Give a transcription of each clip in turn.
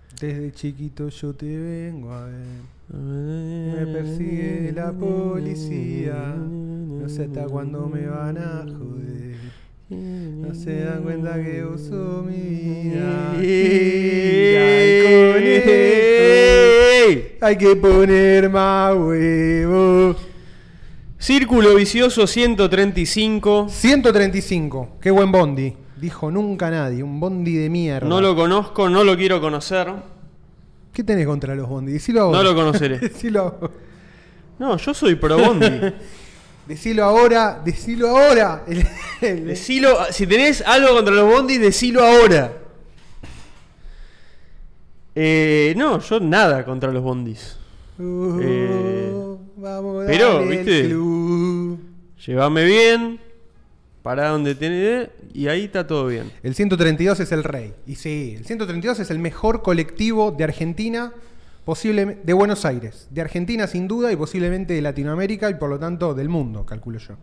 Desde chiquito yo te vengo a ver. Me persigue la policía. No sé hasta cuándo me van a joder. No se dan cuenta que uso mi vida. Gira el conejo. Hay que poner más huevos. Círculo vicioso 135. 135. Qué buen bondi. Dijo nunca nadie. Un bondi de mierda. No lo conozco, no lo quiero conocer. ¿Qué tenés contra los bondi? Decilo ahora. No lo conoceré. Decilo ahora. No, yo soy pro bondi. Decilo ahora. Decilo ahora. Decilo, si tenés algo contra los bondis, decilo ahora. No, yo nada contra los bondis. Vamos a pero, darle ¿viste? el club. Llévame bien, pará donde tenés y ahí está todo bien. El 132 es el rey. Y sí, el 132 es el mejor colectivo de Argentina, posiblemente de Buenos Aires. De Argentina sin duda y posiblemente de Latinoamérica y por lo tanto del mundo, calculo yo.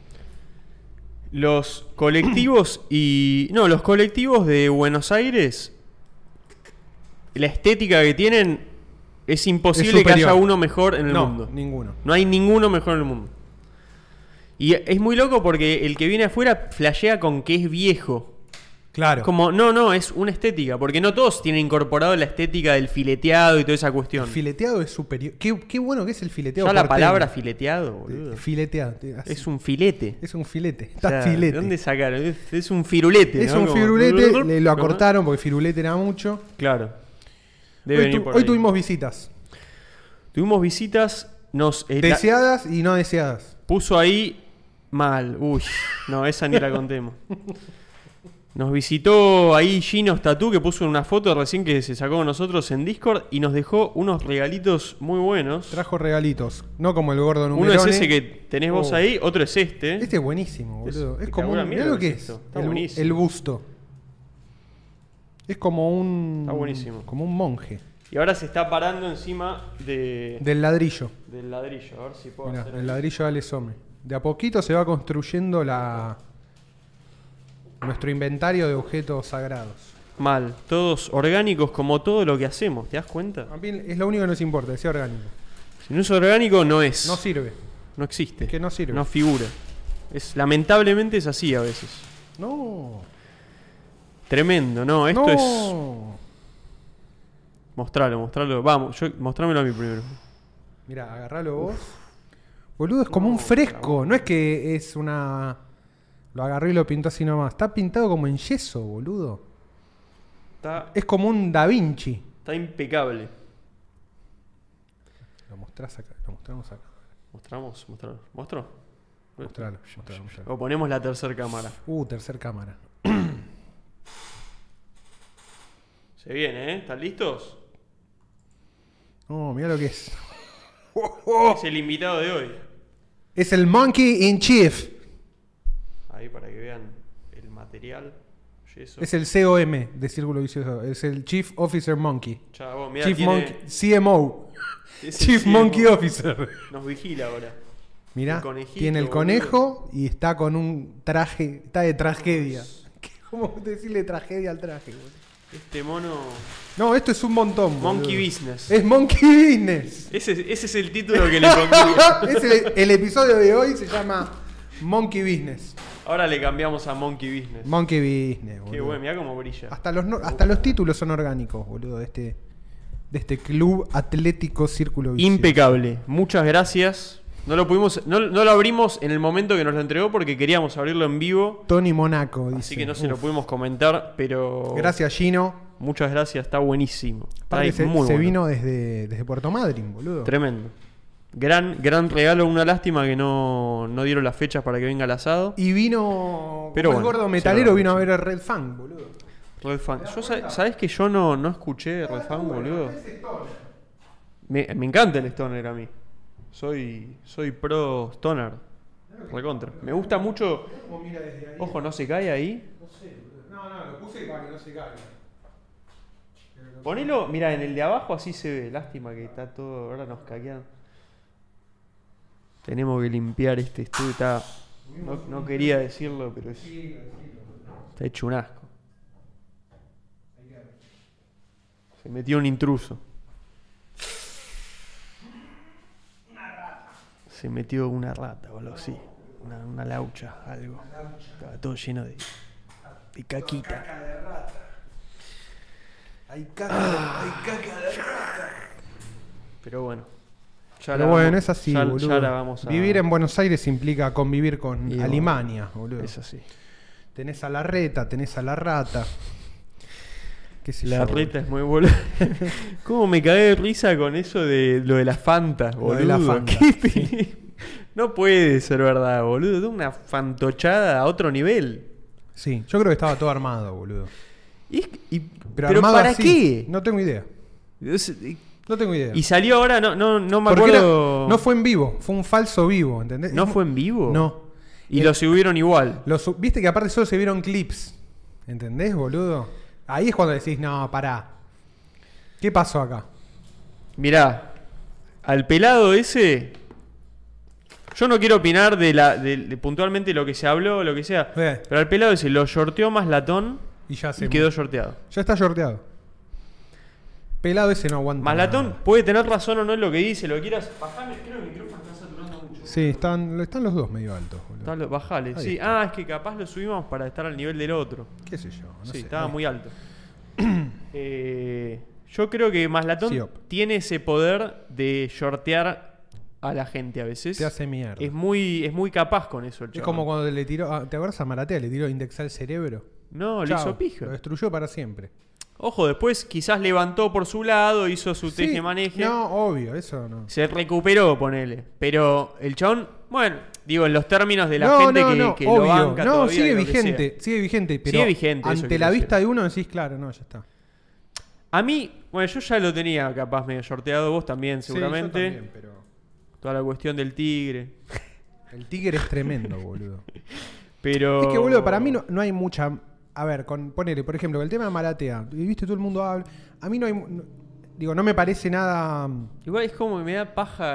Los colectivos los colectivos de Buenos Aires, la estética que tienen, es imposible que haya uno mejor en el mundo. Ninguno. No hay ninguno mejor en el mundo. Y es muy loco porque el que viene afuera flashea con que es viejo. Claro. Como, no, es una estética. Porque no todos tienen incorporado la estética del fileteado y toda esa cuestión. El fileteado es superior. Qué bueno que es el fileteado. Ya la porteño. palabra fileteado, boludo. Fileteado. Es un filete. Es un filete. O Está sea, filete. ¿de dónde sacaron? Es un firulete. Es ¿no? un Como... firulete. Le lo acortaron porque firulete era mucho. Claro. Debe venir por Hoy ahí. tuvimos visitas. Tuvimos visitas. Deseadas y no deseadas. Puso ahí mal. Uy, no, esa ni la contemos. Nos visitó ahí Gino Statú, que puso una foto recién que se sacó con nosotros en Discord y nos dejó unos regalitos muy buenos. Trajo regalitos, no como el gordo Numerone. Uno es ese que tenés vos ahí, otro es este. Este es buenísimo, boludo. Es como un... mirá Mirá lo que es. Está buenísimo. El busto. Es como un... Está buenísimo. Como un monje. Y ahora se está parando encima del ladrillo. Del ladrillo, a ver si puedo Mirá, hacer el ladrillo de Alesome. De a poquito se va construyendo nuestro inventario de objetos sagrados. Mal, todos orgánicos como todo lo que hacemos, ¿te das cuenta? A mí es lo único que nos importa, que sea orgánico. Si no es orgánico, no es. No sirve. No existe. Es que no sirve. No figura. Lamentablemente es así a veces. No. Tremendo, no, esto es... No. Mostralo. Vamos, mostrámelo a mí primero. Mirá, agarralo vos. Boludo, es como un fresco. No es que es una... Lo agarré y lo pintó así nomás. Está pintado como en yeso, boludo. Es como un Da Vinci. Está impecable. Lo mostramos acá. Mostralo. Mostralo. O ponemos la tercera cámara. Tercer cámara. Se viene, ¿eh? ¿Están listos? No, mirá lo que es. Es el invitado de hoy. Es el Monkey in Chief. Ahí para que vean el material. Yeso. Es el COM de Círculo Vicioso. Es el Chief Officer Monkey. Chavo, mirá, Chief tiene... Monkey, CMO. Chief CMO. Monkey Officer. Nos vigila ahora. Mirá, tiene el conejo y está con un traje. Está de tragedia. ¿Cómo decirle tragedia al traje, boludo? Este mono... No, esto es un montón, Monkey boludo. Business. Es Monkey Business. Ese es el título que le pondría. El episodio de hoy se llama Monkey Business. Ahora le cambiamos a Monkey Business. Monkey Business, boludo. Qué bueno, mirá cómo brilla. Hasta los títulos son orgánicos, boludo, de este club atlético Círculo Vicioso. Impecable. Muchas gracias. No lo abrimos en el momento que nos lo entregó porque queríamos abrirlo en vivo. Tony Monaco, dice. Así que no se lo pudimos comentar, pero... Gracias, Gino. Muchas gracias, está buenísimo. Se bueno. vino desde Puerto Madryn, boludo. Tremendo. Gran regalo, una lástima que no dieron las fechas para que venga el asado. Y vino, pero como bueno, el gordo metalero, vino a ver a Red Fang, boludo. Red Fang. ¿Sabés que yo no escuché Red Fang, boludo? Me encanta el stoner a mí. Soy pro stoner. Recontra. Me gusta mucho. Ojo, ¿no se cae ahí? No sé, no, lo puse para que no se caiga. Ponelo, mira, en el de abajo así se ve. Lástima que está todo. Ahora nos caquean. Tenemos que limpiar este estudio. No quería decirlo, pero está hecho un asco. Se metió un intruso. Se metió una rata, boludo, sí. Una laucha, algo. Estaba todo lleno de caquita. Caca de rata. Hay caca de rata. Pero bueno. Pero bueno, es así, boludo. Ya la vamos a... Vivir en Buenos Aires implica convivir con Y Alemania, boludo. Es así. Tenés a la reta, tenés a la rata. ¿Qué sé La yo, reta es muy boludo. ¿Cómo me cagué de risa con eso de lo de las Fantas, boludo? Lo de la Fanta, ¿Qué No puede ser verdad, boludo. De una fantochada a otro nivel. Sí, yo creo que estaba todo armado, boludo. Pero armado ¿para así, qué? No tengo idea. No tengo idea. Y salió ahora, no me Porque acuerdo. no fue en vivo, fue un falso vivo, ¿entendés? ¿No fue en vivo? No. Y lo subieron igual. Viste que aparte solo se vieron clips. ¿Entendés, boludo? Ahí es cuando decís, no, pará. ¿Qué pasó acá? Mirá, al pelado ese. Yo no quiero opinar de puntualmente lo que se habló o lo que sea. Pero al pelado ese lo shorteó más latón y quedó shorteado. Ya está shorteado. Pelado ese no aguanta. Más latón puede tener razón o no en lo que dice, lo que quieras. Bajame, creo que el micrófono está saturando mucho. Sí, están los dos medio altos, boludo. Bajale, Ahí sí. está. Es que capaz lo subimos para estar al nivel del otro. ¿Qué sé yo? No sí, sé. estaba muy alto. Yo creo que Maslatón tiene ese poder de shortear a la gente a veces. Te hace mierda. Es muy capaz con eso el chabón. Es como cuando le tiró... ¿te acuerdas a Maratea? Le tiró indexar el cerebro. No, le hizo pija. Lo destruyó para siempre. Ojo, después quizás levantó por su lado, hizo su teje-maneje. No, obvio, eso no. Se recuperó, ponele. Pero el chabón, bueno, digo, en los términos de la gente que obvio. lo banca No, todavía, sigue lo que vigente, sigue vigente. Pero sigue vigente, eso ante la vista de uno decís, claro, no, ya está. A mí, bueno, yo ya lo tenía capaz medio shorteado, vos también seguramente. Sí, yo también, pero... Toda la cuestión del tigre. El tigre es tremendo, boludo. Pero... Es que, boludo, para mí no hay mucha... A ver, ponele, por ejemplo, el tema de Maratea. Viste, todo el mundo habla. A mí no hay... no me parece nada... Igual es como que me da paja.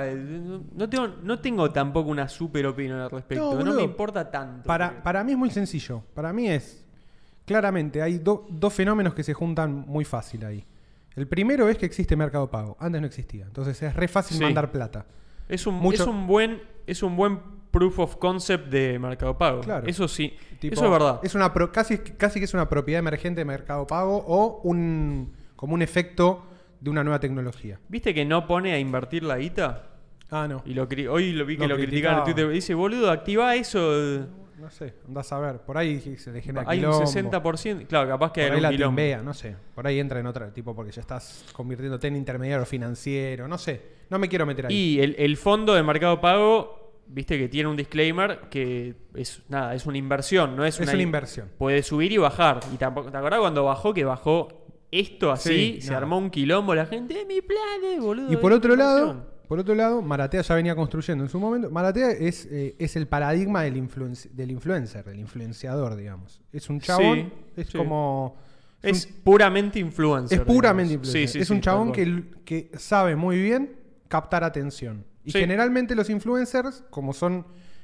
No tengo tampoco una super opinión al respecto. No me importa tanto. Para mí es muy sencillo. Para mí es... Claramente, hay dos fenómenos que se juntan muy fácil ahí. El primero es que existe Mercado Pago. Antes no existía. Entonces es re fácil mandar plata. Es un buen proof of concept de Mercado Pago. Claro. Eso sí. Tipo, eso es verdad. Es casi que es una propiedad emergente de Mercado Pago o como un efecto de una nueva tecnología. ¿Viste que no pone a invertir la guita? Ah, no. Y hoy lo vi que lo criticaban en Twitter. Dice, boludo, activa eso. No sé, andás a ver. Por ahí se le genera hay quilombo. un 60%. Claro, capaz que hay un la quilombo. timbea, no sé. Por ahí entra en otra tipo porque ya estás convirtiéndote en intermediario financiero. No sé. No me quiero meter ahí. Y el fondo de Mercado Pago, viste que tiene un disclaimer que es una inversión, no es una inversión. Puede subir y bajar. Y tampoco, ¿te acordás cuando bajó esto así? Sí, se armó un quilombo la gente, mi plan, boludo. Y por otro lado, Maratea ya venía construyendo en su momento. Maratea es el paradigma del influencer, del influenciador, digamos. Es un chabón, como... Es puramente influencer. Es puramente influencer. Sí, es un chabón que sabe muy bien captar atención. Y generalmente los influencers, como son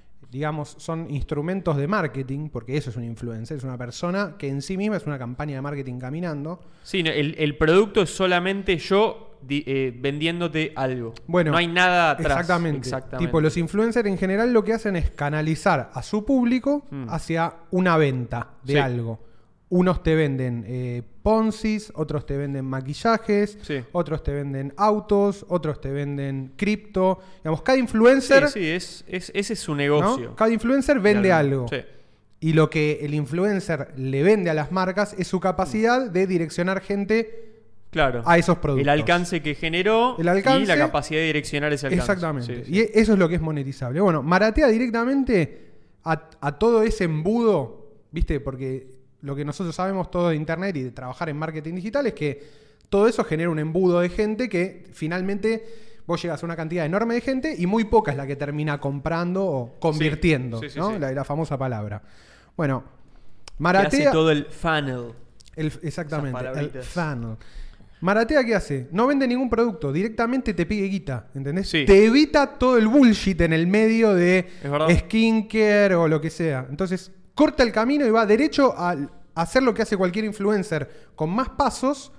instrumentos de marketing, porque eso es un influencer, es una persona que en sí misma es una campaña de marketing caminando. Sí, el producto es solamente yo vendiéndote algo. Bueno, no hay nada atrás. Exactamente. Tipo, los influencers en general lo que hacen es canalizar a su público hacia una venta de algo. Unos te venden Ponzis, otros te venden maquillajes, otros te venden autos, otros te venden cripto. Digamos, cada influencer... ese es su negocio. ¿no? Cada influencer vende algo. Sí. Y lo que el influencer le vende a las marcas es su capacidad de direccionar gente a esos productos. El alcance que generó y la capacidad de direccionar ese alcance. Exactamente. Y eso es lo que es monetizable. Bueno, Maratea directamente a todo ese embudo, ¿viste? Porque... Lo que nosotros sabemos todo de internet y de trabajar en marketing digital es que todo eso genera un embudo de gente que finalmente vos llegas a una cantidad enorme de gente y muy poca es la que termina comprando o convirtiendo, ¿no? La famosa palabra. Bueno, Maratea... Que hace todo el funnel. Exactamente, el funnel. Maratea, ¿qué hace? No vende ningún producto, directamente te pide guita, ¿entendés? Sí. Te evita todo el bullshit en el medio de skincare o lo que sea. Entonces... corta el camino y va derecho a hacer lo que hace cualquier influencer con más pasos,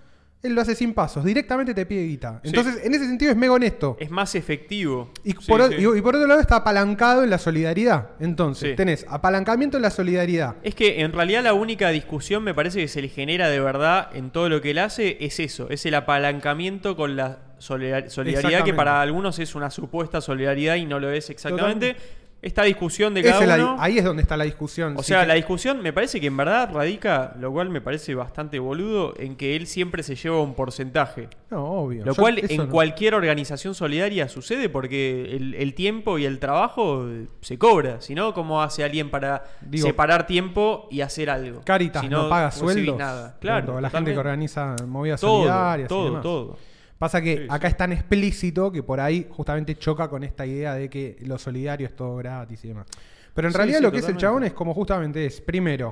Él lo hace sin pasos, directamente te pide guita. Entonces, en ese sentido es mega honesto. Es más efectivo. Y por otro lado está apalancado en la solidaridad. Entonces, tenés apalancamiento en la solidaridad. Es que en realidad la única discusión me parece que se le genera de verdad en todo lo que él hace es eso, es el apalancamiento con la solidaridad que para algunos es una supuesta solidaridad y no lo es exactamente. Totalmente. Esta discusión de cada uno... Ahí es donde está la discusión. O sea, la discusión me parece que en verdad radica, lo cual me parece bastante boludo, en que él siempre se lleva un porcentaje. No, obvio. Lo cual en cualquier organización solidaria sucede porque el tiempo y el trabajo se cobra. Si no, ¿cómo hace alguien para separar tiempo y hacer algo? Caritas si no paga sueldos. Nada. Claro, la gente que organiza movidas solidarias y demás. Todo. Pasa que acá es tan explícito que por ahí justamente choca con esta idea de que lo solidario es todo gratis y demás. Pero en realidad lo que es el chabón es como justamente es, primero,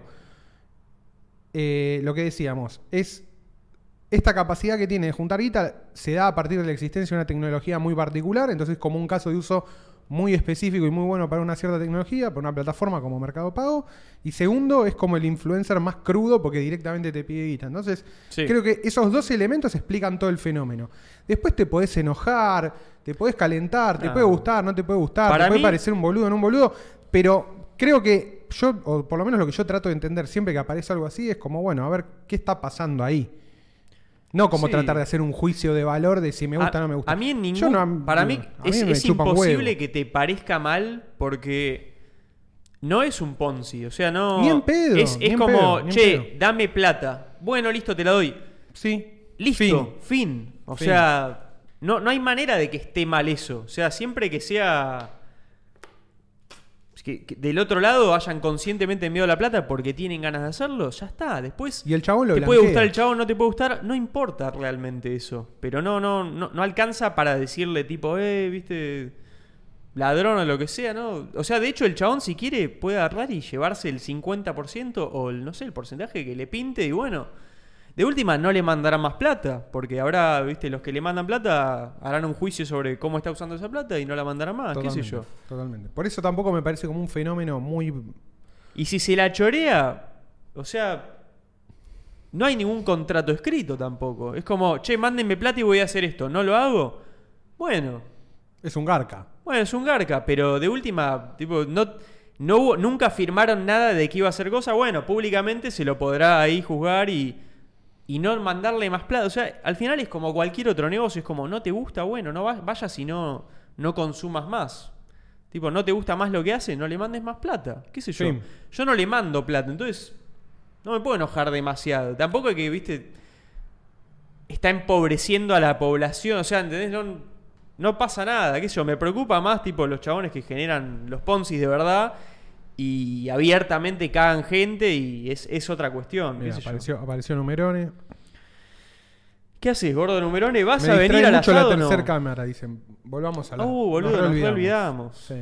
lo que decíamos, es esta capacidad que tiene de juntar guita se da a partir de la existencia de una tecnología muy particular, entonces como un caso de uso muy específico y muy bueno para una cierta tecnología, para una plataforma como Mercado Pago. Y segundo, es como el influencer más crudo porque directamente te pide guita. Entonces, creo que esos dos elementos explican todo el fenómeno. Después te podés enojar, te podés calentar, te puede gustar, no te puede gustar, te puede parecer un boludo, no un boludo, pero creo que yo, o por lo menos lo que yo trato de entender siempre que aparece algo así, es como, bueno, a ver, ¿qué está pasando ahí? No como tratar de hacer un juicio de valor de si me gusta o no me gusta. A mí en ningún... para mí es imposible que te parezca mal porque no es un Ponzi. O sea, no... Ni en pedo. Es como, dame plata. Bueno, listo, te la doy. Sí. Listo, fin. O sea, no hay manera de que esté mal eso. O sea, siempre que sea... Que del otro lado hayan conscientemente enviado la plata porque tienen ganas de hacerlo, ya está. Después y el chabón te puede gustar el chabón, no te puede gustar, no importa realmente eso. Pero no alcanza para decirle tipo, viste, ladrón o lo que sea, ¿no? O sea, de hecho el chabón si quiere puede agarrar y llevarse el 50% o el porcentaje que le pinte y bueno... De última, no le mandarán más plata, porque ahora, viste, los que le mandan plata harán un juicio sobre cómo está usando esa plata y no la mandarán más, qué sé yo. Totalmente. Por eso tampoco me parece como un fenómeno muy... Y si se la chorea, o sea, no hay ningún contrato escrito tampoco. Es como, mándenme plata y voy a hacer esto, ¿no lo hago? Bueno. Es un garca. Bueno, es un garca, pero de última, tipo, nunca firmaron nada de que iba a hacer cosa. Bueno, públicamente se lo podrá ahí juzgar y no mandarle más plata. O sea, al final es como cualquier otro negocio. Es como, no te gusta, bueno, no vayas y no consumas más. Tipo, no te gusta más lo que hace, no le mandes más plata. ¿Qué sé yo? Sí. Yo no le mando plata, entonces no me puedo enojar demasiado. Tampoco es que, viste, está empobreciendo a la población. O sea, ¿entendés? No pasa nada. ¿Qué sé yo? Me preocupa más, tipo, los chabones que generan los Ponzi de verdad y abiertamente cagan gente y es otra cuestión. Mira, apareció Numerone. ¿Qué haces, gordo Numerone? ¿Vas a venir al asado la tercera cámara, dicen. Volvamos a la... boludo, nos olvidamos. Sí.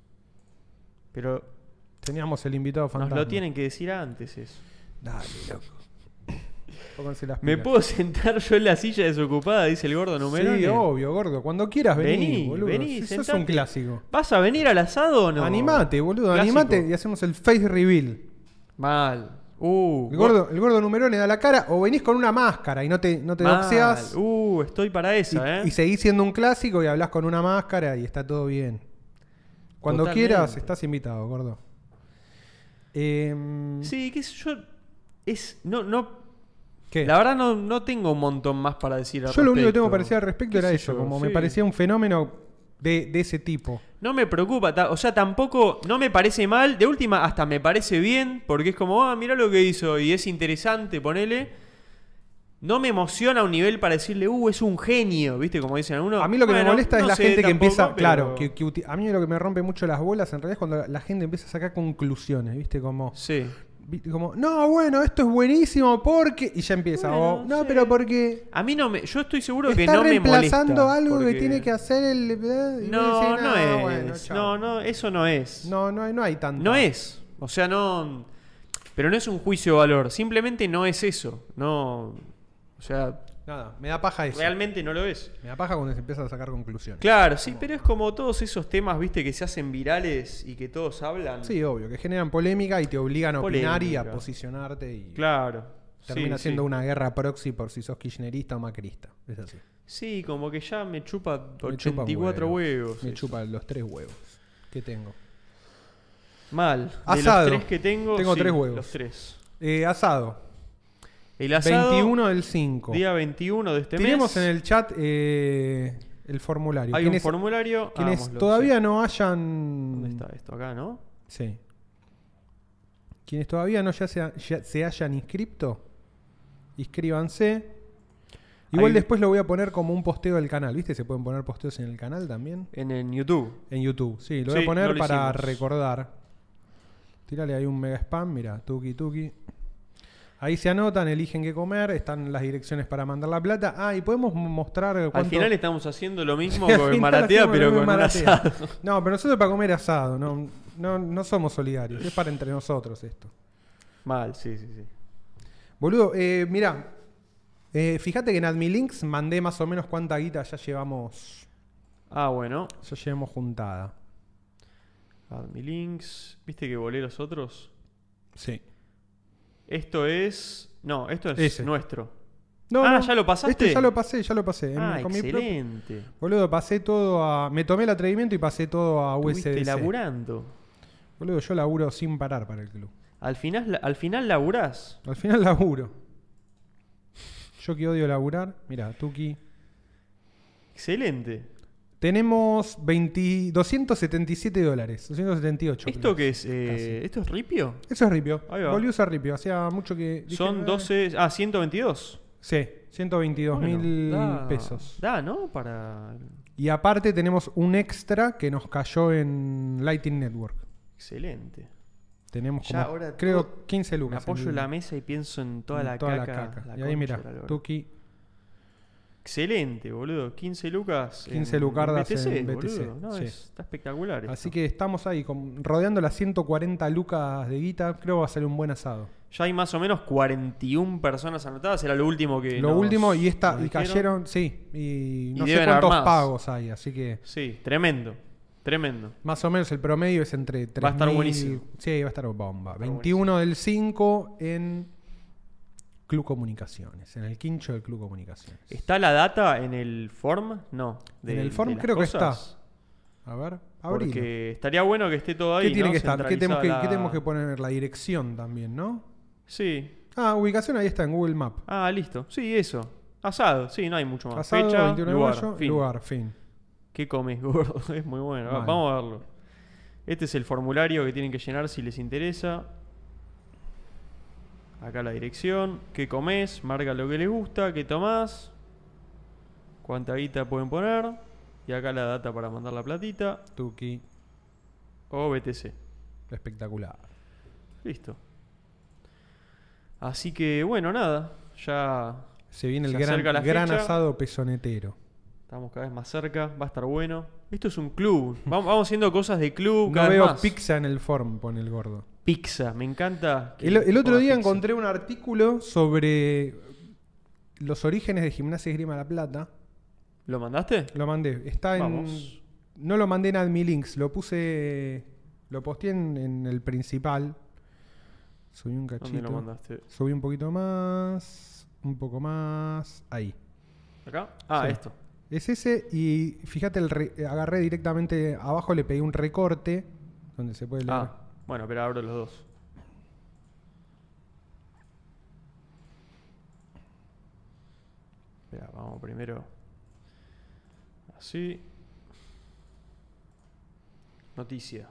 Pero... teníamos el invitado fantasma. Nos lo tienen que decir antes eso. Dale, loco. Pónganse las pilas. ¿Me puedo sentar yo en la silla desocupada? Dice el gordo Numerone. Sí, obvio, gordo. Cuando quieras vení, boludo. Eso es un clásico. ¿Vas a venir al asado o no? Animate, boludo. Clásico. Animate y hacemos el face reveal. Mal. El gordo Numerone da la cara o venís con una máscara y no te doxeás. Estoy para esa, y seguís siendo un clásico y hablás con una máscara y está todo bien. Cuando quieras, estás invitado, gordo. Sí, qué sé yo. ¿Qué? La verdad no tengo un montón más para decir al respecto. Yo lo único que tengo para decir al respecto era eso, como me parecía un fenómeno de ese tipo. No me preocupa, o sea, tampoco, no me parece mal, de última hasta me parece bien, porque es como, mirá lo que hizo y es interesante, ponele. No me emociona a un nivel para decirle, es un genio, ¿viste? Como dicen algunos. A mí lo que me molesta es la gente que tampoco, empieza, pero... claro, a mí lo que me rompe mucho las bolas en realidad es cuando la gente empieza a sacar conclusiones, ¿viste? Como... sí. Como, no, bueno, esto es buenísimo porque... Y ya empieza, bueno, pero porque... A mí yo estoy seguro que no me molesta. Está reemplazando algo que tiene que hacer el... No es. Bueno, no, eso no es. No hay tanto. No es. O sea, no... Pero no es un juicio de valor. Simplemente no es eso. No... O sea... Nada, me da paja eso. Realmente no lo es. Me da paja cuando se empiezan a sacar conclusiones. Claro, sí, pero es como todos esos temas, viste, que se hacen virales y que todos hablan. Sí, obvio, que generan polémica y te obligan a opinar y a posicionarte. Claro. termina Sí, siendo sí. una guerra proxy por si sos kirchnerista o macrista. Es así. Sí, como que ya me chupa Me chupa un 84 huevo. huevos. Me eso. chupa los 3 huevos que tengo. Mal. De Asado. los 3 que tengo, Tengo sí, 3 huevos. Los 3. Asado. El asado, 21 del 5. día 21 de este Tenemos mes. en el chat el formulario. Hay un formulario. Quienes hagámoslo, todavía sí. no hayan... ¿Dónde está esto? Acá, ¿no? Sí. Quienes todavía no ya se hayan inscrito, inscríbanse. Igual Hay- después lo voy a poner como un posteo del canal, ¿viste? Se pueden poner posteos en el canal también. En YouTube. En YouTube, sí, lo voy Sí, a poner no lo para hicimos. recordar. Tírale ahí un mega spam, mira, tuki tuki. Ahí se anotan, eligen qué comer, están las direcciones para mandar la plata. Ah, y podemos mostrar cuánto... Al final estamos haciendo lo mismo Al con el final Maratea, hacemos lo pero mismo con un Maratea. asado. No, pero nosotros para comer asado, no somos solidarios, es para entre nosotros esto. Mal, sí. Boludo, mirá, fíjate que en AdmiLinks mandé más o menos cuánta guita ya llevamos Bueno. juntada. AdmiLinks. ¿Viste que volé los otros? Sí. Esto es... No, esto es Ese. nuestro. No, ¿ya lo pasaste? Este ya lo pasé. Con mi propio- Excelente. Boludo, pasé todo a... Me tomé el atrevimiento y pasé todo a Estuviste USDC. laburando. Boludo, yo laburo sin parar para el club. Al final laburás. Al final laburo. Yo que odio laburar. Mira, Tuki. Excelente. Tenemos $277. 278. ¿Esto creo. qué es? Casi. ¿Esto es Ripio? Eso es Ripio. Ahí va. Volví a usar Ripio. Hacía mucho que... dije, Son 12... 122. Sí, 122.000 Bueno, pesos. Da, ¿no? Para... Y aparte tenemos un extra que nos cayó en Lighting Network. Excelente. Tenemos Ya como, ahora creo, todo- 15 Me lucas. apoyo en en la mesa y pienso en toda la caca. Y ahí mira, concha de la lora. Tuki, Excelente, boludo. 15 lucas. 15 lucardas en BTC, boludo. No, sí. está espectacular. Así esto. que estamos ahí, rodeando las 140 lucas de guita. Creo que va a ser un buen asado. Ya hay más o menos 41 personas anotadas. Era lo último que. Lo nos- último, y nos dijeron. cayeron, sí. Y no sé deben haber cuántos más. pagos hay, así que Sí, tremendo. Tremendo. más o menos el promedio es entre 3.000. Va a estar buenísimo. Sí, va a estar bomba. estar 21 del 5 en Club Comunicaciones, en el quincho del Club Comunicaciones. ¿Está la data en el form? No. En el form de las creo que cosas. A ver, abrilo. Porque estaría bueno que esté todo ahí. ¿Qué tiene ¿no? que estar? ¿Qué tenemos Centralizada ¿Qué la- tenemos que poner? La dirección también, ¿no? Sí. Ubicación ahí está en Google Maps. Listo. Sí, eso. Asado. Sí, no hay mucho más. Asado, Fecha, 21 de lugar, mayo, fin. lugar, fin. ¿Qué comes, gordo? Es muy bueno. Mal. Vamos a verlo. Este es el formulario que tienen que llenar si les interesa. Acá la dirección. ¿Qué comes? Marca lo que les gusta. ¿Qué tomás? ¿Cuánta guita pueden poner? Y acá la data para mandar la platita. Tuki, O BTC. espectacular. Listo. Así que, bueno, nada. Ya Se viene el Se acerca la gran fecha. asado pezonetero. estamos cada vez más cerca. Va a estar bueno. Esto es un club. Vamos haciendo cosas de club. No cada vez veo más. pizza en el form, pone el gordo. Pizza. Me encanta. que El otro ponga día pizza. encontré un artículo sobre los orígenes de Gimnasia y Esgrima La Plata. ¿Lo mandaste? Lo mandé. Está en. Vamos. No lo mandé en AdmiLinks, lo puse. Lo posteé en el principal. Subí un ¿Dónde cachito. lo mandaste? Subí un poquito más. Un poco más. Ahí. ¿Acá? Sí. Esto. Es ese y fíjate, agarré directamente abajo, le pegué un recorte donde se puede leer. Bueno, pero abro los dos. Espera, vamos primero. Así. Noticia.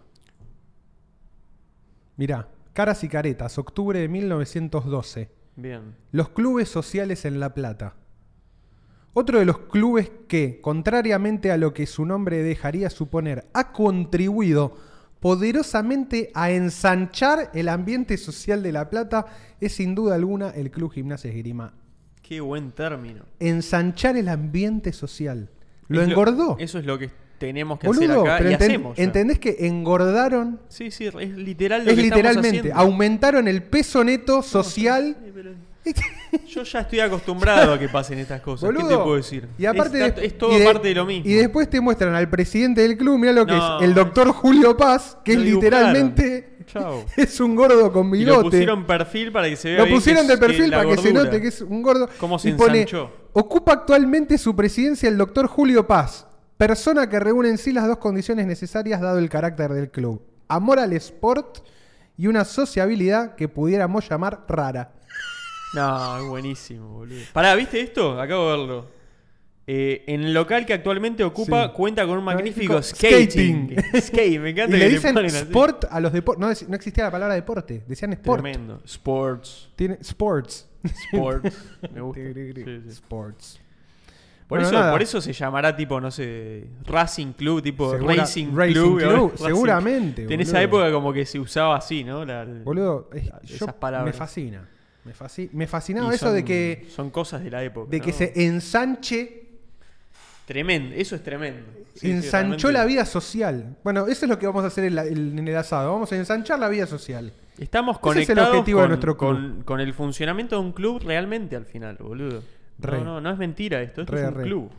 Mirá, Caras y Caretas, octubre de 1912. Bien. Los clubes sociales en La Plata. Otro de los clubes que, contrariamente a lo que su nombre dejaría suponer, ha contribuido poderosamente a ensanchar el ambiente social de La Plata es sin duda alguna el Club Gimnasia Esgrima. Qué buen término. Ensanchar el ambiente social. Lo Es engordó. Eso es lo que tenemos que Boludo, hacer acá pero y hacemos. ya. ¿entendés que engordaron? Sí, sí, es literal lo Es que estamos literalmente, haciendo. aumentaron el peso neto social. Sí, pero yo ya estoy acostumbrado a que pasen estas cosas. ¿Qué te Boludo. puedo decir? Y aparte es todo parte de lo mismo. Y después te muestran al presidente del club, mirá lo que No, es el doctor Julio Paz, que es lo literalmente chao. Es un gordo con Y bigote. lo pusieron perfil para que se vea Lo bien pusieron de perfil la para que se gordura. note que es un gordo. Cómo se Y pone, ensanchó. ocupa actualmente su presidencia el doctor Julio Paz, persona que reúne en sí las dos condiciones necesarias dado el carácter del club. Amor al sport y una sociabilidad que pudiéramos llamar rara. No, es buenísimo, boludo. Pará, ¿viste esto? Acabo de verlo. En el local que actualmente ocupa Sí. cuenta con un magnífico Skating. Skate, me encanta Y que le dicen ponen así. sport a los deportes. No existía la palabra deporte, decían sport. Tremendo. Sports. Tiene sports. Sports. Me gusta. Sí, sí. Sports. Por, Bueno, eso, nada. por eso se llamará tipo, no sé, Racing Club, tipo Racing Racing Club. Club, Racing. seguramente. En esa boludo. época como que se usaba así, ¿no? Boludo, esas yo palabras. me fascina. Me fascinaba Y eso son- de que, Son cosas de la época. ¿no? se ensanche. Tremendo, eso es tremendo. Sí, Ensanchó realmente. la vida social. Bueno, eso es lo que vamos a hacer en el asado. Vamos a ensanchar la vida social. Estamos Ese es el conectados objetivo de nuestro club. con el funcionamiento de un club realmente al final, boludo. Re. No es mentira esto Re, es un re. club.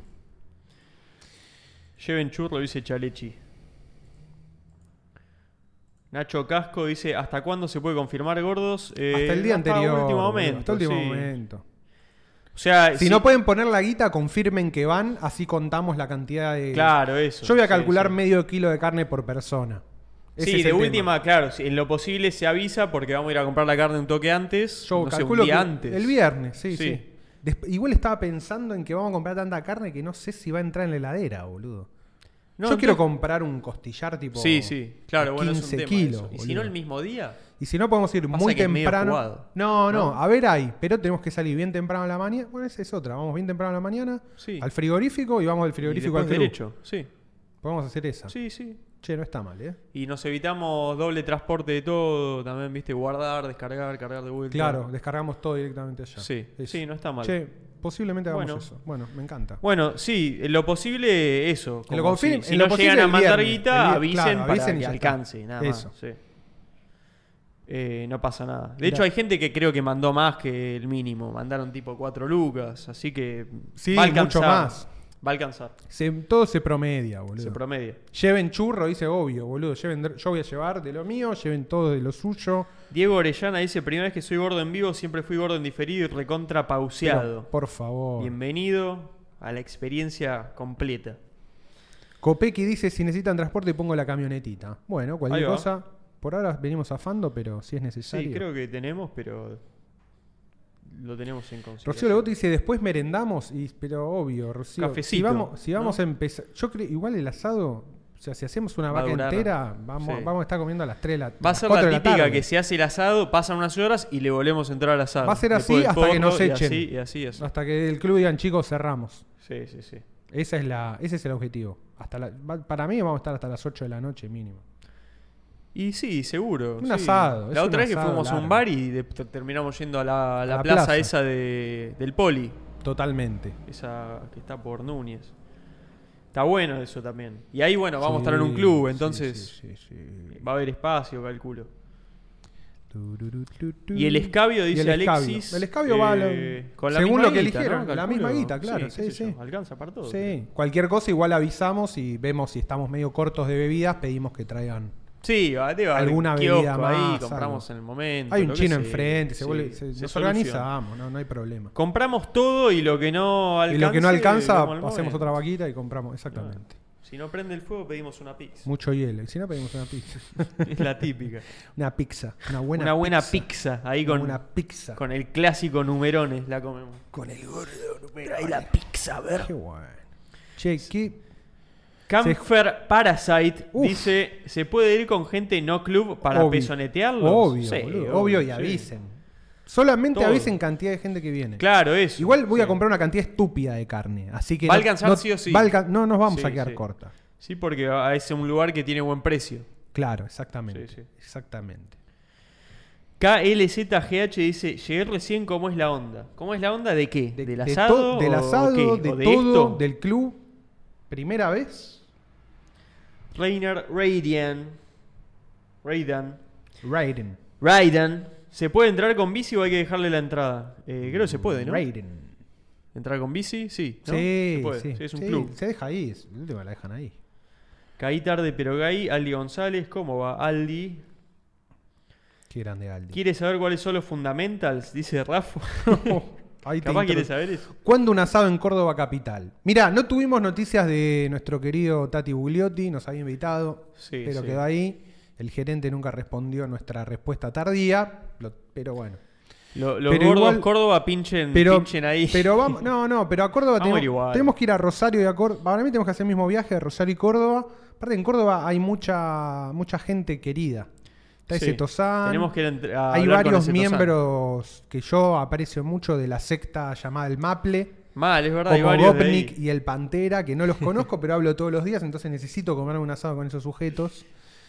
Lleven churro, dice Chalechi. Nacho Casco dice, ¿hasta cuándo se puede confirmar, gordos? Hasta el día hasta anterior. Último boludo, momento, hasta el último sí. momento. O sea, Si no pueden poner la guita, confirmen que van. Así contamos la cantidad de... Claro, eso. Yo voy a sí, calcular sí. medio kilo de carne por persona. Ese Sí, es de el tema. última, claro, en lo posible se avisa porque vamos a ir a comprar la carne un toque antes. Yo no sé, calculo un día que antes. el viernes, sí, Sí. sí. Igual estaba pensando en que vamos a comprar tanta carne que no sé si va a entrar en la heladera, boludo. No, Yo quiero entonces- comprar un costillar tipo Sí, sí, claro, de bueno, es un 15 tema kilos. eso. Y si boludo. no el mismo día, Y si no podemos ir Pasa muy que es medio temprano. jugado. No, ¿No? a ver ahí, pero tenemos que salir bien temprano a la mañana. Bueno, esa es otra. Vamos bien temprano a la mañana sí. al frigorífico y vamos del Y frigorífico después al club. derecho, sí. Podemos hacer esa. Sí, sí. Che, no está mal, ¿eh? Y nos evitamos doble transporte de todo, también, viste, guardar, descargar, cargar de vuelta. Claro, descargamos todo directamente allá. Sí, Eso. sí, no está mal. Che, posiblemente hagamos Bueno. eso. Bueno, me encanta. Bueno, sí, en lo posible eso. En lo como confirm- si en no lo posible llegan a el mandar viernes. guita, El avisen, claro, para avisen y que ya está. alcance, nada Eso. más. Sí. No pasa nada. De Mirá. hecho, hay gente que creo que mandó más que el mínimo. Mandaron tipo 4 lucas, así que Sí, va a alcanzar. mucho más. Va a alcanzar. Todo se promedia, boludo. Se promedia. Lleven churro, dice obvio, boludo. Yo voy a llevar de lo mío, lleven todo de lo suyo. Diego Orellana dice, primera vez que soy gordo en vivo, siempre fui gordo en diferido y recontra pauseado. Pero, por favor. Bienvenido a la experiencia completa. Copeki dice, si necesitan transporte pongo la camionetita. Bueno, cualquier Ahí va. cosa. Por ahora venimos zafando, pero si es necesario. Sí, creo que tenemos, pero lo tenemos en Rocío consideración. Legoto dice, después merendamos, pero obvio, Rocío. Cafecito, Si vamos ¿no? a empezar, yo creo, igual el asado, o sea, si hacemos una Va a vaca durar. entera, Sí. vamos a estar comiendo a las 3 de la Va a ser 4 la de la típica tarde. que se hace el asado, pasan unas horas y le volvemos a entrar al asado. Va a ser Después así del hasta que porro, nos echen. Y así. Hasta que el club digan, chicos, cerramos. Sí, sí, sí. Ese es el objetivo. Para mí vamos a estar hasta las 8 de la noche mínimo. Y sí, seguro. Un sí. asado, es La un otra vez que asado fuimos a un largo. bar y terminamos yendo a la la plaza, plaza. esa del Poli. Totalmente. Esa que está por Núñez. Está bueno eso también. Y ahí, bueno, vamos a estar en un Sí, club, sí, entonces sí. va a haber espacio, calculo. Tu. Y el escabio, Y dice el escabio. Alexis. El escabio va con la según misma lo que guita, eligieron, ¿no? la Calculo. misma guita, claro, qué sí, sé yo, sí. Alcanza para todo. Sí, cualquier cosa igual avisamos y vemos si estamos medio cortos de bebidas, pedimos que traigan. Sí, debe haber Alguna un kiosco bebida más, ahí, compramos algo. en el momento. Hay un lo que chino sea. enfrente, Sí, nos soluciona. organizamos, no hay problema. Compramos todo y lo que no alcanza. Y lo que no alcanza, vemos al hacemos momento. otra vaquita y compramos, exactamente. Si no prende el fuego, pedimos una pizza. Mucho hielo. Y si no, pedimos una pizza. Es la típica. Una pizza. Una Una buena pizza. Ahí Una con, buena pizza. con el clásico numerones la comemos. Con el gordo número. Trae la pizza, a ver. Qué bueno. Che, qué. Camfer Parasite Uf. dice: ¿se puede ir con gente no club para Obvio. pesonetearlos? Obvio, Sí, boludo, obvio y sí. avisen. Solamente Todo. avisen cantidad de gente que viene. Claro, eso. Igual voy a sí. comprar una cantidad estúpida de carne. Así que Va a alcanzar sí o sí. no nos vamos Sí, a quedar sí. corta. Sí, porque es un lugar que tiene buen precio. Claro, exactamente. Sí, sí. Exactamente. KLZGH dice: llegué recién, ¿cómo es la onda? ¿Cómo es la onda de qué? ¿Del asado? Del o asado, qué? de ¿O de todo, esto? del club. ¿Primera vez? Rainer Raidan. Raiden. ¿Se puede entrar con bici o hay que dejarle la entrada? Creo que se puede, ¿no? Raiden. ¿Entrar con bici? Sí. ¿no? Sí, se puede. sí. Sí, es un Sí, club. se deja ahí. La última la dejan ahí. Caí tarde, pero caí. Aldi González, ¿cómo va? Aldi. Qué grande Aldi. ¿Quiere saber cuáles son los fundamentals? Dice Rafa. Ahí te Capaz intro- quiere saber eso. ¿Cuándo un asado en Córdoba capital? Mirá, no tuvimos noticias de nuestro querido Tati Bugliotti, nos había invitado, Sí, pero sí. quedó ahí. El gerente nunca respondió a nuestra respuesta tardía, pero bueno. Los Pero gordos igual- Córdoba pinchen ahí. Pero vamos, no, pero a Córdoba Vamos a ir igual. tenemos que ir a Rosario y a Córdoba. Para mí tenemos que hacer el mismo viaje de Rosario y Córdoba. Aparte en Córdoba hay mucha gente querida. Está Sí. ese Tozán. Tenemos que ir a Hay hablar con varios ese Tozán. miembros que yo aprecio mucho de la secta llamada El Maple. Mal, es verdad, hay Como varios de Gopnik ahí. y el Pantera, que no los conozco, pero hablo todos los días, entonces necesito comerme un asado con esos sujetos.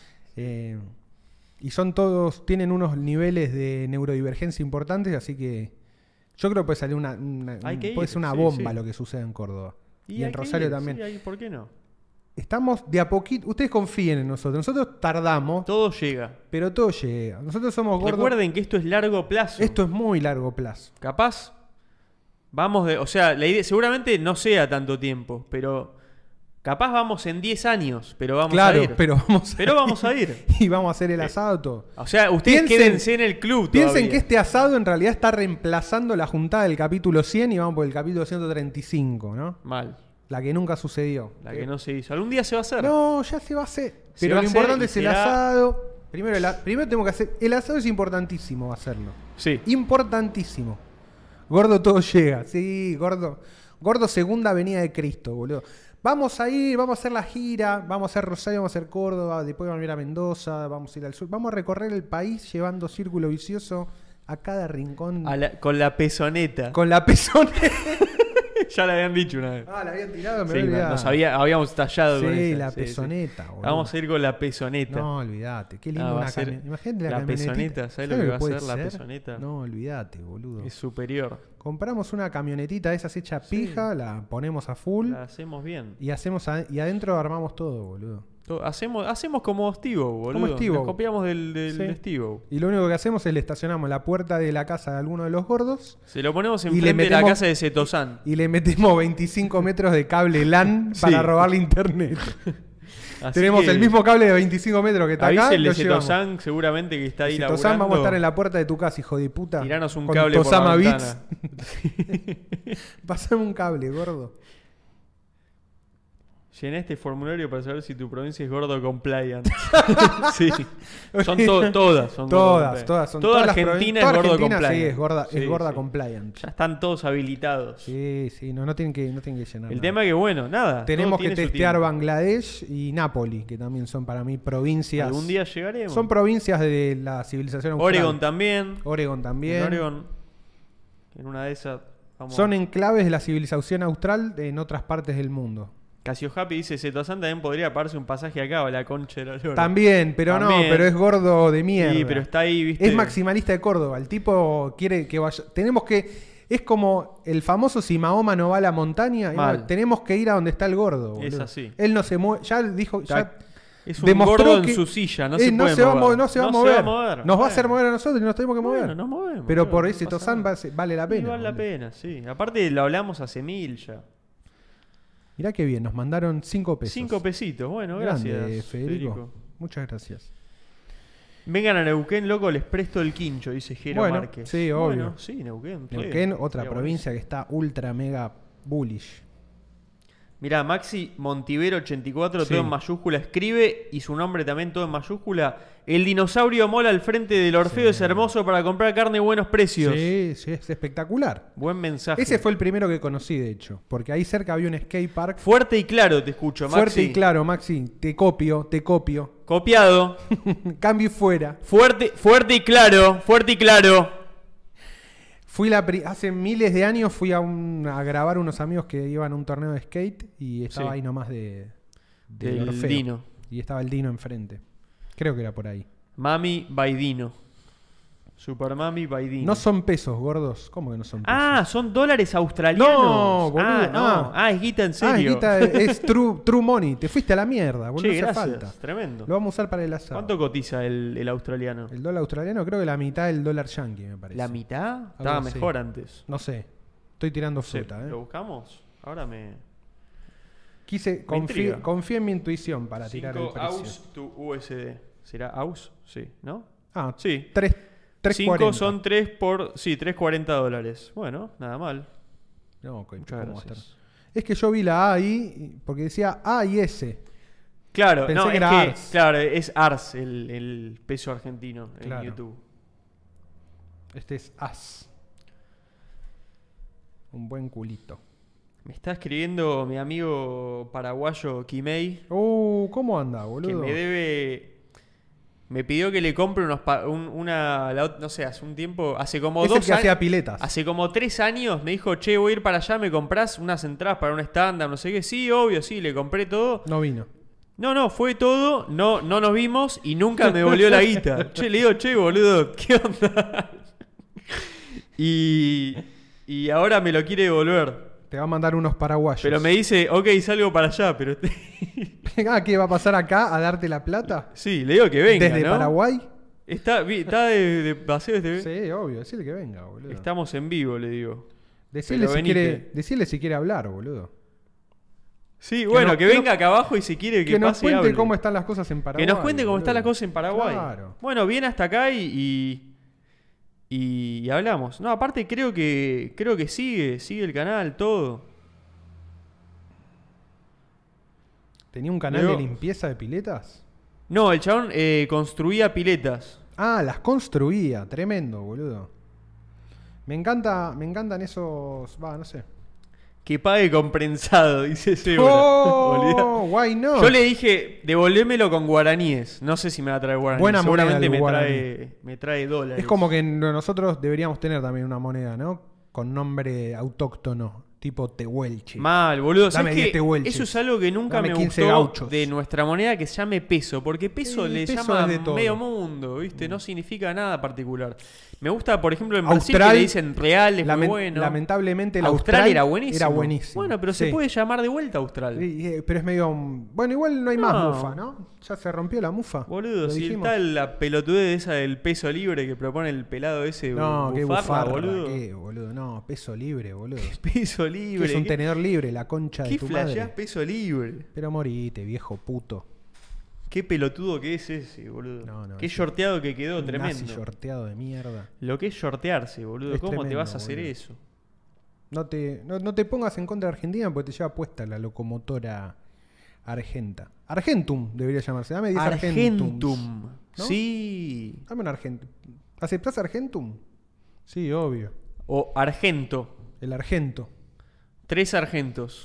Y son todos, tienen unos niveles de neurodivergencia importantes, así que yo creo que puede salir Hay que puede ir, ser una sí, bomba sí. lo que sucede en Córdoba. Y hay en que Rosario ir, también. sí, ahí, ¿por qué no? Estamos de a poquito, ustedes confíen en nosotros. Nosotros tardamos, Todo llega. pero todo llega. Nosotros somos gordos. Recuerden que esto es largo plazo. Esto es muy largo plazo. Capaz, o sea, la idea seguramente no sea tanto tiempo, pero capaz vamos en 10 años, pero vamos a ir. pero vamos a ir. Y vamos a hacer el asado todo. O sea, ustedes Piensen- quédense en el club Piensen todavía. que este asado en realidad está reemplazando la juntada del capítulo 100 y vamos por el capítulo 135, ¿no? Mal, La que nunca sucedió. la que no se hizo. Algún día se va a hacer. No, ya se va a hacer. Se Pero va lo a hacer importante y es el será- asado. Primero tenemos que hacer. El asado es importantísimo hacerlo. Sí. Importantísimo. Gordo todo llega. Sí, gordo. Gordo segunda venida de Cristo, boludo. Vamos a ir, vamos a hacer la gira, vamos a hacer Rosario, vamos a hacer Córdoba, después vamos a ir a Mendoza, vamos a ir al sur. Vamos a recorrer el país llevando círculo vicioso a cada rincón. Con la pezoneta. Con la pezoneta. Ya la habían dicho una vez. Ah, la habían tirado, me Sí, había olvidado. habíamos tallado con Sí, esa. la Sí, pezoneta, sí. boludo. Vamos a ir con la pezoneta. No, olvídate. Qué lindo Ah, va una a ser camioneta. Imagínate la la camionetita. pezoneta, ¿sabes lo que va a puede ser la pezoneta? No, olvídate, boludo. Es superior. Compramos una camionetita de esas hecha Sí. pija, la ponemos a full La hacemos bien. y y adentro armamos todo, boludo. Hacemos como Steve-O, boludo. Como Steve-O. Nos copiamos del Sí. Steve-O. Y lo único que hacemos es le estacionamos la puerta de la casa de alguno de los gordos Se lo ponemos Y le enfrente de la metemos- casa de Setozán. y le metemos 25 metros de cable LAN para Sí. robarle internet. Así Tenemos que el mismo cable de 25 metros que está acá. avísenle Lo llevamos. Setozán, seguramente que está ahí Setozán, vamos a estar en laburando. la puerta de tu casa, hijo de puta. Tiranos un con cable por la Tosama ventana. Beats. Pasame un cable, gordo. Llené este formulario para saber si tu provincia es gordo compliant. Sí. Son todas. Son gordo Todas, compliant. todas. Son Toda todas las Argentina toda es gordo Argentina, compliant. Sí, es gorda sí. compliant. Ya están todos habilitados. Sí, no tienen que llenar. El nada. tema es que, bueno, nada. Tenemos todo que tiene su testear tiempo. Bangladesh y Nápoli, que también son para mí provincias. Algún día llegaremos. Son provincias de la civilización austral. Oregon también. Oregon también. En Oregon. En una de esas. Vamos. Son enclaves de la civilización austral en otras partes del mundo. Casio Happy dice: Setozán también podría pagarse un pasaje acá o la concha de la lora. También, pero También. no, pero es gordo de mierda. Sí, pero está ahí, ¿viste? Es maximalista de Córdoba. El tipo quiere que vaya. Tenemos que. Es como el famoso si Mahoma no va a la montaña. Mal. Tenemos que ir a donde está el gordo. Es boludo. así. Él no se mueve. Ya dijo. Ya Es un demostró gordo que en su silla, no él se puede va a mover. no se va a mover. Nos va a hacer mover a nosotros y nos tenemos que mover. Bueno, nos movemos. Pero por no ese pasa Tozán nada. vale la Sí, pena. vale la boludo. pena, sí. Aparte lo hablamos hace 1000 ya. Mirá qué bien, nos mandaron 5 pesos. 5 pesitos, bueno, Grande, gracias. Federico. Muchas gracias. Vengan a Neuquén, loco, les presto el quincho, dice Jero Bueno, Márquez. sí, obvio. Bueno, sí, Neuquén. Neuquén, otra provincia que está ultra mega bullish. Mirá, Maxi Montivero 84, Sí. todo en mayúscula, escribe y su nombre también todo en mayúscula. El dinosaurio mola al frente del Orfeo, es hermoso para comprar carne a buenos precios. Sí, sí, es espectacular. Buen mensaje. Ese fue el primero que conocí, de hecho. Porque ahí cerca había un skate park. Fuerte y claro, te escucho, Maxi. Fuerte y claro, Maxi. Te copio. Copiado. Cambio y fuera. Fuerte y claro, fuerte y claro. Hace miles de años fui a grabar unos amigos que iban a un torneo de skate y estaba Sí. ahí nomás del Del Orfeo. Dino. Y estaba el Dino enfrente. Creo que era por ahí. Mami Baidino. Super Mami Baidino. No son pesos, gordos. ¿Cómo que no son pesos? Ah, son dólares australianos. No, boludo. Ah, no. Ah, es guita en serio. Es true money. Te fuiste a la mierda, boludo. Che, No hace gracias. falta. Tremendo. Lo vamos a usar para el asado. ¿Cuánto cotiza el australiano? El dólar australiano creo que la mitad del dólar yankee, me parece. ¿La mitad? Estaba así. mejor antes. No sé. Estoy tirando No sé, fruta, ¿lo buscamos? Ahora me... intriga. Confié en mi intuición para tirar el 5 precio. AUS to USD. ¿Será AUS? Sí, ¿no? Ah, Sí. 3.40. 5 son 3 por... Sí, $3.40. Bueno, nada mal. No, ok, Muchas ¿cómo va a gracias. estar? Es que yo vi la A ahí porque decía A y S. Claro, Pensé no, que es era que, Ars. claro, es Ars el peso argentino Claro. en YouTube. Este es AS. Un buen culito. Me está escribiendo mi amigo paraguayo Kimei, ¿Cómo anda, que boludo? me debe... Me pidió que le compre no sé, hace un tiempo, hace como Es el 2 que años... hacía piletas. Hace como 3 años me dijo, che, voy a ir para allá, ¿me comprás unas entradas para un stand-up? No sé qué. Sí, obvio, sí, le compré todo. No vino. No, fue todo, no nos vimos y nunca me volvió la guita. Che, le digo, che, boludo, ¿qué onda? Y ahora me lo quiere devolver. Te va a mandar unos paraguayos. Pero me dice, ok, salgo para allá, pero... ¿Qué va a pasar acá a darte la plata? Sí, le digo que venga, ¿Desde ¿no? Paraguay? Está de paseo este... Sí, obvio, decirle que venga, boludo. Estamos en vivo, le digo. Decirle pero decirle si quiere hablar, boludo. Sí, bueno, que venga acá abajo y si quiere que nos pase y cuente hable. cómo están las cosas en Paraguay. Que nos cuente cómo boludo. están las cosas en Paraguay. Claro. Bueno, viene hasta acá y hablamos. No, aparte creo que sigue el canal, todo. ¿Tenía un canal Luego- de limpieza de piletas? No, el chabón construía piletas. Ah, las construía. Tremendo, boludo. Me encantan esos... no sé. Que pague con prensado, dice Seba. ¡Oh! Why no? Yo le dije, devolvémelo con guaraníes. No sé si me va a traer guaraníes. Buena moneda seguramente el me trae dólares. Es como que nosotros deberíamos tener también una moneda, ¿no? Con nombre autóctono, tipo Tehuelche. Mal, boludo. Dame ¿Sabes 10 qué? tehuelches. Eso es algo que nunca Dame me 15 gustó gauchos. de nuestra moneda, que se llame peso. Porque peso le peso llama es de todo. medio mundo, ¿viste? No significa nada particular. Me gusta, por ejemplo, en Brasil Austral, que le dicen real, es muy bueno. Lamentablemente el Austral era buenísimo. Era buenísimo. Bueno, pero Sí. se puede llamar de vuelta Austral. Pero es medio... Bueno, igual no hay más No. mufa, ¿no? Ya se rompió la mufa. Boludo, ¿Lo si dijimos? está la pelotudez esa del peso libre que propone el pelado ese, No, qué bufarra, boludo. qué, boludo. No, peso libre, boludo. Peso ¿Qué libre. es un ¿Qué, tenedor libre, la concha de qué tu flasheás madre? peso libre? Pero morite, viejo puto. Qué pelotudo que es ese, boludo. No, qué es shorteado que quedó, Un tremendo. nazi shorteado de mierda. Lo que es shortearse, boludo. Es ¿Cómo te tremendo, vas a hacer boludo. eso? No te pongas en contra de Argentina porque te lleva puesta la locomotora argenta. Argentum debería llamarse. Dame 10 Argentums. Argentum. ¿No? Sí. Dame un Argentum. ¿Aceptás Argentum? Sí, obvio. O argento. El Argento. 3 argentos.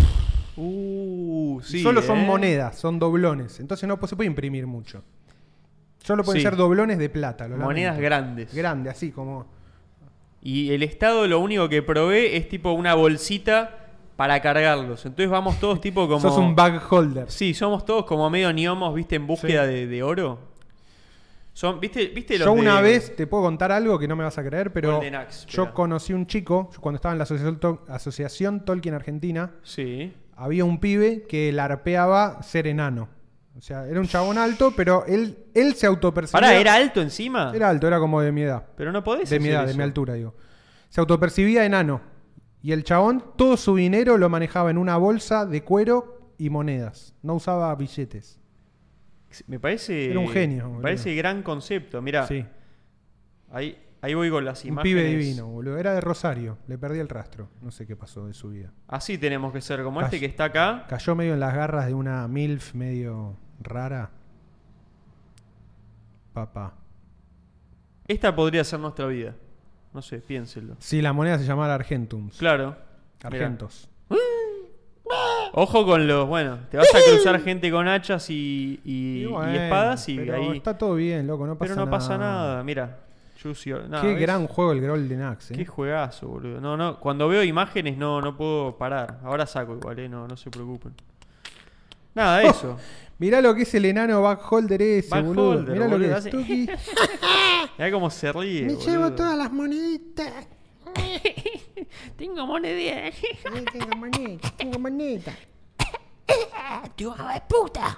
Sí. Solo son monedas, son doblones. Entonces no se puede imprimir mucho. Solo pueden Sí. ser doblones de plata. Lo Monedas lamento. grandes. Grande, así como... Y el Estado lo único que provee es tipo una bolsita para cargarlos. Entonces vamos todos tipo como... Sos un bag holder. Sí, somos todos como medio gnomos, ¿viste? En búsqueda Sí. de oro. ¿Viste los Yo una de- vez te puedo contar algo que no me vas a creer, pero Golden Axe, yo espera. conocí un chico, cuando estaba en la asociación Tolkien Argentina, Sí. había un pibe que larpeaba ser enano. O sea, era un chabón alto, pero él se autopercibía... Pará, ¿era alto encima? Era alto, era como de mi edad. Pero no podés De mi hacer edad, de eso. mi altura, digo. Se autopercibía enano. Y el chabón, todo su dinero lo manejaba en una bolsa de cuero y monedas. No usaba billetes. Me parece... Era un genio, Me boludo. parece gran concepto. Mirá, Sí. ahí voy con las Un imágenes. pibe divino, boludo. Era de Rosario. Le perdí el rastro. No sé qué pasó de su vida. Así tenemos que ser, como Calla. este que está acá. Cayó medio en las garras de una MILF medio rara. Papá. Esta podría ser nuestra vida. No sé, piénsenlo. Sí, la moneda se llamaba Argentums. Claro. Mirá. Argentos. Ojo con los... Bueno, te vas a cruzar gente con hachas y bueno, espadas y pero ahí... está todo bien, loco. No pasa Pero no nada. pasa nada, mira. Choose your- nada, Qué ¿ves? gran juego el Golden Axe. Qué juegazo, boludo. No, cuando veo imágenes no puedo parar. Ahora saco igual, no se preocupen. Nada, eso. Mirá lo que es el enano backholder ese, Backholder, boludo. Mirá lo boludo, que es. hace- Tuki. Mirá cómo se ríe, Me boludo. llevo todas las moneditas. Tengo moneda. Tengo moneda. ¡Tío de puta!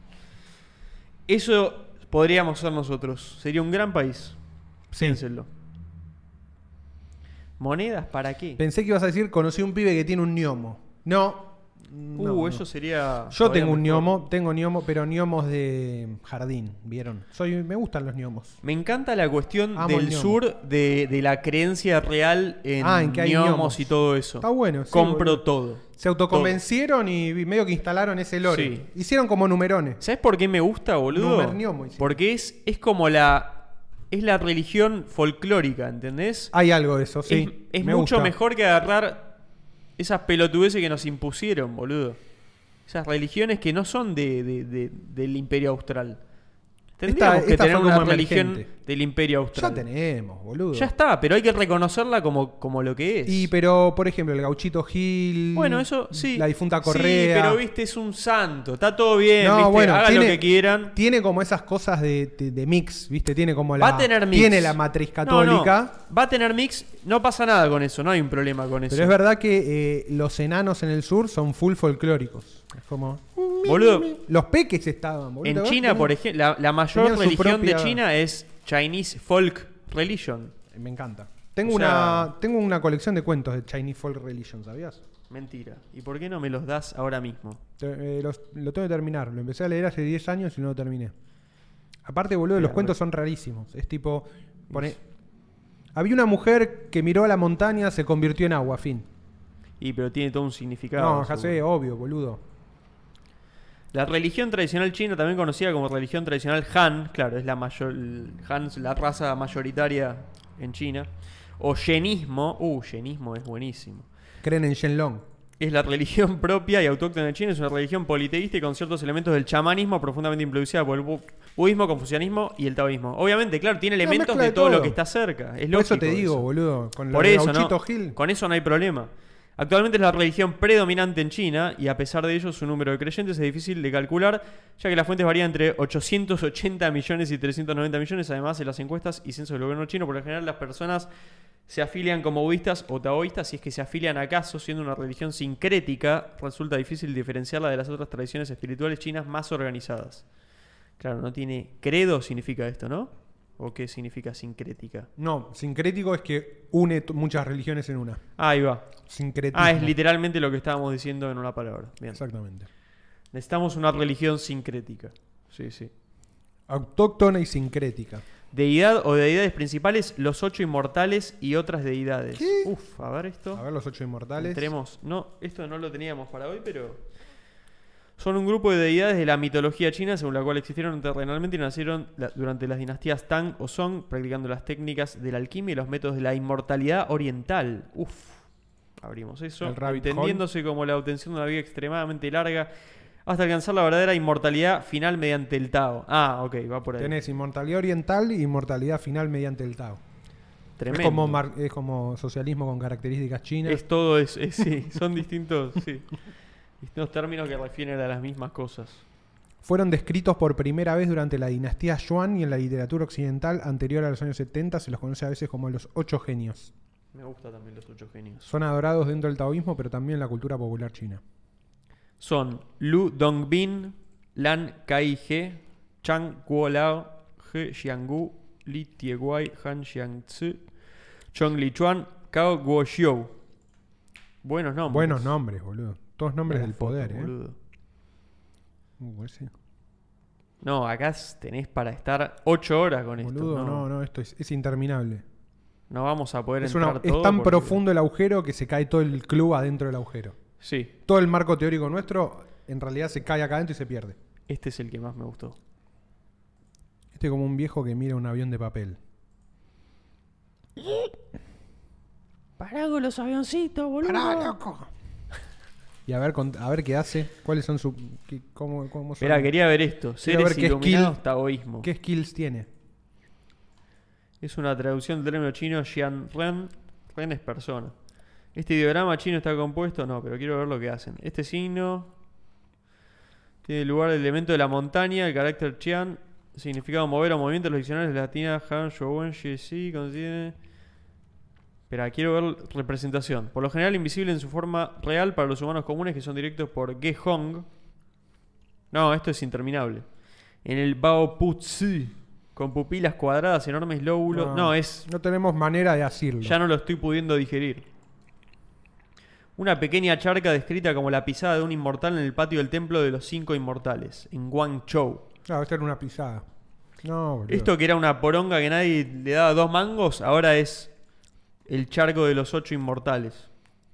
Eso podríamos ser nosotros. Sería un gran país. Sí. Piénsenlo. ¿Monedas para qué? Pensé que ibas a decir, conocí un pibe que tiene un gnomo. No, No. Eso sería... Yo todavía tengo un mejor. gnomo, pero gnomos de jardín, ¿vieron? Me gustan los gnomos. Me encanta la cuestión Amo el del gnomo. sur de la creencia real En que hay gnomos gnomos. y todo eso. Está bueno, sí, Compro boludo. todo. Se autoconvencieron y medio que instalaron ese lore. Sí. Hicieron como numerones. ¿Sabes por qué me gusta, boludo? Numergnomo hicieron. Porque es como es la religión folclórica, ¿entendés? Hay algo de eso, sí. Es me mucho gusta. mejor que agarrar esas pelotudeces que nos impusieron, boludo. Esas religiones que no son del Imperio Austral. Tendríamos que esta tener fue una como religión emergente. del Imperio Ya Austral. tenemos, boludo. Ya está, pero hay que reconocerla como lo que es. Pero, por ejemplo, el Gauchito Gil. Bueno, eso sí. La difunta Sí, Correa. pero viste, es un santo. Está todo bien, No, ¿viste? bueno, Hagan lo que quieran. Tiene como esas cosas de mix, ¿viste? Tiene como Va a tener mix. Tiene la matriz católica. No, va a tener mix. No pasa nada con eso. No hay un problema con eso. Pero es verdad que los enanos en el sur son full folclóricos. Es como. Boludo, Los peques estaban, boludo. en China, por ejemplo, la mayor Tenían su religión de propia- China es Chinese Folk Religion. Me encanta. Tengo O sea- una colección de cuentos de Chinese Folk Religion, ¿sabías? Mentira. ¿Y por qué no me los das ahora mismo? Lo tengo que terminar. Lo empecé a leer hace 10 años y no lo terminé. Aparte, boludo, los cuentos son rarísimos. Es tipo. Había una mujer que miró a la montaña, se convirtió en agua, fin. Pero tiene todo un significado. No, ya sé, seguro. obvio, boludo. La religión tradicional china, también conocida como religión tradicional Han, claro, es Han es la raza mayoritaria en China. O Shenismo, Shenismo es buenísimo. Creen en Shenlong. Es la religión propia y autóctona de China, es una religión politeísta y con ciertos elementos del chamanismo profundamente influenciada por el budismo, confucianismo y el taoísmo. Obviamente, claro, tiene elementos mezcla de de todo lo todo. que está cerca. Es Por lógico eso te digo, eso. boludo. Con Por el eso, Gauchito ¿no? Gil. Con eso no hay problema. Actualmente es la religión predominante en China y a pesar de ello su número de creyentes es difícil de calcular, ya que las fuentes varían entre 880 millones y 390 millones. Además, en las encuestas y censos del gobierno chino, por lo general las personas se afilian como budistas o taoístas. Si es que se afilian acaso, siendo una religión sincrética, resulta difícil diferenciarla de las otras tradiciones espirituales chinas más organizadas. Claro, no tiene credo, significa esto, ¿no? ¿O qué significa sincrética? No, sincrético es que une muchas religiones en una. Ahí va. Sincretismo. Es literalmente lo que estábamos diciendo en una palabra. Bien. Exactamente. Necesitamos una religión sincrética. Sí, sí. Autóctona y sincrética. Deidad o deidades principales, los 8 inmortales y otras deidades. ¿Qué? Uf, a ver esto. A ver los 8 inmortales. Entremos. No, esto no lo teníamos para hoy, pero... Son un grupo de deidades de la mitología china, según la cual existieron terrenalmente y nacieron durante las dinastías Tang o Song, practicando las técnicas de la alquimia y los métodos de la inmortalidad oriental. Uf, abrimos eso. El rabbit Entendiéndose como la obtención de una vida extremadamente larga hasta alcanzar la verdadera inmortalidad final mediante el Tao. Ok, va por ahí. Tenés inmortalidad oriental e inmortalidad final mediante el Tao. Tremendo. Es como socialismo con características chinas. Es todo, sí, son distintos, sí. Distintos términos que refieren a las mismas cosas. Fueron descritos por primera vez durante la dinastía Yuan y en la literatura occidental anterior a los años 70 se los conoce a veces como los 8 genios. Me gustan también los 8 genios. Son adorados dentro del taoísmo, pero también en la cultura popular china. Son Lu Dongbin, Lan Kai-he, Chang Kuo-lao, He Xianggu, Li Tieguai, Han Xiangzi, Chong Lichuan, Cao Guoxiu. Buenos nombres. Buenos nombres, boludo. Todos nombres Buena del poder, foto, boludo. Ese. No, acá tenés para estar 8 horas con Boludo, esto. no, esto es interminable. No vamos a poder Es entrar todo. tan porque- profundo el agujero que se cae todo el club adentro del agujero. Sí, Todo el marco teórico nuestro en realidad se cae acá adentro y se pierde. este es el que más me gustó. Este es como un viejo que mira un avión de papel. Pará con los avioncitos, boludo. ¡Pará, loco! Y a ver qué hace. ¿Cuáles son sus... cómo son? Esperá, quería ver esto. Quiero Seres ver qué iluminados skill- taoísmo. ¿Qué skills tiene? Es una traducción del término chino Xian Ren. Ren es persona. Este ideograma chino está compuesto, no, pero quiero ver lo que hacen. Este signo tiene lugar el elemento de la montaña, el carácter Qian, significado mover o movimiento. Los diccionarios latinos Han, Shouwen, Shi, contiene... Espera, quiero ver representación. Por lo general invisible en su forma real para los humanos comunes que son directos por Ge Hong. No, esto es interminable. En el Bao Pu Tzu, con pupilas cuadradas, enormes lóbulos. No, No tenemos manera de decirlo. ya no lo estoy pudiendo digerir. Una pequeña charca descrita como la pisada de un inmortal en el patio del templo de los 5 inmortales, en Guangzhou. Claro, esta era una pisada. No, boludo. Esto que era una poronga que nadie le daba 2 mangos, ahora es el charco de los 8 inmortales.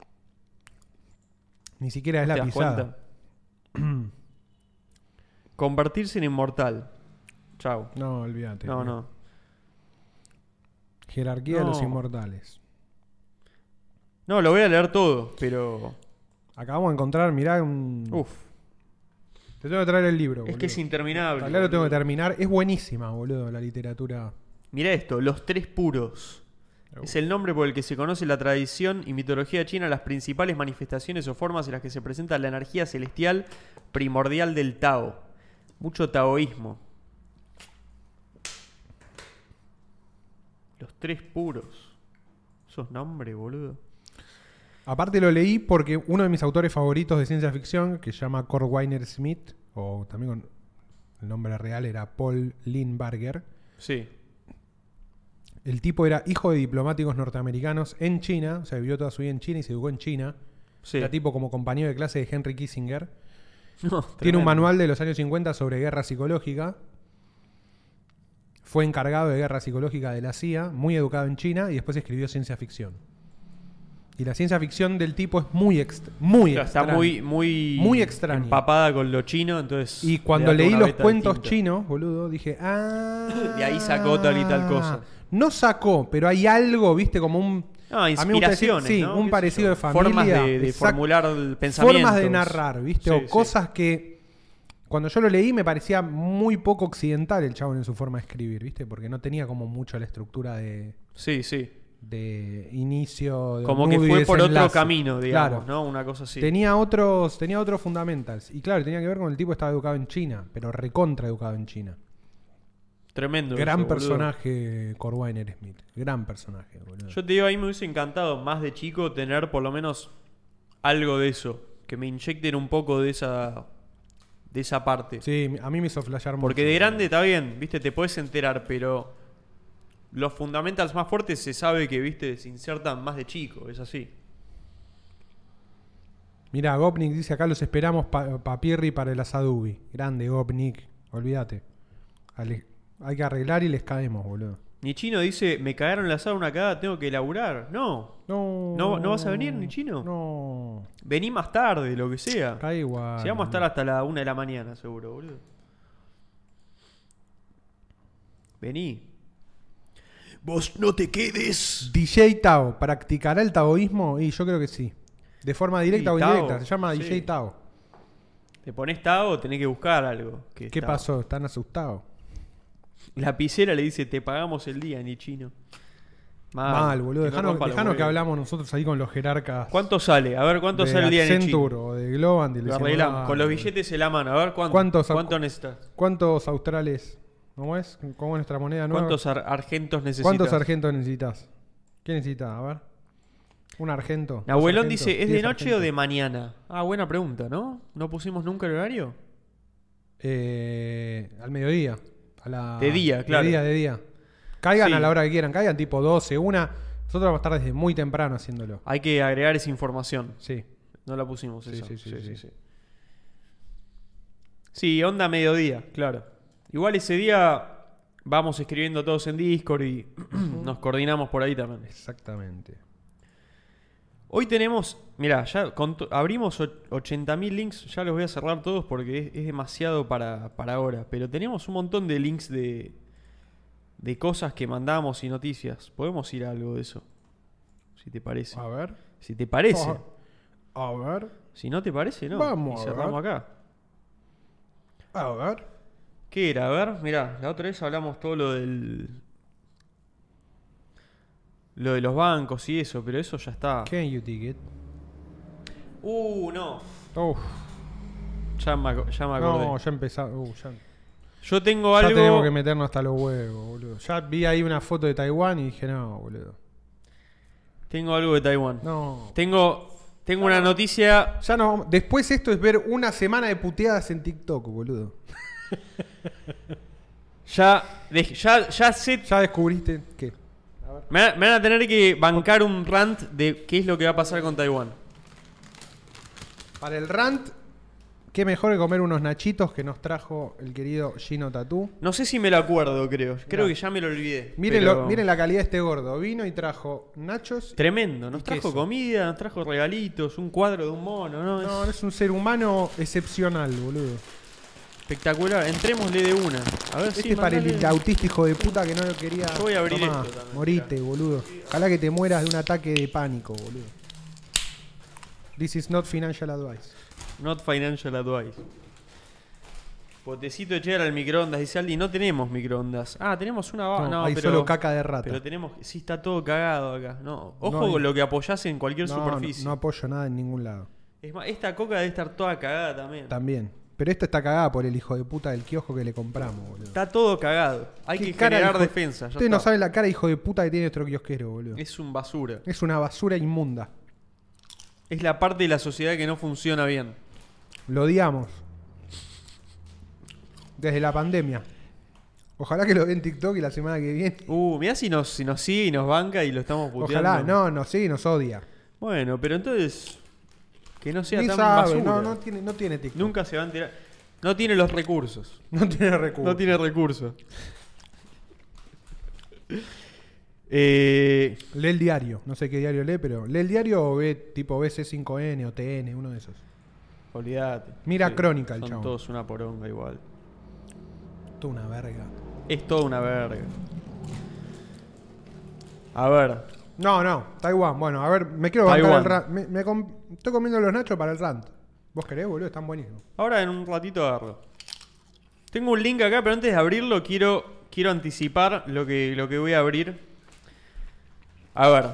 Ni siquiera es ¿Te la das pisada. cuenta? Convertirse en inmortal. Chau. No, olvídate. No, no. Jerarquía de No. los inmortales. No, lo voy a leer todo, pero... Acabamos de encontrar, mirá, un... Uf. Te tengo que traer el libro, Es boludo. que es interminable. Tal vez lo tengo que boludo. terminar. Es buenísima, boludo, la literatura. Mirá esto, los 3 puros. Es el nombre por el que se conoce la tradición y mitología china, las principales manifestaciones o formas en las que se presenta la energía celestial primordial del Tao. Mucho taoísmo. Los 3 puros. Esos nombres, boludo. Aparte lo leí porque uno de mis autores favoritos de ciencia ficción, que se llama Kurt Weiner Smith, o también con el nombre real era Paul Lindbergher. Sí. El tipo era hijo de diplomáticos norteamericanos en China, o sea, vivió toda su vida en China y se educó en China. Sí. Era tipo como compañero de clase de Henry Kissinger. No, Tiene tremendo. un manual de los años 50 sobre guerra psicológica. Fue encargado de guerra psicológica de la CIA, muy educado en China, y después escribió ciencia ficción. Y la ciencia ficción del tipo es muy Claro, está extraña. Muy extraña. empapada con lo chino, entonces... Y le cuando da toda leí una los beta cuentos distinta. chinos, boludo, dije, ah... De ahí sacó tal y tal cosa. No sacó, pero hay algo, viste, como un... No, a mí me gusta decir, inspiraciones, sí, ¿no? un ¿Qué sé parecido yo? de familia. Formas de exacto. formular el pensamiento. Formas de narrar, ¿viste? Sí, o sí. cosas que cuando yo lo leí me parecía muy poco occidental el chabón en su forma de escribir, ¿viste? Porque no tenía como mucho la estructura de Sí. inicio, de Como que nudo y fue por otro desenlace. camino, digamos, Claro. ¿no? Una cosa así. Tenía otros fundamentals. Y claro, tenía que ver con el tipo que estaba educado en China, pero recontra educado en China. Tremendo. Gran eso, boludo. personaje Kurt Weiner Smith. Gran personaje, boludo. Yo te digo, a mí me hubiese encantado más de chico tener por lo menos algo de eso. Que me inyecten un poco de esa parte. Sí, a mí me hizo flashear mucho. Porque de grande está bien, viste, te puedes enterar, pero los fundamentals más fuertes se sabe que, viste, se insertan más de chico, es así. Mira, Gopnik dice acá los esperamos Papirri para el asadubi. Grande Gopnik, olvídate. Hay que arreglar y les caemos, boludo. Ni Chino dice, me cagaron la sala una cagada, tengo que laburar. No. ¿No vas a venir, ni Chino? No. Vení más tarde, lo que sea. Cae igual. Si vamos a estar hasta la 1 de la mañana, seguro, boludo. Vení. Vos no te quedes. DJ Tao, ¿practicará el taoísmo? Y yo creo que sí. De forma directa Sí, o Tao, indirecta. Se llama sí. DJ Tao. Te pones Tao, tenés que buscar algo. Que ¿Qué está- pasó? ¿Están asustados? La piscera le dice, te pagamos el día, ni Chino. Mal, boludo. que no rompa los Dejanos que huevos. hablamos nosotros ahí con los jerarcas. ¿Cuánto sale? A ver, ¿cuánto de sale el día en Accenture Chino? o de Globant? Y le Lo decimos, arreglamos. "Ah, Con los boludo. billetes en la mano. A ver, ¿Cuántos- ¿cuánto necesitas? ¿Cuántos australes? ¿Cómo es? ¿Cómo es nuestra moneda nueva? ¿Cuántos argentos necesitas? ¿Cuántos argentos necesitas? ¿Qué necesitas? A ver. ¿Un argento? Nahuelón ¿Dos dice, argentos? ¿es de 10 noche o argentos. de mañana? Ah, buena pregunta, ¿no? ¿No pusimos nunca el horario? Al mediodía. De día, claro. De día. Caigan Sí. a la hora que quieran. Caigan tipo 12, 1. Nosotros vamos a estar desde muy temprano haciéndolo. Hay que agregar esa información. Sí. No la pusimos Sí, esa. sí. Sí, onda mediodía, claro. Igual ese día vamos escribiendo todos en Discord y nos coordinamos por ahí también. Exactamente. Hoy tenemos, mirá, ya abrimos 80.000 links, ya los voy a cerrar todos porque es demasiado para ahora, pero tenemos un montón de links de cosas que mandamos y noticias. Podemos ir a algo de eso, si te parece. A ver. Si te parece. A ver. Si no te parece, no. Vamos y a cerramos ver. acá. A ver. ¿Qué era? A ver, mirá, la otra vez hablamos todo lo de los bancos y eso, pero eso ya está. Can you dig it? No. Uf. Ya me acordé. No, ya empezamos. Ya Yo tengo algo. tenemos que meternos hasta los huevos, boludo. Ya vi ahí una foto de Taiwán y dije, no, boludo. Tengo algo de Taiwán. No. Tengo una noticia. Ya no. Después esto es ver una semana de puteadas en TikTok, boludo. Ya sé. Ya descubriste que. Me van a tener que bancar un rant de qué es lo que va a pasar con Taiwán. Para el rant, qué mejor que comer unos nachitos que nos trajo el querido Gino Tatú. No sé si me lo acuerdo, creo. Creo que ya me lo olvidé. Miren la calidad de este gordo. Vino y trajo nachos. Tremendo. Nos trajo queso. comida, nos trajo regalitos, un cuadro de un mono, ¿no? No, es un ser humano excepcional, boludo. Espectacular. Entrémosle de una. A ver Este si es para el autista hijo de puta que no lo quería. Yo voy a abrir Tomá, esto también, morite, boludo. Ojalá que te mueras de un ataque de pánico, boludo. This is not financial advice. Not financial advice. Potecito de cheddar al microondas, dice Aldi. No tenemos microondas. Ah, tenemos una... No, hay solo caca de rata. Pero tenemos... Sí, está todo cagado acá. No. Ojo No hay- con lo que apoyás en cualquier No, superficie. no apoyo nada en ningún lado. Es más, esta coca debe estar toda cagada también. También. Pero esta está cagada por el hijo de puta del kiosco que le compramos, boludo. Está todo cagado. Hay ¿Qué que cara, generar hijo- defensa. ya Ustedes no está. saben la cara de hijo de puta que tiene nuestro kiosquero, boludo. Es un basura. Es una basura inmunda. Es la parte de la sociedad que no funciona bien. Lo odiamos. Desde la pandemia. Ojalá que lo vea en TikTok y la semana que viene. Mirá si nos sigue y nos banca y lo estamos puteando. Ojalá, no, sí, nos odia. Bueno, pero entonces... Que no sea Ni tan sabe, basura. no tiene TikTok. Nunca se va a enterar. No tiene los recursos. No tiene recursos. No tiene recursos. Eh, Lee el diario. No sé qué diario lee, pero lee el diario o ve tipo BC5N o TN, uno de esos. Olvídate. Mira Crónica, el Son chabón. todos una poronga igual. Toda una verga. Es toda una verga. A ver. No, Taiwán. Bueno, a ver, me quiero bancar Taiwán. el rant. Estoy comiendo los nachos para el rant. ¿Vos querés, boludo? Están buenísimos. Ahora en un ratito agarro. Tengo un link acá, pero antes de abrirlo quiero anticipar lo que voy a abrir. A ver.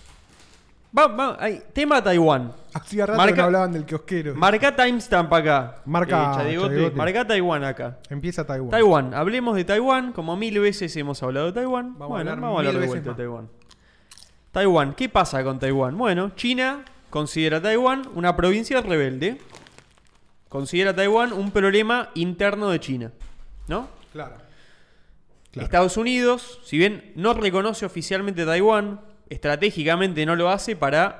Tema Taiwán. Hacía rato Marca- que no hablaban del kiosquero. Marca timestamp acá. Marca Chadegote. Chadegote. Marca Taiwán acá. Empieza Taiwán. Taiwán. Hablemos de Taiwán. Como 1000 veces hemos hablado de Taiwán. Vamos a Bueno, hablar vamos a hablar 1000 de veces vuelta de más. Taiwán. Taiwán. ¿Qué pasa con Taiwán? Bueno, China considera a Taiwán una provincia rebelde. Considera a Taiwán un problema interno de China. ¿No? Claro. Estados Unidos, si bien no reconoce oficialmente Taiwán, estratégicamente no lo hace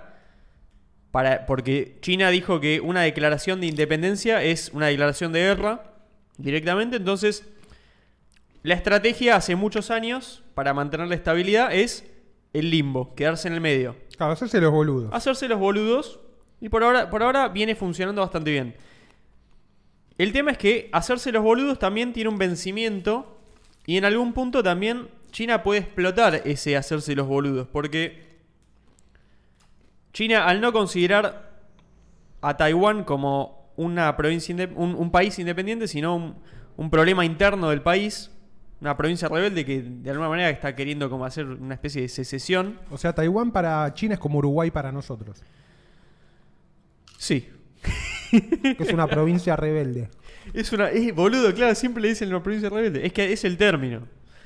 porque China dijo que una declaración de independencia es una declaración de guerra directamente. Entonces, la estrategia hace muchos años para mantener la estabilidad es el limbo, quedarse en el medio. Claro, hacerse los boludos. Hacerse los boludos. Y por ahora viene funcionando bastante bien. El tema es que hacerse los boludos también tiene un vencimiento. Y en algún punto también China puede explotar ese hacerse los boludos. Porque China, al no considerar a Taiwán como una provincia un país independiente, sino un problema interno del país, una provincia rebelde que de alguna manera está queriendo como hacer una especie de secesión. O sea, Taiwán para China es como Uruguay para nosotros. Sí. Es una provincia rebelde. Boludo, claro, siempre le dicen la provincia rebelde. Es que es el término.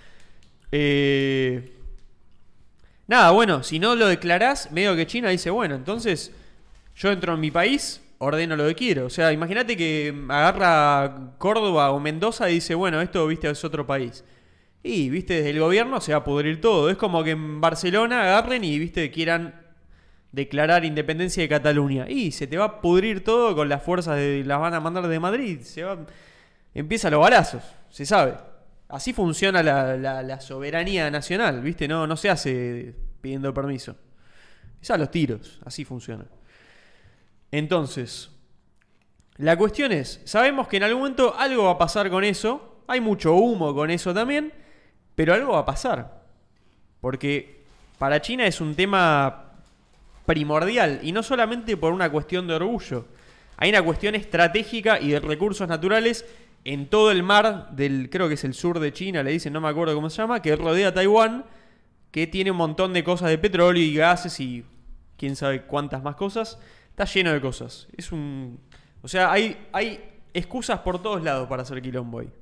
Nada, bueno, si no lo declarás, medio que China dice, bueno, entonces yo entro en mi país, ordeno lo que quiero. O sea, imagínate que agarra Córdoba o Mendoza y dice, bueno, esto, viste, es otro país. Y, viste, desde el gobierno se va a pudrir todo. Es como que en Barcelona agarren y, viste, quieran declarar independencia de Cataluña. Y se te va a pudrir todo con las fuerzas las van a mandar de Madrid. Empiezan los balazos, se sabe. Así funciona la soberanía nacional, ¿viste? No se hace pidiendo permiso. Es a los tiros, así funciona. Entonces, la cuestión es, sabemos que en algún momento algo va a pasar con eso. Hay mucho humo con eso también, pero algo va a pasar. Porque para China es un tema primordial, y no solamente por una cuestión de orgullo. Hay una cuestión estratégica y de recursos naturales en todo el mar creo que es el sur de China, le dicen, no me acuerdo cómo se llama, que rodea a Taiwán, que tiene un montón de cosas de petróleo y gases y quién sabe cuántas más cosas. Está lleno de cosas. O sea, hay excusas por todos lados para hacer quilombo ahí.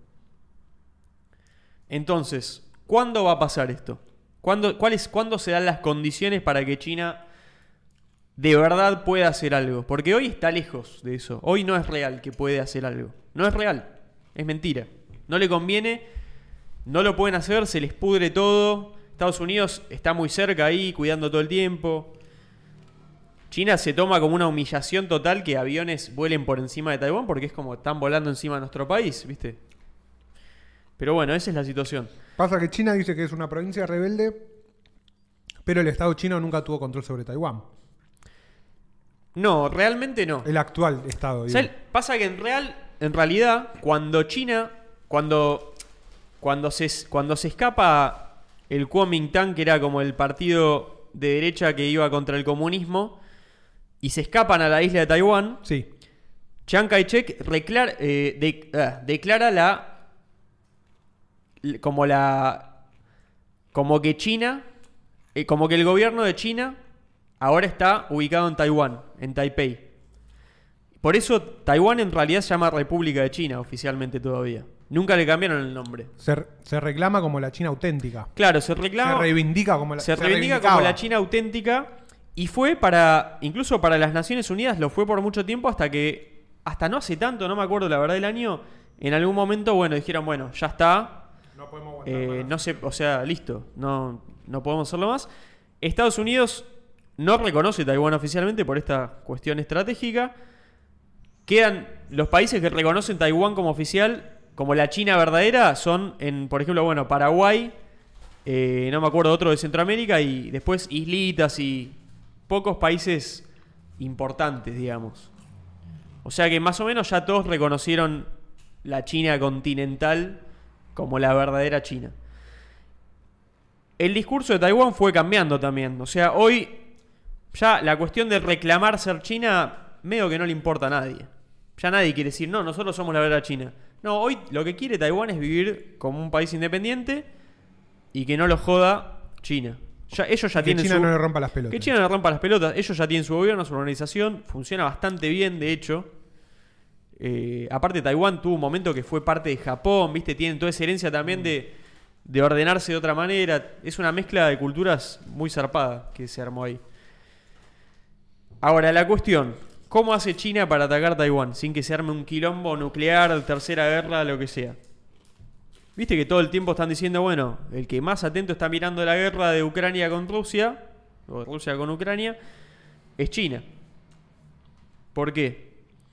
Entonces, ¿cuándo va a pasar esto? ¿Cuándo se dan las condiciones para que China de verdad pueda hacer algo? Porque hoy está lejos de eso. Hoy no es real que puede hacer algo. No es real. Es mentira. No le conviene. No lo pueden hacer. Se les pudre todo. Estados Unidos está muy cerca ahí, cuidando todo el tiempo. China se toma como una humillación total que aviones vuelen por encima de Taiwán porque es como están volando encima de nuestro país, ¿viste? Pero bueno, esa es la situación. Pasa que China dice que es una provincia rebelde, pero el Estado chino nunca tuvo control sobre Taiwán. No, realmente no. El actual Estado. O sea, pasa que en realidad, cuando China, cuando se escapa el Kuomintang, que era como el partido de derecha que iba contra el comunismo, y se escapan a la isla de Taiwán, sí. Chiang Kai-shek declara como que China, como que el gobierno de China ahora está ubicado en Taiwán, en Taipei. Por eso Taiwán en realidad se llama República de China oficialmente todavía. Nunca le cambiaron el nombre. Se reclama como la China auténtica. Claro, se reivindica como la China auténtica. Y fue incluso para las Naciones Unidas lo fue por mucho tiempo hasta no hace tanto, no me acuerdo la verdad del año, en algún momento, bueno, dijeron, bueno, ya está. No podemos aguantar no sé, o sea, listo, no podemos hacerlo más. Estados Unidos no reconoce Taiwán oficialmente por esta cuestión estratégica. Quedan los países que reconocen Taiwán como oficial, como la China verdadera, son por ejemplo, bueno, Paraguay, no me acuerdo otro de Centroamérica, y después islitas y pocos países importantes, digamos. O sea que más o menos ya todos reconocieron la China continental como la verdadera China. El discurso de Taiwán fue cambiando también. O sea, hoy ya la cuestión de reclamar ser China medio que no le importa a nadie. Ya nadie quiere decir, no, nosotros somos la verdadera China. No, hoy lo que quiere Taiwán es vivir como un país independiente y que no lo joda China. Ellos ya tienen China no le rompa las pelotas. Que China no le rompa las pelotas. Ellos ya tienen su gobierno, su organización. Funciona bastante bien, de hecho. Aparte, Taiwán tuvo un momento que fue parte de Japón, ¿viste? Tienen toda esa herencia también de ordenarse de otra manera. Es una mezcla de culturas muy zarpada que se armó ahí. Ahora, la cuestión: ¿cómo hace China para atacar Taiwán sin que se arme un quilombo nuclear, tercera guerra, lo que sea? Viste que todo el tiempo están diciendo, bueno, el que más atento está mirando la guerra de Ucrania con Rusia, o Rusia con Ucrania, es China. ¿Por qué?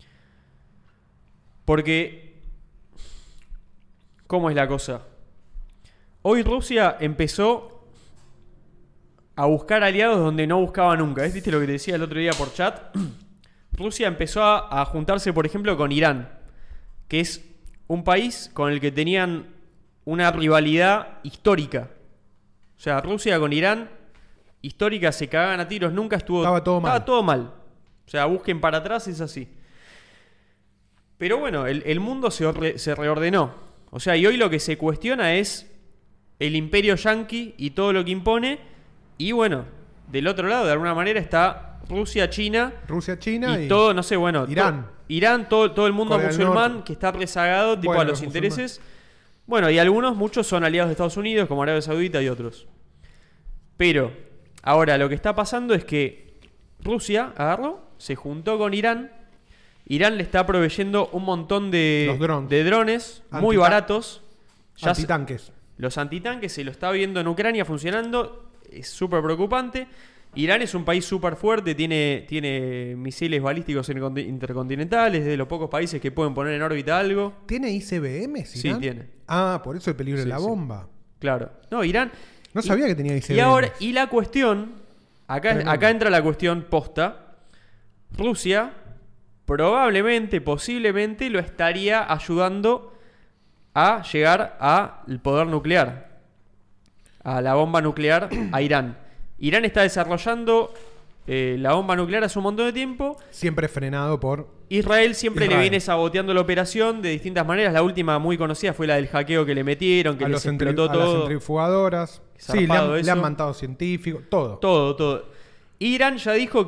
Porque, ¿cómo es la cosa? Hoy Rusia empezó a buscar aliados donde no buscaba nunca. ¿Viste lo que te decía el otro día por chat? Rusia empezó a juntarse, por ejemplo, con Irán, que es un país con el que tenían una rivalidad histórica. O sea, Rusia con Irán, histórica, se cagaban a tiros, nunca estaba todo mal. O sea, busquen para atrás, es así. Pero bueno, el mundo se reordenó. O sea, y hoy lo que se cuestiona es el imperio yanqui y todo lo que impone. Y bueno, del otro lado, de alguna manera, está Rusia, China y todo, no sé, bueno, Irán, todo el mundo Corea musulmán que está rezagado tipo a los intereses. Bueno, y muchos son aliados de Estados Unidos, como Arabia Saudita y otros. Pero ahora lo que está pasando es que Rusia se juntó con Irán. Irán le está proveyendo un montón de drones muy baratos. Antitanques. Los antitanques se lo está viendo en Ucrania funcionando. Es súper preocupante. Irán es un país súper fuerte, tiene misiles balísticos intercontinentales, de los pocos países que pueden poner en órbita algo. ¿Tiene ICBM? Sí, tiene. Ah, por eso el peligro de la bomba. Claro. No, Irán... No sabía que tenía ICBM. Y la cuestión, acá entra la cuestión posta. Rusia probablemente, posiblemente, lo estaría ayudando a llegar al poder nuclear, a la bomba nuclear a Irán. Irán está desarrollando la bomba nuclear hace un montón de tiempo. Siempre frenado por Israel. Le viene saboteando la operación de distintas maneras. La última muy conocida fue la del hackeo que le metieron, que les explotó todo. Las centrifugadoras. Sí, le han mandado científicos, todo. Todo. Israel ya dijo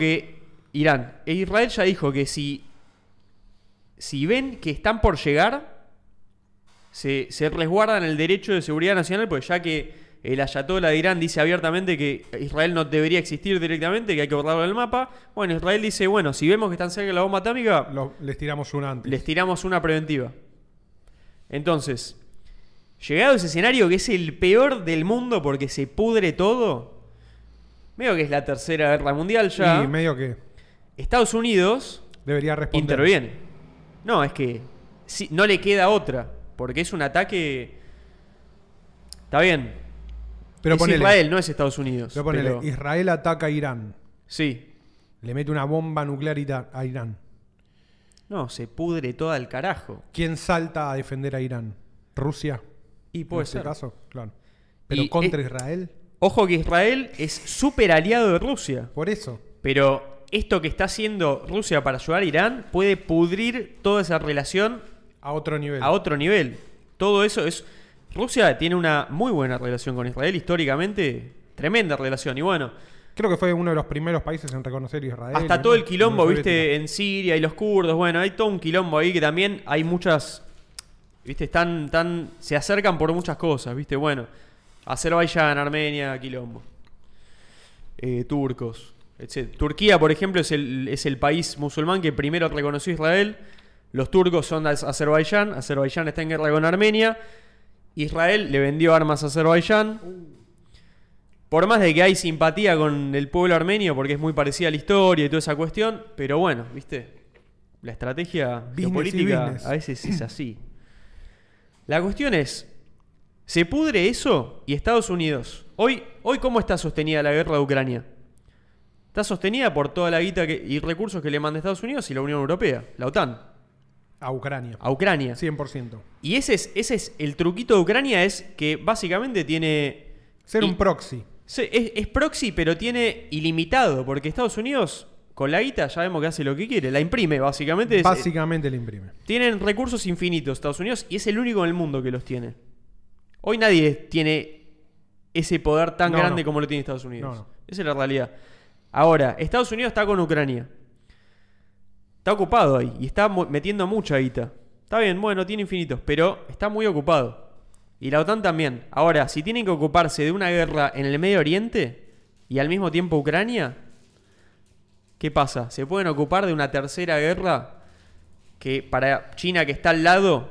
que si ven que están por llegar, se resguardan el derecho de seguridad nacional, pues ya que el ayatolá de Irán dice abiertamente que Israel no debería existir directamente, que hay que borrarlo del mapa. Bueno, Israel dice, bueno, si vemos que están cerca de la bomba atómica, les tiramos una antes. Les tiramos una preventiva. Entonces, llegado a ese escenario que es el peor del mundo porque se pudre todo, medio que es la tercera guerra mundial ya. Sí, medio que... Estados Unidos Debería responder. interviene. No, es que no le queda otra, porque es un ataque... Está bien. Pero es ponele, Israel, no es Estados Unidos. pero ponele, pero- Israel ataca a Irán. Sí. Le mete una bomba nuclear a Irán. No, se pudre todo al carajo. ¿Quién salta a defender a Irán? ¿Rusia? Y puede en este ser. caso, claro. Pero Y contra Israel, Ojo que Israel es súper aliado de Rusia. por eso. Pero esto que está haciendo Rusia para ayudar a Irán puede pudrir toda esa relación A otro nivel. a otro nivel. Todo eso es... Rusia tiene una muy buena relación con Israel, históricamente, tremenda relación. Y bueno, Creo que fue uno de los primeros países en reconocer a Israel. hasta ¿no? todo el quilombo, Unión viste, Soviética. en Siria y los kurdos, bueno, hay todo un quilombo ahí que también hay muchas... Viste, se acercan por muchas cosas, viste, bueno. Azerbaiyán, Armenia, quilombo. Turcos, etc. Turquía, por ejemplo, es el país musulmán que primero reconoció a Israel. Los turcos son de Azerbaiyán. Azerbaiyán está en guerra con Armenia. Israel le vendió armas a Azerbaiyán. Por más de que hay simpatía con el pueblo armenio, porque es muy parecida a la historia y toda esa cuestión, pero bueno, viste, la estrategia Business y geopolítica business. a veces es así. La cuestión es, ¿se pudre eso? Y Estados Unidos, hoy ¿cómo está sostenida la guerra de Ucrania? Está sostenida por toda la guita y recursos que le manda Estados Unidos y la Unión Europea, la OTAN, A Ucrania. a Ucrania. 100%. Y ese es el truquito de Ucrania, es que básicamente tiene... Ser y- un proxy. es proxy, pero tiene ilimitado, porque Estados Unidos, con la guita, ya vemos que hace lo que quiere, la imprime, básicamente. Básicamente le imprime. Tienen recursos infinitos Estados Unidos y es el único en el mundo que los tiene. Hoy nadie tiene ese poder tan No, grande no. como lo tiene Estados Unidos. No. Esa es la realidad. Ahora, Estados Unidos está con Ucrania. Está ocupado ahí y está metiendo mucha guita. Está bien, bueno, tiene infinitos, pero está muy ocupado. Y la OTAN también. Ahora, si tienen que ocuparse de una guerra en el Medio Oriente y al mismo tiempo Ucrania, ¿qué pasa? ¿Se pueden ocupar de una tercera guerra que para China, que está al lado,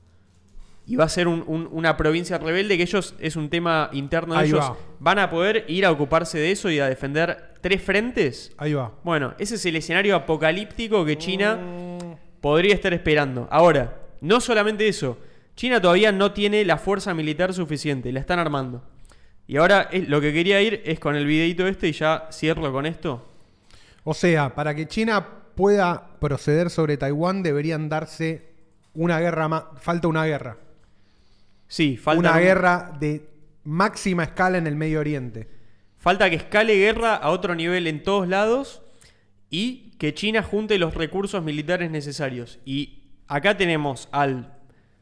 y va a ser una provincia rebelde, que ellos es un tema interno de Ahí ellos, va. van a poder ir a ocuparse de eso y a defender 3 frentes? Ahí va. Bueno, ese es el escenario apocalíptico que China podría estar esperando. Ahora, no solamente eso. China todavía no tiene la fuerza militar suficiente. La están armando. Y ahora lo que quería ir es con el videito este y ya cierro con esto. O sea, para que China pueda proceder sobre Taiwán deberían darse una guerra más. Falta una guerra. Sí, falta Una guerra de máxima escala en el Medio Oriente. Falta que escale guerra a otro nivel en todos lados y que China junte los recursos militares necesarios. Y acá tenemos al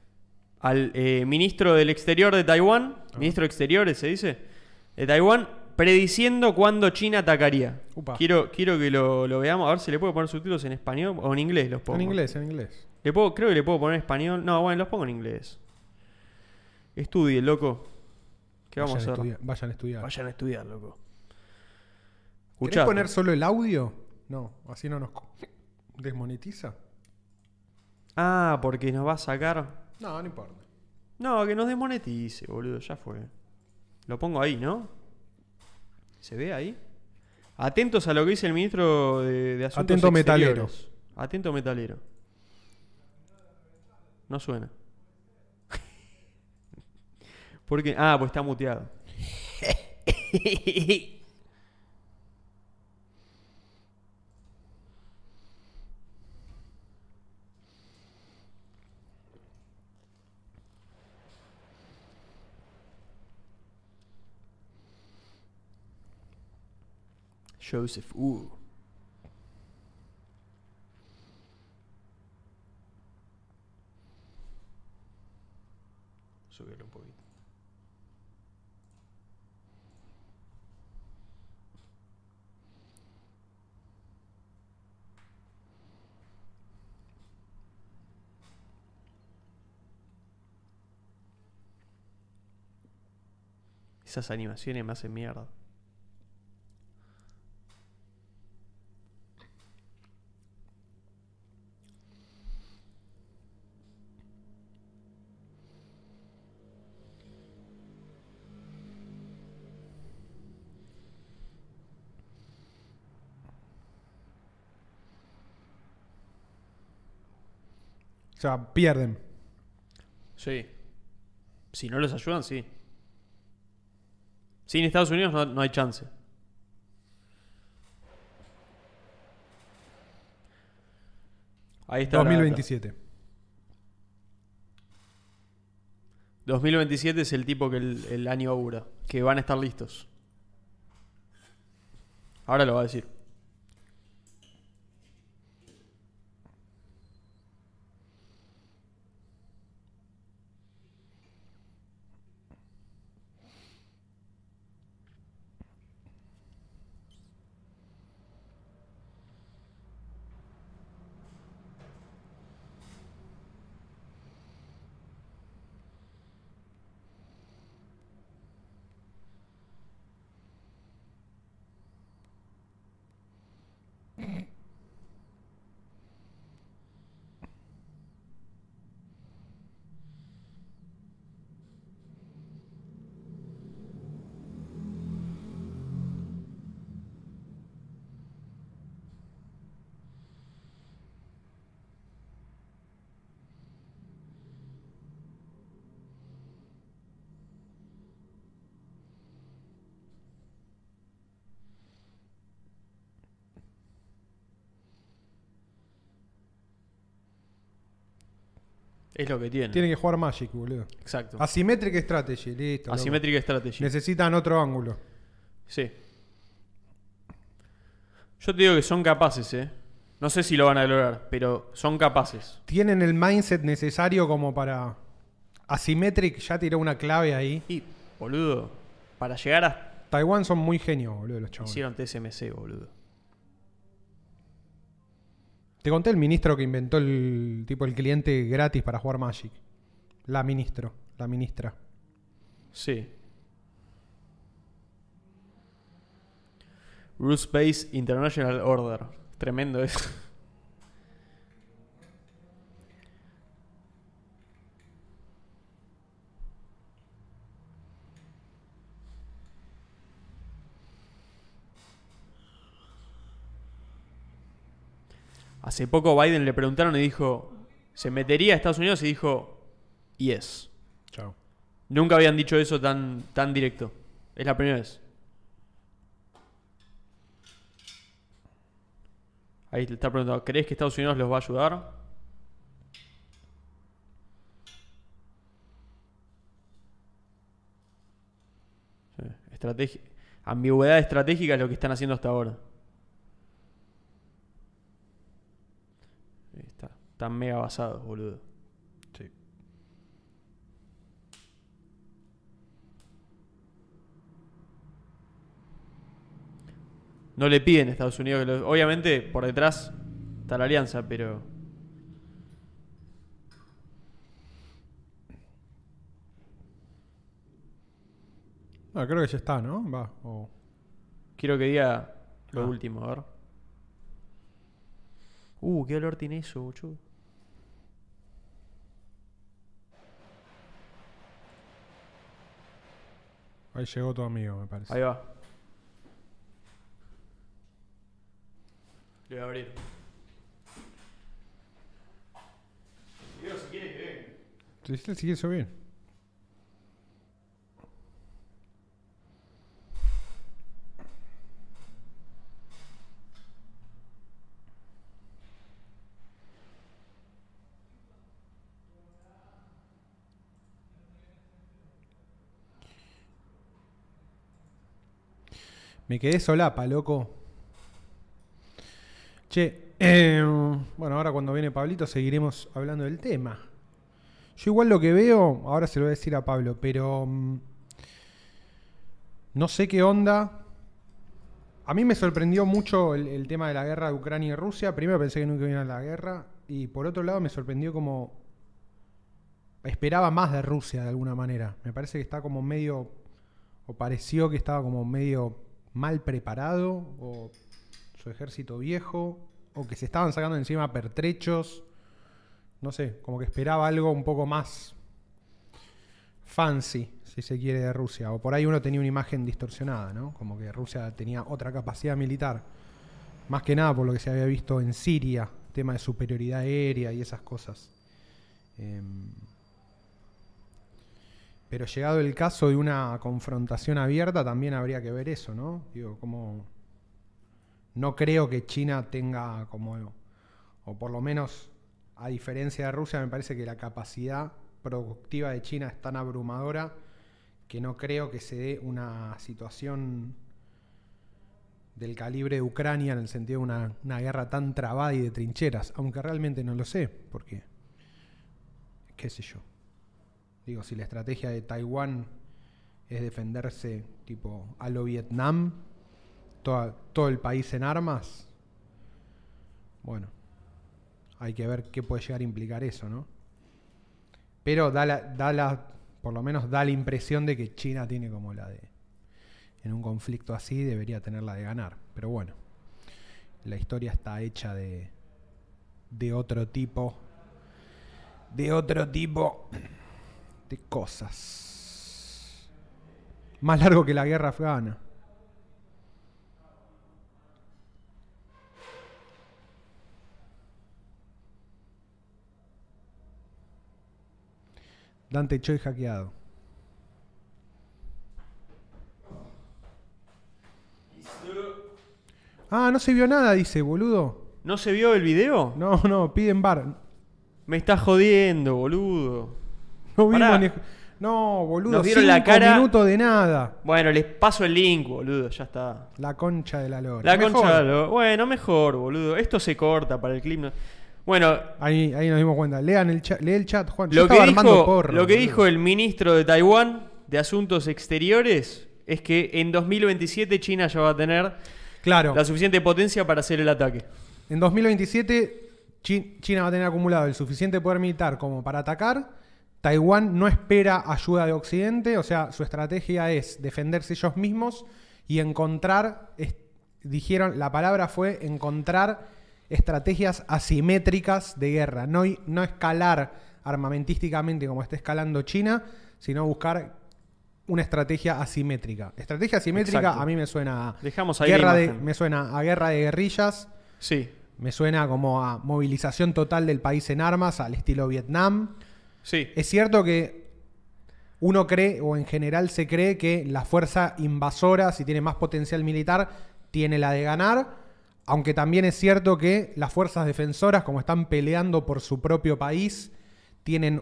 ministro del Exterior de Taiwán, ministro de Exteriores se dice, de Taiwán, prediciendo cuándo China atacaría. Upa. Quiero que lo veamos, a ver si le puedo poner subtítulos en español o en inglés los pongo. En inglés, en inglés. Creo que le puedo poner en español. No, bueno, los pongo en inglés. Estudie, loco. ¿Qué vamos a hacer? Vayan a estudiar. Vayan a estudiar, loco. ¿Querés Escuchá. poner solo el audio? No, así no nos desmonetiza. Ah, porque nos va a sacar. No, no importa. No, que nos desmonetice, boludo, ya fue. Lo pongo ahí, ¿no? ¿Se ve ahí? Atentos a lo que dice el ministro de Asuntos Atento metalero. Exteriores. Atento metalero. No suena. ¿Por qué? Ah, pues está muteado. Joseph Wu. Subirlo un poquito. Esas animaciones me hacen mierda. O sea, pierden. Sí. Si no los ayudan, sí. Sin Estados Unidos no hay chance. Ahí está. 2027. 2027 es el tipo que el año augura. Que van a estar listos. Ahora lo va a decir. Es lo que tiene. Tiene que jugar Magic, boludo. Exacto. Asymmetric Strategy, listo. Asymmetric Strategy. Necesitan otro ángulo. Sí. Yo te digo que son capaces, No sé si lo van a lograr, pero son capaces. Tienen el mindset necesario como para... Asymmetric ya tiró una clave ahí. Y, boludo, para llegar a... Taiwán son muy genios, boludo, los chavos. Hicieron TSMC, boludo. Te conté el ministro que inventó el cliente gratis para jugar Magic. La ministra. Sí. Rules Based International Order. Tremendo eso. Hace poco Biden le preguntaron y dijo, ¿se metería a Estados Unidos? Y dijo, yes. Chao. Nunca habían dicho eso tan directo. Es la primera vez. Ahí le está preguntando, ¿crees que Estados Unidos los va a ayudar? Sí. Ambigüedad estratégica es lo que están haciendo hasta ahora. Están mega basados, boludo. Sí. No le piden a Estados Unidos que obviamente por detrás está la alianza, pero... Creo que ya está, ¿no? Va. Quiero que diga lo último, a ver. Qué olor tiene eso, boludo. Ahí llegó tu amigo, me parece. Ahí va. Le voy a abrir. Digo, si quieres que venga. Si quieres, eso bien. Me quedé solapa, loco. Che, bueno, ahora cuando viene Pablito seguiremos hablando del tema. Yo igual lo que veo, ahora se lo voy a decir a Pablo, pero no sé qué onda. A mí me sorprendió mucho el tema de la guerra de Ucrania y Rusia. Primero pensé que nunca iba a la guerra. Y por otro lado me sorprendió como... Esperaba más de Rusia de alguna manera. Me parece que está como medio... O pareció que estaba como medio mal preparado. O su ejército viejo. O que se estaban sacando encima pertrechos. No sé, como que esperaba algo un poco más fancy, si se quiere, de Rusia. O por ahí uno tenía una imagen distorsionada, ¿no? Como que Rusia tenía otra capacidad militar. Más que nada por lo que se había visto en Siria, tema de superioridad aérea y esas cosas. Pero llegado el caso de una confrontación abierta, también habría que ver eso, ¿no? Digo, como... No creo que China tenga como... O por lo menos, a diferencia de Rusia, me parece que la capacidad productiva de China es tan abrumadora que no creo que se dé una situación del calibre de Ucrania en el sentido de una guerra tan trabada y de trincheras, aunque realmente no lo sé, porque qué sé yo. Digo, si la estrategia de Taiwán es defenderse tipo a lo Vietnam, todo el país en armas, bueno, hay que ver qué puede llegar a implicar eso, ¿no? Pero por lo menos da la impresión de que China tiene como la de... En un conflicto así debería tener la de ganar. Pero bueno, la historia está hecha de otro tipo. De otro tipo de cosas. Más largo que la guerra afgana. Dante Choi hackeado. Ah, no se vio nada, dice, boludo. ¿No se vio el video? No, piden bar. Me estás jodiendo, boludo. No vimos ni... No, boludo, nos vieron 5 la cara... minutos de nada. Bueno, les paso el link, boludo, ya está. La concha de la lora. La concha de la lora. Bueno, mejor, boludo. Esto se corta para el clip. ¿No? Bueno... Ahí nos dimos cuenta. Lean el chat, lee el chat, Juan. Lo que dijo el ministro de Taiwán de Asuntos Exteriores es que en 2027 China ya va a tener la suficiente potencia para hacer el ataque. En 2027 China va a tener acumulado el suficiente poder militar como para atacar. Taiwán no espera ayuda de Occidente, o sea, su estrategia es defenderse ellos mismos y encontrar, dijeron, la palabra fue encontrar estrategias asimétricas de guerra, no escalar armamentísticamente como está escalando China, sino buscar una estrategia asimétrica. Estrategia asimétrica. Exacto. A mí me suena me suena a guerra de guerrillas. Sí. Me suena como a movilización total del país en armas, al estilo Vietnam. Sí. Es cierto que uno cree, o en general se cree, que la fuerza invasora, si tiene más potencial militar, tiene la de ganar, aunque también es cierto que las fuerzas defensoras, como están peleando por su propio país, tienen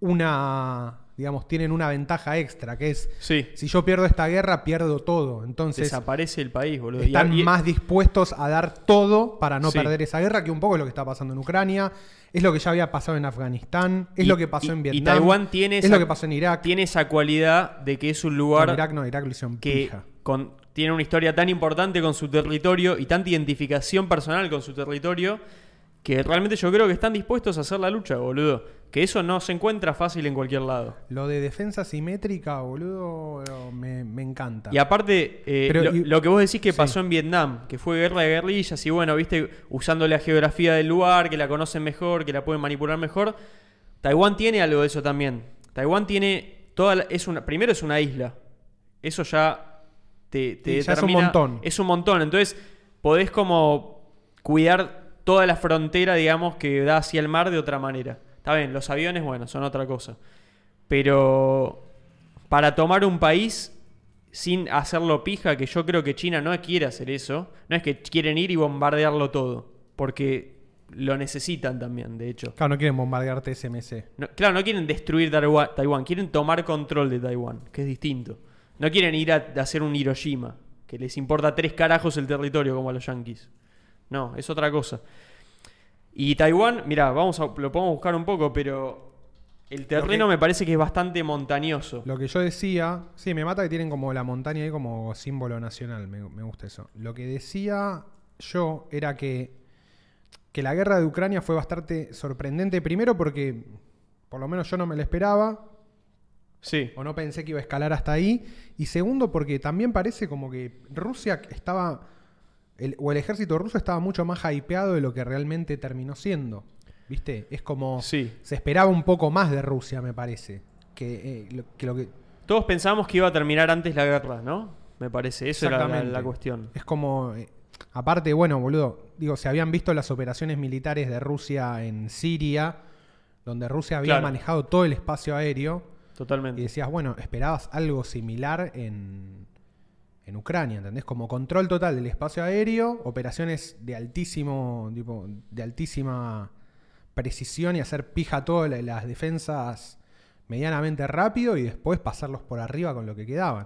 una ventaja extra, que es, si yo pierdo esta guerra, pierdo todo. Entonces desaparece el país, boludo. Están más dispuestos a dar todo para no perder esa guerra, que un poco es lo que está pasando en Ucrania, es lo que ya había pasado en Afganistán, es lo que pasó en Vietnam, y Taiwán tiene lo que pasó en Irak. Tiene esa cualidad de que es un lugar... Irak lo hicieron pija. Tiene una historia tan importante con su territorio y tanta identificación personal con su territorio que realmente yo creo que están dispuestos a hacer la lucha, boludo. Que eso no se encuentra fácil en cualquier lado. Lo de defensa simétrica, boludo, me encanta. Y aparte, lo que vos decís que pasó en Vietnam, que fue guerra de guerrillas y bueno, viste, usando la geografía del lugar, que la conocen mejor, que la pueden manipular mejor. Taiwán tiene algo de eso también. Taiwán tiene primero es una isla. Eso ya te determina, es un montón. Es un montón. Entonces, podés como cuidar toda la frontera, digamos, que da hacia el mar de otra manera. Está bien, los aviones, bueno, son otra cosa. Pero para tomar un país sin hacerlo pija, que yo creo que China no quiere hacer eso, no es que quieren ir y bombardearlo todo, porque lo necesitan también, de hecho. Claro, no quieren bombardear TSMC. No quieren destruir Taiwán, quieren tomar control de Taiwán, que es distinto. No quieren ir a hacer un Hiroshima, que les importa 3 carajos el territorio como a los yanquis. No, es otra cosa. Y Taiwán, mirá, lo podemos buscar un poco, pero el terreno me parece que es bastante montañoso. Lo que yo decía, sí, me mata que tienen como la montaña ahí como símbolo nacional, me gusta eso. Lo que decía yo era que la guerra de Ucrania fue bastante sorprendente, primero porque por lo menos yo no me lo esperaba. Sí. O no pensé que iba a escalar hasta ahí. Y segundo porque también parece como que Rusia estaba... el ejército ruso estaba mucho más hypeado de lo que realmente terminó siendo. ¿Viste? Es como... Sí. Se esperaba un poco más de Rusia, me parece. Todos pensábamos que iba a terminar antes la guerra, ¿no? Me parece. Esa era la cuestión. Es como... aparte, bueno, boludo, digo, se habían visto las operaciones militares de Rusia en Siria, donde Rusia había manejado todo el espacio aéreo. Totalmente. Y decías, bueno, esperabas algo similar en Ucrania, ¿entendés? Como control total del espacio aéreo, operaciones de altísima precisión y hacer pija todas las defensas medianamente rápido y después pasarlos por arriba con lo que quedaban.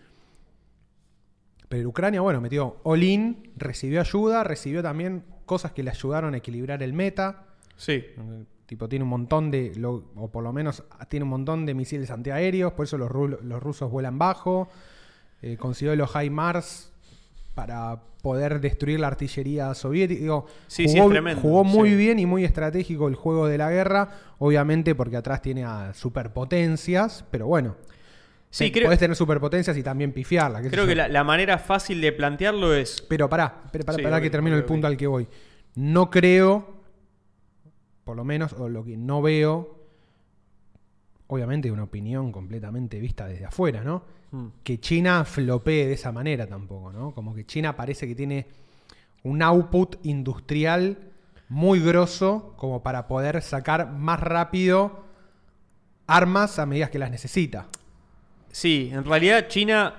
Pero Ucrania, bueno, metió all-in, recibió ayuda, recibió también cosas que le ayudaron a equilibrar el meta. Sí. Tipo, tiene un montón o por lo menos tiene un montón de misiles antiaéreos, por eso los rusos vuelan bajo. Consiguió los HIMARS para poder destruir la artillería soviética. Digo, jugó muy bien y muy estratégico el juego de la guerra, obviamente porque atrás tiene a superpotencias, pero bueno. Sí, podés tener superpotencias y también pifiarla. Creo que la manera fácil de plantearlo es... Pero pará que termino el punto al que voy. No creo, por lo menos, o lo que no veo, obviamente una opinión completamente vista desde afuera, ¿no? Que China flopee de esa manera tampoco, ¿no? Como que China parece que tiene un output industrial muy grosso como para poder sacar más rápido armas a medida que las necesita. Sí, en realidad China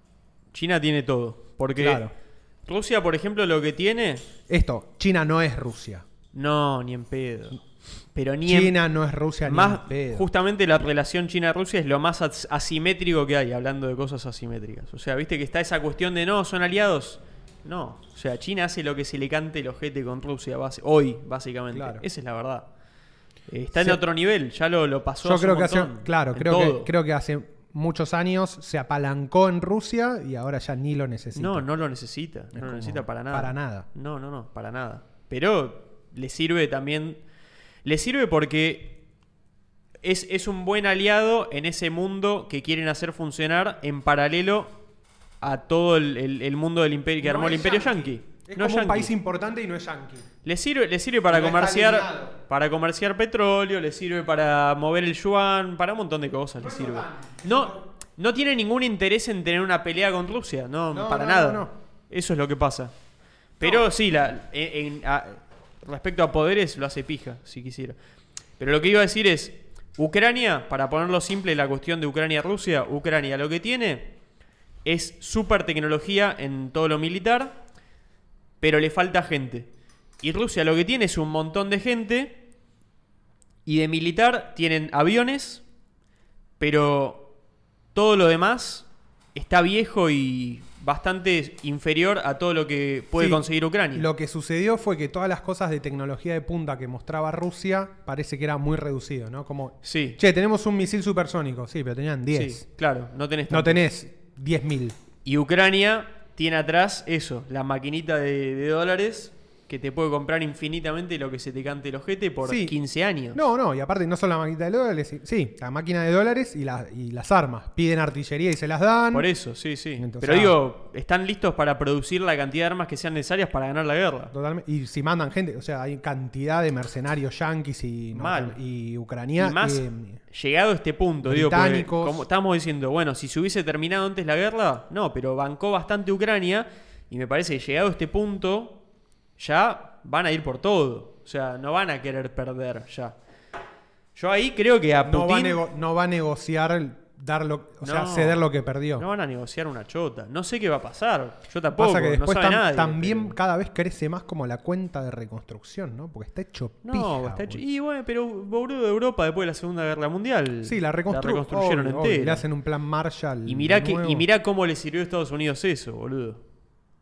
tiene todo. Porque Rusia, por ejemplo, lo que tiene... China no es Rusia. No, ni en pedo. Pero China no es Rusia ni en pedo. Justamente la relación China-Rusia es lo más asimétrico que hay, hablando de cosas asimétricas. O sea, viste que está esa cuestión de no, son aliados. No, o sea, China hace lo que se le cante el ojete con Rusia hoy, básicamente. Claro. Esa es la verdad. Está en otro nivel, ya lo pasó. Yo creo que creo que hace muchos años se apalancó en Rusia y ahora ya ni lo necesita. No lo necesita. No lo necesita para nada. Para nada. No, para nada. Pero le sirve también... Le sirve porque es un buen aliado en ese mundo que quieren hacer funcionar en paralelo a todo el mundo del imperio que armó el imperio yanqui. Es como un país importante y no es yanqui. Le sirve para comerciar petróleo, le sirve para mover el yuan, para un montón de cosas le sirve. No tiene ningún interés en tener una pelea con Rusia, para nada. No. Eso es lo que pasa. Pero sí, respecto a poderes lo hace pija, si quisiera. Pero lo que iba a decir es, Ucrania, para ponerlo simple, la cuestión de Ucrania-Rusia, Ucrania lo que tiene es super tecnología en todo lo militar, pero le falta gente. Y Rusia lo que tiene es un montón de gente, y de militar tienen aviones, pero todo lo demás está viejo y bastante inferior a todo lo que puede conseguir Ucrania. Lo que sucedió fue que todas las cosas de tecnología de punta que mostraba Rusia parece que era muy reducido, ¿no? Como, tenemos un misil supersónico. Sí, pero tenían 10. Sí, claro, no tenés 10.000. Y Ucrania tiene atrás eso, la maquinita de dólares que te puede comprar infinitamente lo que se te cante el ojete por 15 años. No, y aparte no solo la maquinita de dólares, la máquina de dólares y las armas. Piden artillería y se las dan. Por eso, sí. Entonces, pero digo, están listos para producir la cantidad de armas que sean necesarias para ganar la guerra. Totalmente. Y si mandan gente, o sea, hay cantidad de mercenarios yanquis y ucranianos. Y más, llegado a este punto, británicos. Como estamos diciendo, bueno, si se hubiese terminado antes la guerra, no, pero bancó bastante Ucrania y me parece que llegado a este punto ya van a ir por todo. O sea, no van a querer perder ya. Yo ahí creo que a Putin... No va a negociar ceder lo que perdió. No van a negociar una chota. No sé qué va a pasar. Yo tampoco. Pasa que después no sabe nadie, también cada vez crece más como la cuenta de reconstrucción, ¿no? Porque está hecho pija. Está hecho... Y bueno, pero boludo, de Europa después de la Segunda Guerra Mundial. Sí, la reconstruyeron entera. Le hacen un plan Marshall. Y mirá cómo le sirvió a Estados Unidos eso, boludo.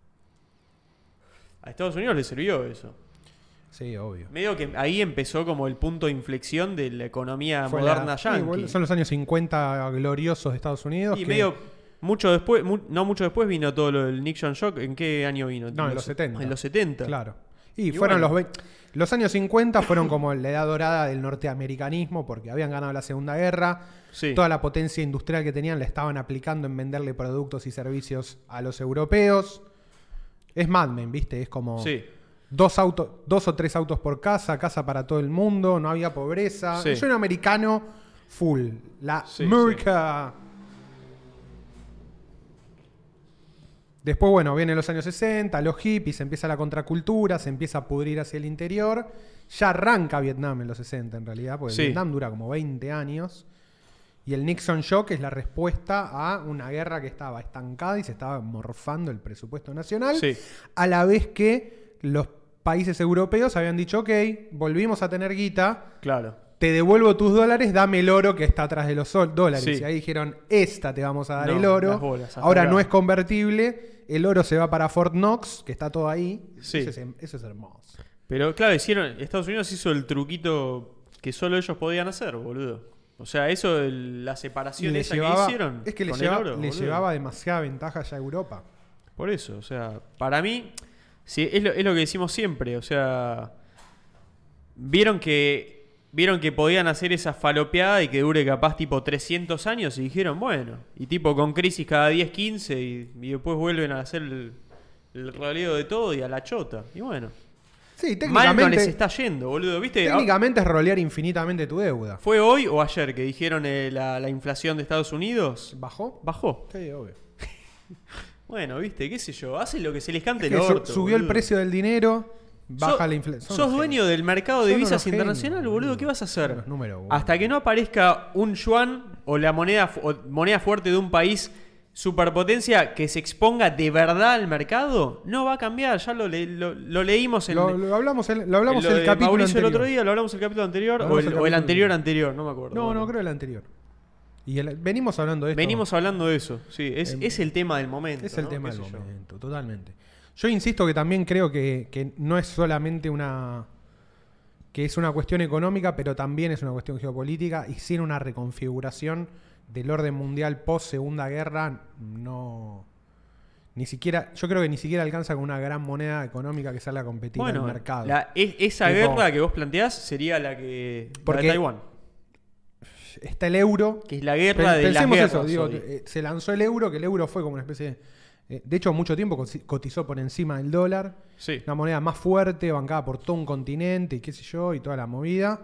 A Estados Unidos le sirvió eso. Sí, obvio. Medio que ahí empezó como el punto de inflexión de la economía moderna yanqui. Son los años 50 gloriosos de Estados Unidos. Y no mucho después vino todo lo del Nixon Shock. ¿En qué año vino? No, en los 70. En los 70. Claro. Y fueron los años 50 fueron como la edad dorada del norteamericanismo porque habían ganado la Segunda Guerra. Sí. Toda la potencia industrial que tenían la estaban aplicando en venderle productos y servicios a los europeos. Es Mad Men, ¿viste? Es como 2 o 3 autos por casa para todo el mundo, no había pobreza. Sí. Yo era un americano full. La America. Después, bueno, vienen los años 60, los hippies, empieza la contracultura, se empieza a pudrir hacia el interior. Ya arranca Vietnam en los 60, en realidad, porque Vietnam dura como 20 años. Y el Nixon Shock es la respuesta a una guerra que estaba estancada y se estaba morfando el presupuesto nacional. Sí. A la vez que los países europeos habían dicho, ok, volvimos a tener guita. Claro. Te devuelvo tus dólares, dame el oro que está atrás de los dólares. Sí. Y ahí dijeron, esta te vamos a dar el oro. Bolas, ahora no es convertible. El oro se va para Fort Knox, que está todo ahí. Sí. Eso es hermoso. Pero claro, Estados Unidos hizo el truquito que solo ellos podían hacer, boludo. O sea, eso, la separación esa que hicieron. Es que le llevaba demasiada ventaja ya a Europa. Por eso, o sea, para mí, sí, es lo que decimos siempre. O sea, vieron que podían hacer esa falopeada y que dure capaz tipo 300 años y dijeron, bueno, y tipo con crisis cada 10, 15 y después vuelven a hacer el roleo de todo y a la chota. Y bueno. Sí, técnicamente. Mal no les está yendo, boludo, ¿viste? Técnicamente es rolear infinitamente tu deuda. ¿Fue hoy o ayer que dijeron la inflación de Estados Unidos? ¿Bajó? Bajó. Sí, obvio. Bueno, ¿viste? ¿Qué sé yo? Hacen lo que se les cante el orto. Subió el precio del dinero, baja la inflación. Sos dueño del mercado de divisas internacional, boludo. ¿Qué vas a hacer? Hasta que no aparezca un yuan o la moneda fuerte de un país superpotencia que se exponga de verdad al mercado, no va a cambiar. Ya lo leímos en lo hablamos el capítulo Mauricio anterior. El otro día, lo hablamos el capítulo anterior o el anterior, no me acuerdo. No, creo el anterior. Y venimos hablando de esto. Venimos hablando de eso, sí. Es el tema del momento. Es el tema del momento, totalmente. Yo insisto que también creo que no es solamente que es una cuestión económica, pero también es una cuestión geopolítica y sin una reconfiguración del orden mundial post Segunda Guerra, yo creo que ni siquiera alcanza con una gran moneda económica que salga a competir en el mercado. Esa guerra que vos planteás sería la de Taiwán. Está el euro. Que es la guerra de las guerras. Eso, se lanzó el euro, que el euro fue como una especie de hecho, mucho tiempo cotizó por encima del dólar. Sí. Una moneda más fuerte, bancada por todo un continente y qué sé yo, y toda la movida.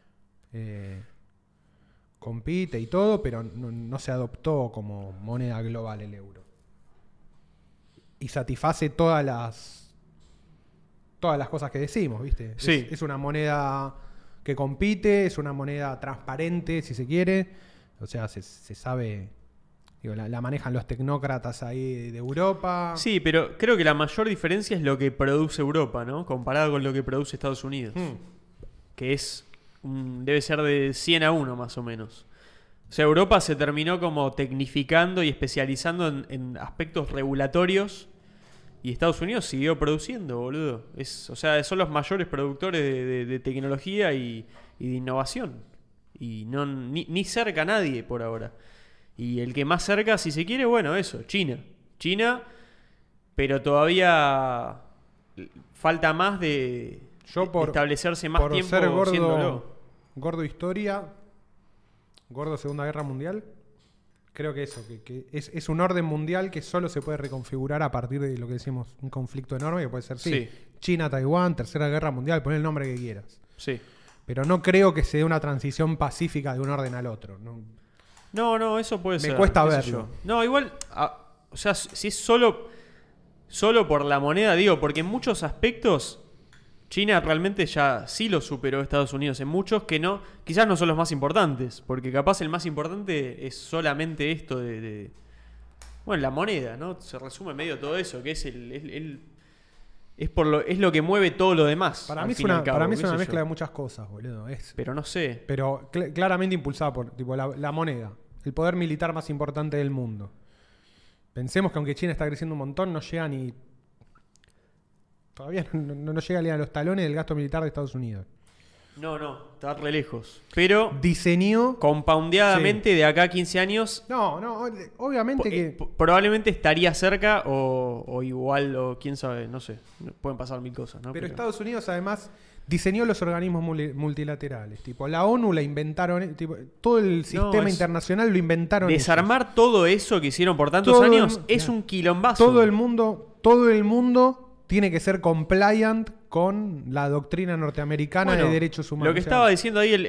Compite y todo, pero no se adoptó como moneda global el euro. Y satisface todas las cosas que decimos, ¿viste? Sí. Es una moneda que compite, es una moneda transparente, si se quiere. O sea, se sabe, digo, la manejan los tecnócratas ahí de Europa. Sí, pero creo que la mayor diferencia es lo que produce Europa, ¿no? Comparado con lo que produce Estados Unidos. Que debe ser de 100-1 más o menos. O sea, Europa se terminó como tecnificando y especializando en aspectos regulatorios y Estados Unidos siguió produciendo, boludo. O sea, son los mayores productores de tecnología y de innovación. Y ni cerca a nadie por ahora. Y el que más cerca, si se quiere, bueno, eso, China. Pero todavía falta más de establecerse más tiempo ser siéndolo. Gordo historia, gordo Segunda Guerra Mundial, creo que eso, que es un orden mundial que solo se puede reconfigurar a partir de lo que decimos, un conflicto enorme que puede ser, sí. China, Taiwán, Tercera Guerra Mundial, pon el nombre que quieras. Sí. Pero no creo que se dé una transición pacífica de un orden al otro. No, eso puede ser. Me cuesta verlo. No, igual, o sea, si es solo por la moneda, digo, porque en muchos aspectos China realmente ya sí lo superó a Estados Unidos, en muchos que no, quizás no son los más importantes, porque capaz el más importante es solamente esto de bueno, la moneda, ¿no? Se resume medio todo eso, que es es lo que mueve todo lo demás. Para mí es una mezcla de muchas cosas, boludo. Pero no sé. Pero claramente impulsada por tipo, la moneda, el poder militar más importante del mundo. Pensemos que aunque China está creciendo un montón, no llega ni... Todavía no llega ni a los talones del gasto militar de Estados Unidos. No, está re lejos. Pero diseñó compoundadamente de acá a 15 años. No, obviamente que probablemente estaría cerca o igual, o quién sabe, no sé. Pueden pasar mil cosas, ¿no? Pero Estados Unidos además diseñó los organismos multilaterales. Tipo, la ONU la inventaron, tipo, todo el sistema internacional lo inventaron. Desarmar ellos. Todo eso que hicieron por tantos años es un quilombazo. Todo el mundo tiene que ser compliant con la doctrina norteamericana de derechos humanos. Lo que estaba diciendo ahí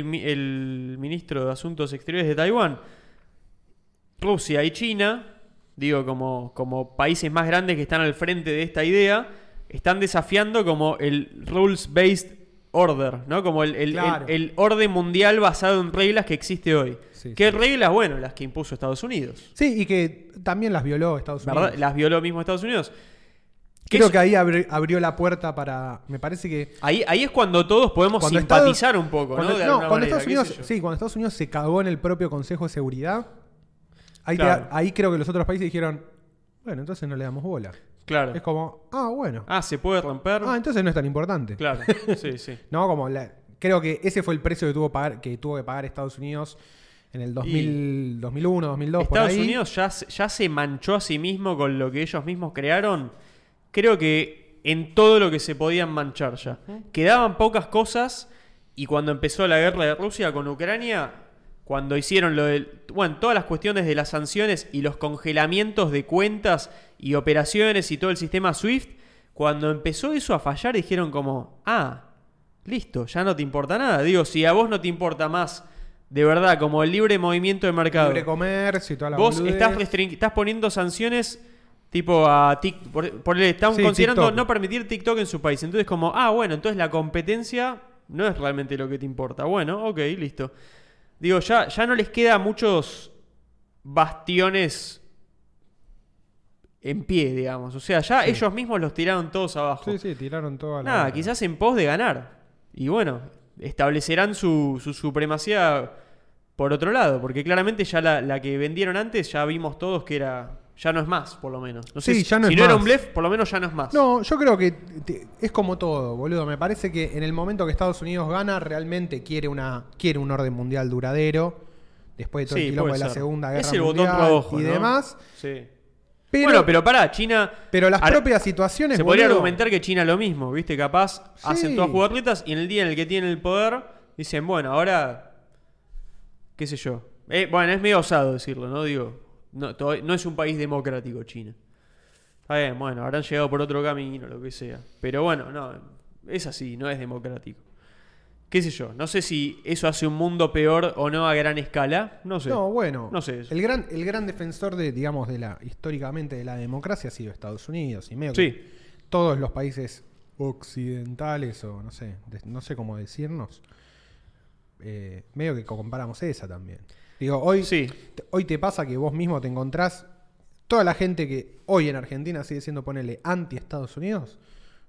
el ministro de Asuntos Exteriores de Taiwán, Rusia y China Digo, como países más grandes que están al frente de esta idea, están desafiando como el rules-based order, ¿no? Como el orden mundial basado en reglas que existe hoy. Sí, ¿Qué sí. reglas? Bueno, las que impuso Estados Unidos. Sí, y que también las violó Estados Unidos. ¿Verdad? Las violó mismo Estados Unidos. Creo que ahí abrió la puerta para... Me parece que... Ahí es cuando todos podemos simpatizar un poco, ¿no? De alguna cuando manera, Estados Unidos, sí, cuando Estados Unidos se cagó en el propio Consejo de Seguridad, ahí, Claro. ahí creo que los otros países dijeron, bueno, entonces no le damos bola. Claro. Es como, bueno. ¿Se puede romper? Entonces no es tan importante. Claro, sí. No, como creo que ese fue el precio que tuvo que pagar Estados Unidos en el 2001, 2002, por Estados ahí. Unidos ya se manchó a sí mismo con lo que ellos mismos crearon. Creo que en todo lo que se podían manchar ya. Quedaban pocas cosas y cuando empezó la guerra de Rusia con Ucrania, cuando hicieron todas las cuestiones de las sanciones y los congelamientos de cuentas y operaciones y todo el sistema SWIFT, cuando empezó eso a fallar dijeron como, listo, ya no te importa nada. Digo, si a vos no te importa más de verdad como el libre movimiento de mercado, Libre comercio y toda la vos boludez. estás poniendo sanciones tipo a TikTok, están considerando TikTok. no permitir TikTok en su país. Entonces como, bueno, entonces la competencia no es realmente lo que te importa. Bueno, ok, listo. Digo, ya no les queda muchos bastiones en pie, digamos. O sea, ya ellos mismos los tiraron todos abajo. Sí, tiraron toda la... Nada, quizás en pos de ganar. Y bueno, establecerán su supremacía por otro lado. Porque claramente ya la que vendieron antes ya vimos todos que era... Ya no es más, por lo menos. No sé Sí, ya no si es no era más. un blef, por lo menos ya no es más. No, yo creo que es como todo, boludo. Me parece que en el momento que Estados Unidos gana, realmente quiere un orden mundial duradero. Después de todo el quilombo de la Segunda Guerra es el Mundial botón rojo, y ¿no? demás. Sí. Pero, Pero pará, China... Pero las propias situaciones, Se podría boludo, argumentar que China lo mismo, ¿viste? Capaz hacen todas jugarretas y en el día en el que tienen el poder dicen, bueno, ahora... qué sé yo. Bueno, es medio osado decirlo, ¿no? Digo... No es un país democrático China. Está bien, bueno, habrán llegado por otro camino, lo que sea. Pero bueno, no, es así, no es democrático. Qué sé yo, no sé si eso hace un mundo peor o no a gran escala, no sé. No, bueno, no sé eso. el gran defensor digamos, históricamente de la democracia ha sido Estados Unidos. Y medio Sí. que todos los países occidentales, o no sé cómo decirnos, medio que comparamos esa también. Digo, hoy te pasa que vos mismo te encontrás toda la gente que hoy en Argentina sigue siendo, ponele, anti-Estados Unidos,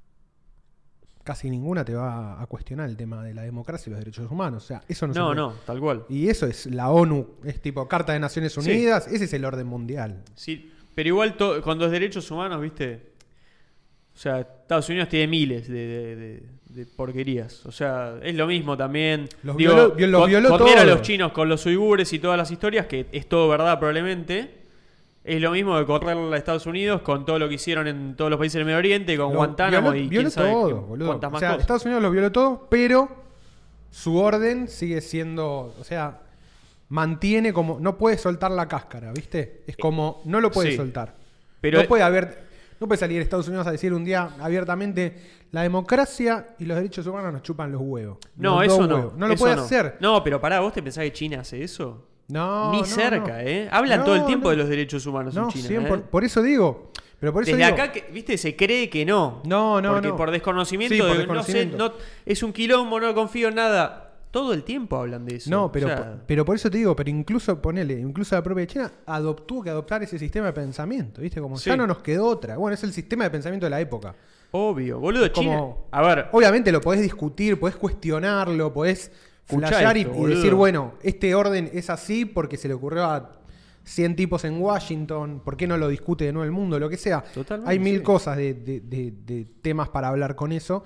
casi ninguna te va a cuestionar el tema de la democracia y los derechos humanos. O sea, eso no se puede. No, tal cual. Y eso es la ONU, es tipo Carta de Naciones Unidas, ese es el orden mundial. Sí, pero igual con los derechos humanos, ¿viste? O sea, Estados Unidos tiene miles de porquerías. O sea, es lo mismo también. Los violó correr a todo. los chinos con los uigures y todas las historias, que es todo verdad probablemente. Es lo mismo de correr a Estados Unidos con todo lo que hicieron en todos los países del Medio Oriente, con Guantánamo y violó quién sabe todo, boludo. cuántas más o sea, cosas. Estados Unidos lo violó todo, pero su orden sigue siendo, o sea, mantiene como, no puede soltar la cáscara, ¿viste? Es como, no lo puede soltar. Pero no puede salir Estados Unidos a decir un día abiertamente, la democracia y los derechos humanos nos chupan los huevos. No, Los eso dos no. huevos. No lo eso puede no. hacer. No, pero pará, ¿vos te pensás que China hace eso? No, Ni no, cerca, no. Hablan todo el tiempo no. de los derechos humanos en China. Por eso digo. Pero por eso Desde digo, acá, viste, se cree que no. No. Porque por desconocimiento, Sí, por de, desconocimiento. no sé, es un quilombo, no confío en nada. Todo el tiempo hablan de eso. No, pero, O sea, pero por eso te digo, pero incluso la propia China tuvo que adoptar ese sistema de pensamiento, ¿viste? Como ya no nos quedó otra. Bueno, es el sistema de pensamiento de la época. obvio, boludo, China. Como, A ver, obviamente lo podés discutir, podés cuestionarlo, podés Escuchá flashear esto, y boludo. decir, bueno, este orden es así porque se le ocurrió a 100 tipos en Washington, ¿por qué no lo discute de nuevo el mundo? Lo que sea. Totalmente, Hay mil sí. cosas de temas para hablar con eso,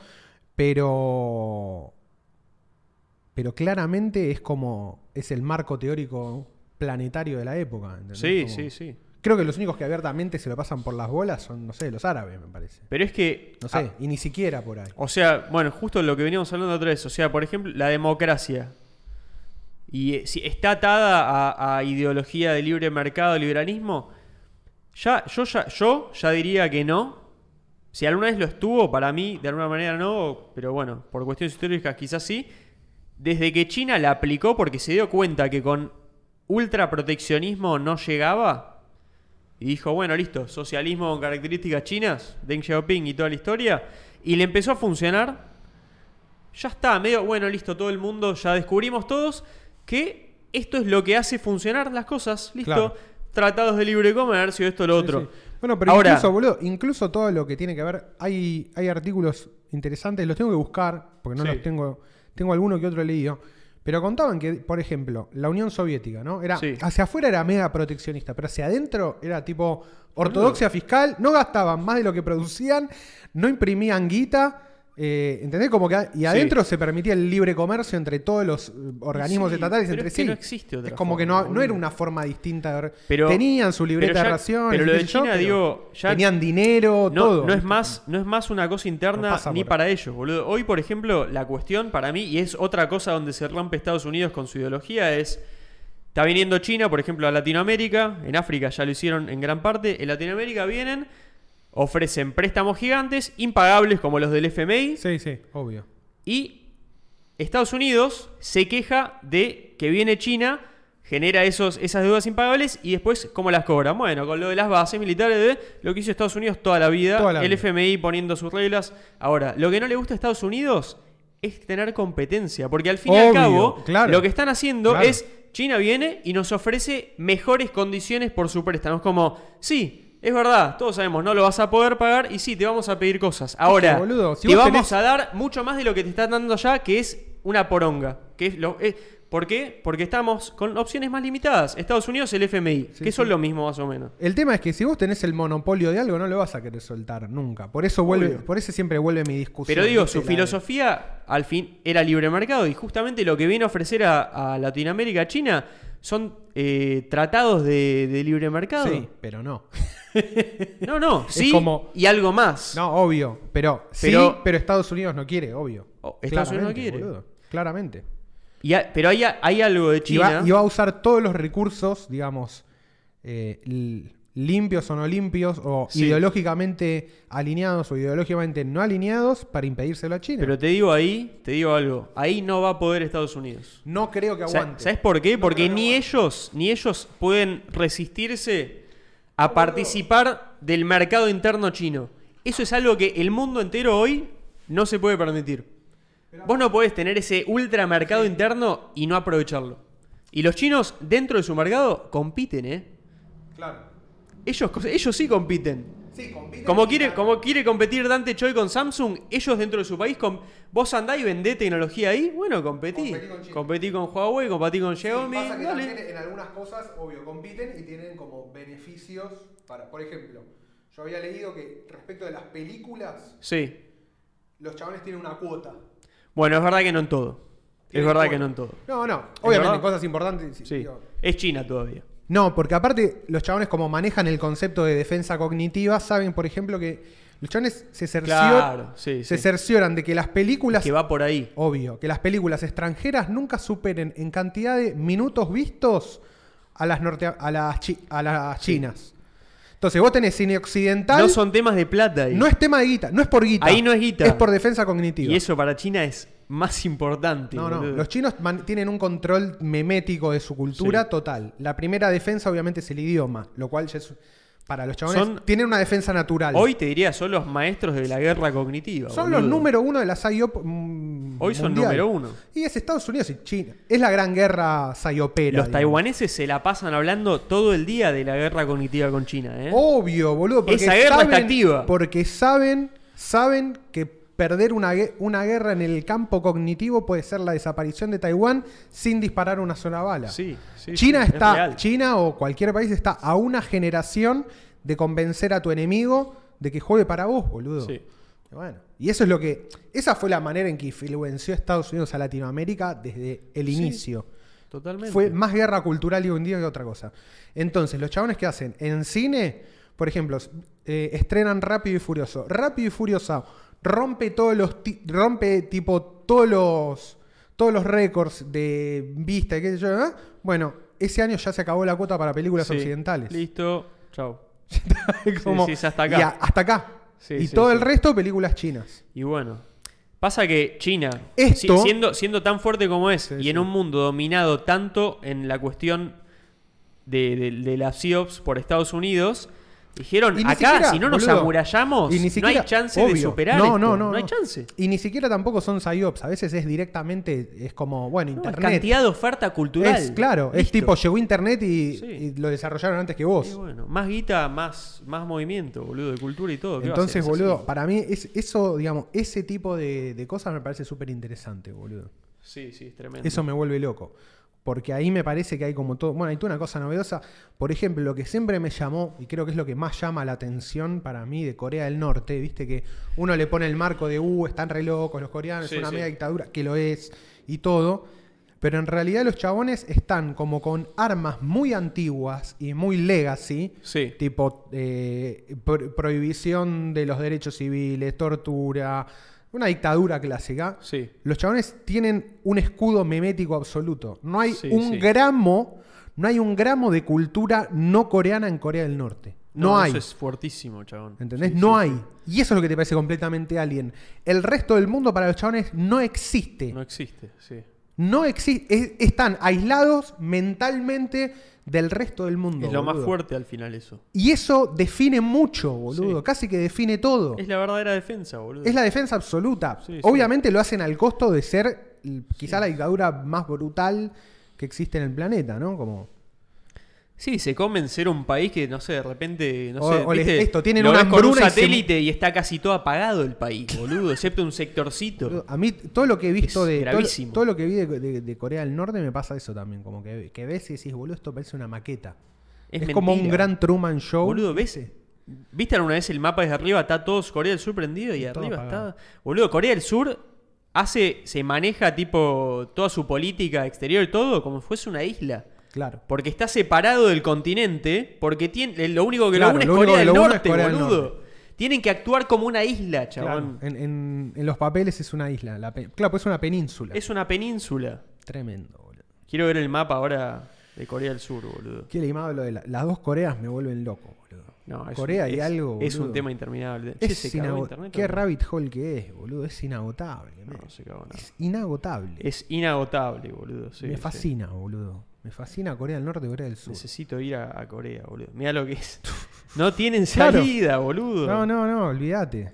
pero claramente es el marco teórico planetario de la época. ¿entendés? sí. Creo que los únicos que abiertamente se lo pasan por las bolas son, no sé, los árabes, me parece. Pero es que. No sé, y ni siquiera por ahí. O sea, bueno, justo lo que veníamos hablando otra vez. O sea, por ejemplo, la democracia. Y si está atada a ideología de libre mercado, liberalismo. Yo ya diría que no. Si alguna vez lo estuvo, para mí, de alguna manera no. Pero bueno, por cuestiones históricas quizás sí. Desde que China la aplicó porque se dio cuenta que con ultraproteccionismo no llegaba. y dijo, bueno, listo, socialismo con características chinas, Deng Xiaoping y toda la historia, y le empezó a funcionar. Ya está, medio, bueno, listo, todo el mundo, ya descubrimos todos que esto es lo que hace funcionar las cosas, listo. Claro. Tratados de libre comercio, esto, lo otro. Sí. Bueno, pero ahora, incluso, boludo, incluso todo lo que tiene que ver, hay artículos interesantes, los tengo que buscar, porque no los tengo alguno que otro leído, pero contaban que, por ejemplo, la Unión Soviética, ¿no? Hacia afuera era mega proteccionista, pero hacia adentro era tipo ortodoxia fiscal, no gastaban más de lo que producían, no imprimían guita. ¿Entendés? Como que y adentro se permitía el libre comercio entre todos los organismos estatales entre es sí. que no existe otra es como forma, que no boludo. era una forma distinta de pero, tenían su libreta de raciones. Pero lo de China, pero digo, ya tenían dinero, todo. No es más una cosa interna ni para ellos, boludo. Hoy, por ejemplo, la cuestión para mí, y es otra cosa donde se rompe Estados Unidos con su ideología, es. Está viniendo China, por ejemplo, a Latinoamérica. En África ya lo hicieron en gran parte. En Latinoamérica vienen. Ofrecen préstamos gigantes, impagables como los del FMI. Sí, obvio. Y Estados Unidos se queja de que viene China, genera esas deudas impagables y después, ¿cómo las cobran? Bueno, con lo de las bases militares, de lo que hizo Estados Unidos toda la vida, el FMI poniendo sus reglas. Ahora, lo que no le gusta a Estados Unidos es tener competencia, porque al fin y al cabo, lo que están haciendo es, China viene y nos ofrece mejores condiciones por su préstamo. Es como, sí, es verdad, todos sabemos, no lo vas a poder pagar y sí, te vamos a pedir cosas. Ahora, boludo, si te vamos a dar mucho más de lo que te están dando allá, que es una poronga. ¿Por qué? Porque estamos con opciones más limitadas. Estados Unidos, el FMI, que son lo mismo más o menos. El tema es que si vos tenés el monopolio de algo, no lo vas a querer soltar nunca. Por eso siempre vuelve mi discusión. Pero digo, su filosofía al fin era libre mercado y justamente lo que viene a ofrecer a Latinoamérica, China, son tratados de libre mercado. Sí, pero no. No, sí, como, y algo más. No, obvio, pero Estados Unidos no quiere, obvio. Estados Unidos no quiere. Boludo, claramente. Pero hay algo de China. Y va a usar todos los recursos, digamos, limpios o no limpios, o ideológicamente alineados o ideológicamente no alineados, para impedírselo a China. Pero te digo algo. Ahí no va a poder Estados Unidos. No creo que aguante. ¿Sabes por qué? Porque ni ellos pueden resistirse a participar del mercado interno chino. Eso es algo que el mundo entero hoy no se puede permitir. Vos no podés tener ese ultramercado interno y no aprovecharlo. Y los chinos, dentro de su mercado, compiten, Claro. Ellos sí compiten. Sí, compiten. Como quiere competir Dante Choi con Samsung, ellos dentro de su país, vos andá y vendé tecnología ahí, bueno, competí con Huawei, competí con Xiaomi. Pasa que también en algunas cosas, obvio, compiten y tienen como beneficios para, por ejemplo, yo había leído que respecto de las películas, los chabones tienen una cuota. Bueno, es verdad que no en todo. No, obviamente en cosas importantes. Sí. Digo, es China todavía. No, porque aparte los chabones como manejan el concepto de defensa cognitiva, saben, por ejemplo, que los chabones se cercioran de que las películas... Que va por ahí. Obvio, que las películas extranjeras nunca superen en cantidad de minutos vistos a las chinas. Entonces vos tenés cine occidental... No son temas de plata ahí. No es tema de guita, no es por guita. Ahí no es guita. Es por defensa cognitiva. Y eso para China es más importante. No. Los chinos tienen un control memético de su cultura total. La primera defensa obviamente es el idioma, lo cual ya es... Para los chabones tienen una defensa natural. Hoy te diría, son los maestros de la guerra cognitiva. Son los número uno de la PSYOP hoy mundial. son número uno. Y es Estados Unidos y China. Es la gran guerra PSYOPera. Los taiwaneses se la pasan hablando todo el día de la guerra cognitiva con China. Obvio, boludo. Esa guerra está activa. Porque saben que perder una guerra en el campo cognitivo puede ser la desaparición de Taiwán sin disparar una sola bala. China o cualquier país está a una generación de convencer a tu enemigo de que juegue para vos, boludo. Sí. Bueno, y eso es lo que... Esa fue la manera en que influenció a Estados Unidos a Latinoamérica desde el inicio. Totalmente. Fue más guerra cultural y hoy en día que otra cosa. Entonces, los chabones que hacen en cine, por ejemplo, estrenan Rápido y Furioso. Rápido y Furioso rompe todos los récords de vista y qué sé yo. Bueno, ese año ya se acabó la cuota para películas occidentales. Listo, chau. Como, hasta acá. Y hasta acá. Y todo el resto, películas chinas. Y bueno, pasa que China, siendo tan fuerte como es, y en un mundo dominado tanto en la cuestión de las CIOPS por Estados Unidos, dijeron, Y ni acá siquiera, si no nos boludo, amurallamos, y ni siquiera, no hay chance obvio. de superar No, esto. no No hay chance. Y ni siquiera tampoco son PSYOPs. A veces es directamente, es como, bueno, No, es internet. cantidad de oferta cultural. Es, claro, es Listo. tipo, llegó internet Sí. y lo desarrollaron antes que vos. Y bueno, más guita, más movimiento, boludo, de cultura y todo. ¿Qué va a Entonces, hacer? Es boludo, así. para mí, eso, digamos, ese tipo de cosas me parece súper interesante, boludo. Sí, es tremendo. Eso me vuelve loco. Porque ahí me parece que hay como todo. Bueno, hay toda una cosa novedosa. Por ejemplo, lo que siempre me llamó, y creo que es lo que más llama la atención para mí de Corea del Norte, viste que uno le pone el marco de están re locos los coreanos, Sí, es una sí. mega dictadura, que lo es, y todo. Pero en realidad los chabones están como con armas muy antiguas y muy legacy. Sí. Tipo prohibición de los derechos civiles, tortura. Una dictadura clásica. Sí. Los chabones tienen un escudo memético absoluto. No hay Sí, un sí. gramo de cultura no coreana en Corea del Norte. No hay. Eso es fuertísimo, chabón. ¿Entendés? Sí, no sí, hay. Y eso es lo que te parece completamente alien. El resto del mundo para los chabones no existe. sí. No existe, sí. No existe. Están aislados mentalmente del resto del mundo. Es lo más boludo. fuerte al final eso. Y eso define mucho, boludo. Sí. Casi que define todo. Es la verdadera defensa, boludo. Es la defensa absoluta. Sí, sí. Obviamente lo hacen al costo de ser quizá la dictadura más brutal que existe en el planeta, ¿no? Como... Sí, se comen ser un país que, no sé, de repente, no O- sé, o les- ¿viste? esto, tienen lo una ves con un hambruna y se- satélite y está casi todo apagado el país, boludo, excepto un sectorcito. A mí todo lo que he visto Es gravísimo. todo lo que vi de Corea del Norte me pasa eso también. Como que ves y decís, boludo, esto parece una maqueta. Es como un mentira. gran Truman Show. Boludo, ¿ves? ¿Viste alguna vez el mapa desde arriba? Está todo Corea del Sur prendido y Todo arriba apagado. está... Boludo, Corea del Sur se maneja tipo toda su política exterior y todo como si fuese una isla. Claro. Porque está separado del continente, porque lo único que Claro, lo une es lo único Corea que del lo une es Norte, Corea del boludo. Norte. Tienen que actuar como una isla, chabón. Claro. En los papeles es una isla. Claro, pues es una península. Es una península. Tremendo, boludo. Quiero ver el mapa ahora de Corea del Sur, boludo. Qué limado lo de las dos Coreas me vuelven loco, boludo. No, Corea y algo, Es un boludo. tema interminable. Che, Es se cagó internet. Qué ¿o no? rabbit hole que es, boludo. Es inagotable. No, man. se cagó nada. Es inagotable. Es inagotable, boludo. Sí, Me sí. fascina, boludo. Me fascina Corea del Norte y Corea del Sur. Necesito ir a Corea, boludo. Mirá lo que es. No tienen Claro. salida, boludo. No, olvídate.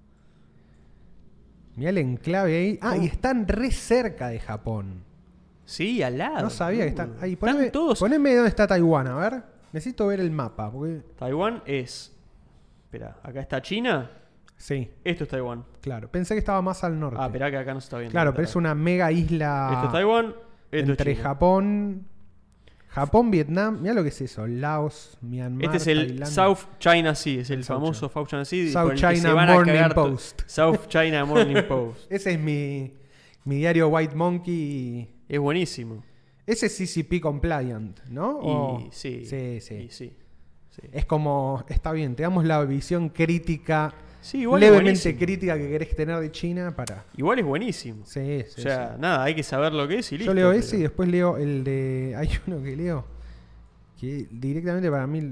Mirá el enclave ahí. Ah, y están re cerca de Japón. Sí, al lado. No sabía que boludo. están. Ahí, Están todos. poneme dónde está Taiwán, a ver. Necesito ver el mapa. Porque... Taiwán es. Espera, acá está China. Sí, Esto es Taiwán. claro. Pensé que estaba más al norte. Ah, esperá que acá no se está viendo. Claro, pero es una mega isla. Esto es Taiwán. Esto entre es China. Japón, Vietnam. Mirá lo que es eso. Laos, Myanmar. Este es el Tailandia. South China Sea, es el South famoso South China Sea. South por el que China se van a Morning cagar Post. South China Morning Post. Ese es mi diario White Monkey. Es buenísimo. Ese es CCP compliant, ¿no? Y sí. Sí, sí. Y sí. Es como, está bien, te damos la visión crítica, Sí, igual es levemente buenísimo. crítica que querés tener de China para... Igual es buenísimo. Sí, O sí, sea, sí. nada, hay que saber lo que es y listo. Yo leo pero- ese y después leo el de... Hay uno que leo que directamente para mí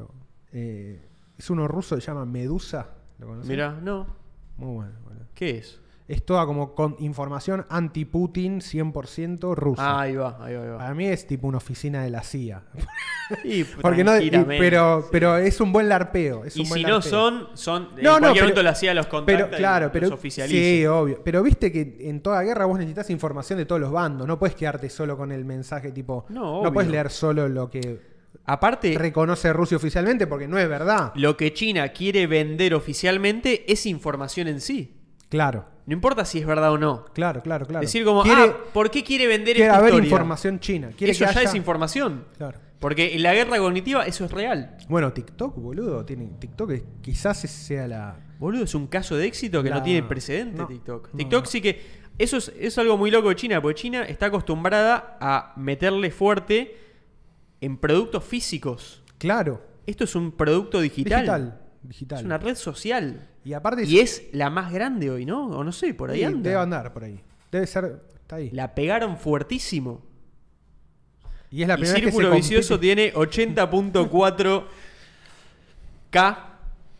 es uno ruso que se llama Medusa. ¿Lo conocés? Mirá, no. Muy bueno. boludo. ¿Qué es? Es toda como con información anti-Putin 100% rusa. Ah, ahí va, ahí va, ahí va. Para mí es tipo una oficina de la CIA. Y, Porque no, tranquilamente, sí. pero es un buen larpeo. Es Y un buen si no larpeo. son en No, cualquier momento pero- la hacía los contacta Pero, claro, y pero los oficializa. sí, obvio. Pero viste que en toda guerra vos necesitas información de todos los bandos. No puedes quedarte solo con el mensaje tipo. No, No obvio. puedes leer solo lo que Aparte, reconoce Rusia oficialmente porque no es verdad. lo que China quiere vender oficialmente es información en sí. Claro, No importa si es verdad o no. claro. Decir como, quiere, ¿por qué quiere vender quiere esta haber historia? información china. Quiere Eso que ya haya- es información. Claro. Porque en la guerra cognitiva eso es real. Bueno, TikTok, boludo. TikTok quizás sea la. Boludo, es un caso de éxito que no La- tiene precedente no, TikTok. no, TikTok no. sí que... Eso es algo muy loco de China, porque China está acostumbrada a meterle fuerte en productos físicos. Claro. Esto es un producto digital. Digital. Es una red social. Y aparte. Y es la más grande hoy, ¿no? O no sé, por ahí sí, anda. debe andar por ahí. Debe ser. Está ahí. La pegaron fuertísimo. Y es la Y primera vez que se Círculo Vicioso compite. tiene 80.4K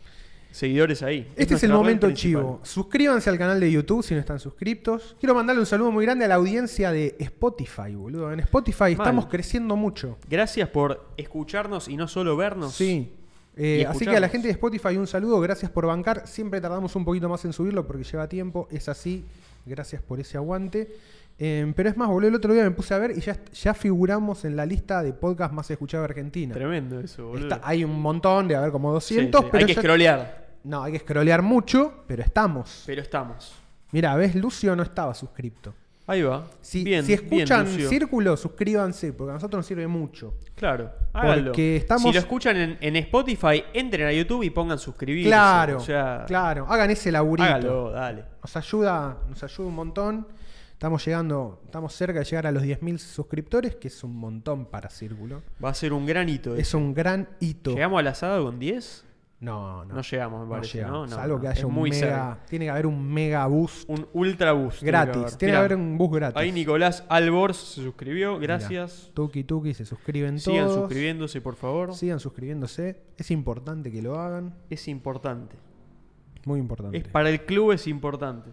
seguidores ahí. Este es el nuestra red momento principal. chivo. Suscríbanse al canal de YouTube si no están suscriptos. Quiero mandarle un saludo muy grande a la audiencia de Spotify, boludo. En Spotify estamos creciendo mucho. Gracias por escucharnos y no solo vernos. Sí. Así que a la gente de Spotify un saludo. Gracias por bancar. Siempre tardamos un poquito más en subirlo porque lleva tiempo. Es así. Gracias por ese aguante. Pero es más, boludo, el otro día me puse a ver y ya figuramos en la lista de podcasts más escuchados de Argentina. Tremendo eso, boludo. Hay un montón, de haber como 200. Sí, sí. Pero Hay que scrollear. No, hay que scrollear mucho, pero estamos. Pero estamos. Mira, ¿ves? Lucio no estaba suscripto. Ahí va. Si bien, escuchan bien, Lucio. Círculo, suscríbanse, porque a nosotros nos sirve mucho. Claro, háganlo. Porque estamos... Si lo escuchan en Spotify, entren a YouTube y pongan suscribirse. Claro, O sea, claro. Hagan ese laburito. hágalo, dale. Nos ayuda un montón. Estamos cerca de llegar a los 10.000 suscriptores, que es un montón para Círculo. Va a ser un gran hito. Es un gran hito. ¿Llegamos al asado con 10? No. No llegamos, me parece. llegamos. No, Salvo que haya es un muy mega... cerca. Tiene que haber un mega boost. Un ultra boost. Gratis. Tiene que haber un boost gratis. Ahí Nicolás Albors se suscribió. Gracias. Mirá, Tuki, se suscriben Sigan todos. suscribiéndose, por favor. Sigan suscribiéndose. Es importante que lo hagan. Es importante. Muy importante. Para el club es importante.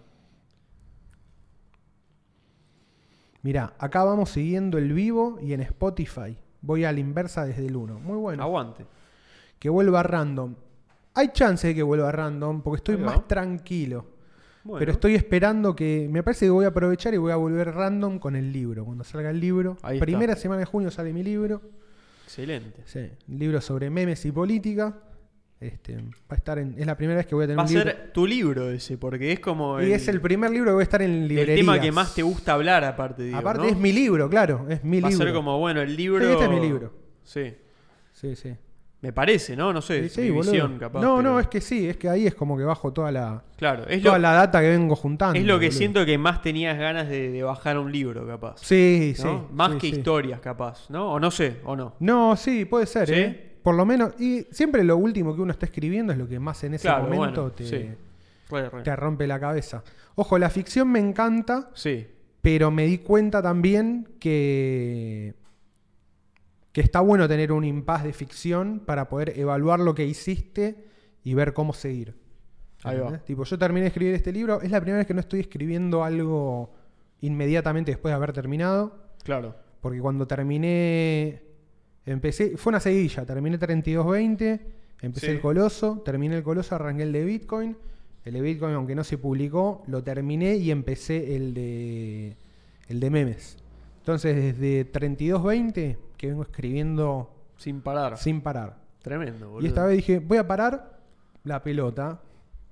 Mirá, acá vamos siguiendo el vivo y en Spotify. Voy a la inversa desde el 1. Muy bueno. Aguante. Que vuelva random. Hay chance de que vuelva random porque estoy Ahí va. más tranquilo. Bueno. Pero estoy esperando que... Me parece que voy a aprovechar y voy a volver random con el libro. Cuando salga el libro. Ahí está. Primera semana de junio sale mi libro. Excelente. Sí, un libro sobre memes y política. Va a estar es la primera vez que voy a tener Va a un libro. ser tu libro ese, porque es como Y es el primer libro que voy a estar en librerías. el tema que más te gusta hablar, aparte, digo, Aparte ¿no? es mi libro, claro. Es mi Va a libro. ser como, bueno, el libro... Sí, este es mi libro. Sí. Sí. Me parece, ¿no? No sé, Sí, mi boludo. visión, capaz. No, pero- es que sí. Es que ahí es como que bajo toda la Claro, es la data que vengo juntando. es lo que boludo. siento que más tenías ganas de bajar un libro, capaz. Sí, ¿no? sí. Más sí, que sí. historias, capaz, ¿no? O no sé, o no. No, sí, puede ser, ¿Sí? ¿eh? Por lo menos. Y siempre lo último que uno está escribiendo es lo que más en ese Claro, momento bueno, sí. Re. te rompe la cabeza. Ojo, la ficción me encanta, Sí, pero me di cuenta también que está bueno tener un impas de ficción para poder evaluar lo que hiciste y ver cómo seguir. Ahí va. ¿Entendés? Tipo, yo terminé de escribir este libro. Es la primera vez que no estoy escribiendo algo inmediatamente después de haber terminado. claro. Porque cuando terminé, fue una seguidilla, terminé 3220, empecé Sí. el Coloso, terminé el Coloso, arranqué el de Bitcoin. El de Bitcoin, aunque no se publicó, lo terminé y empecé el de memes. Entonces, desde 3220, que vengo escribiendo Sin parar. sin parar. Tremendo, boludo. Y esta vez dije, voy a parar la pelota.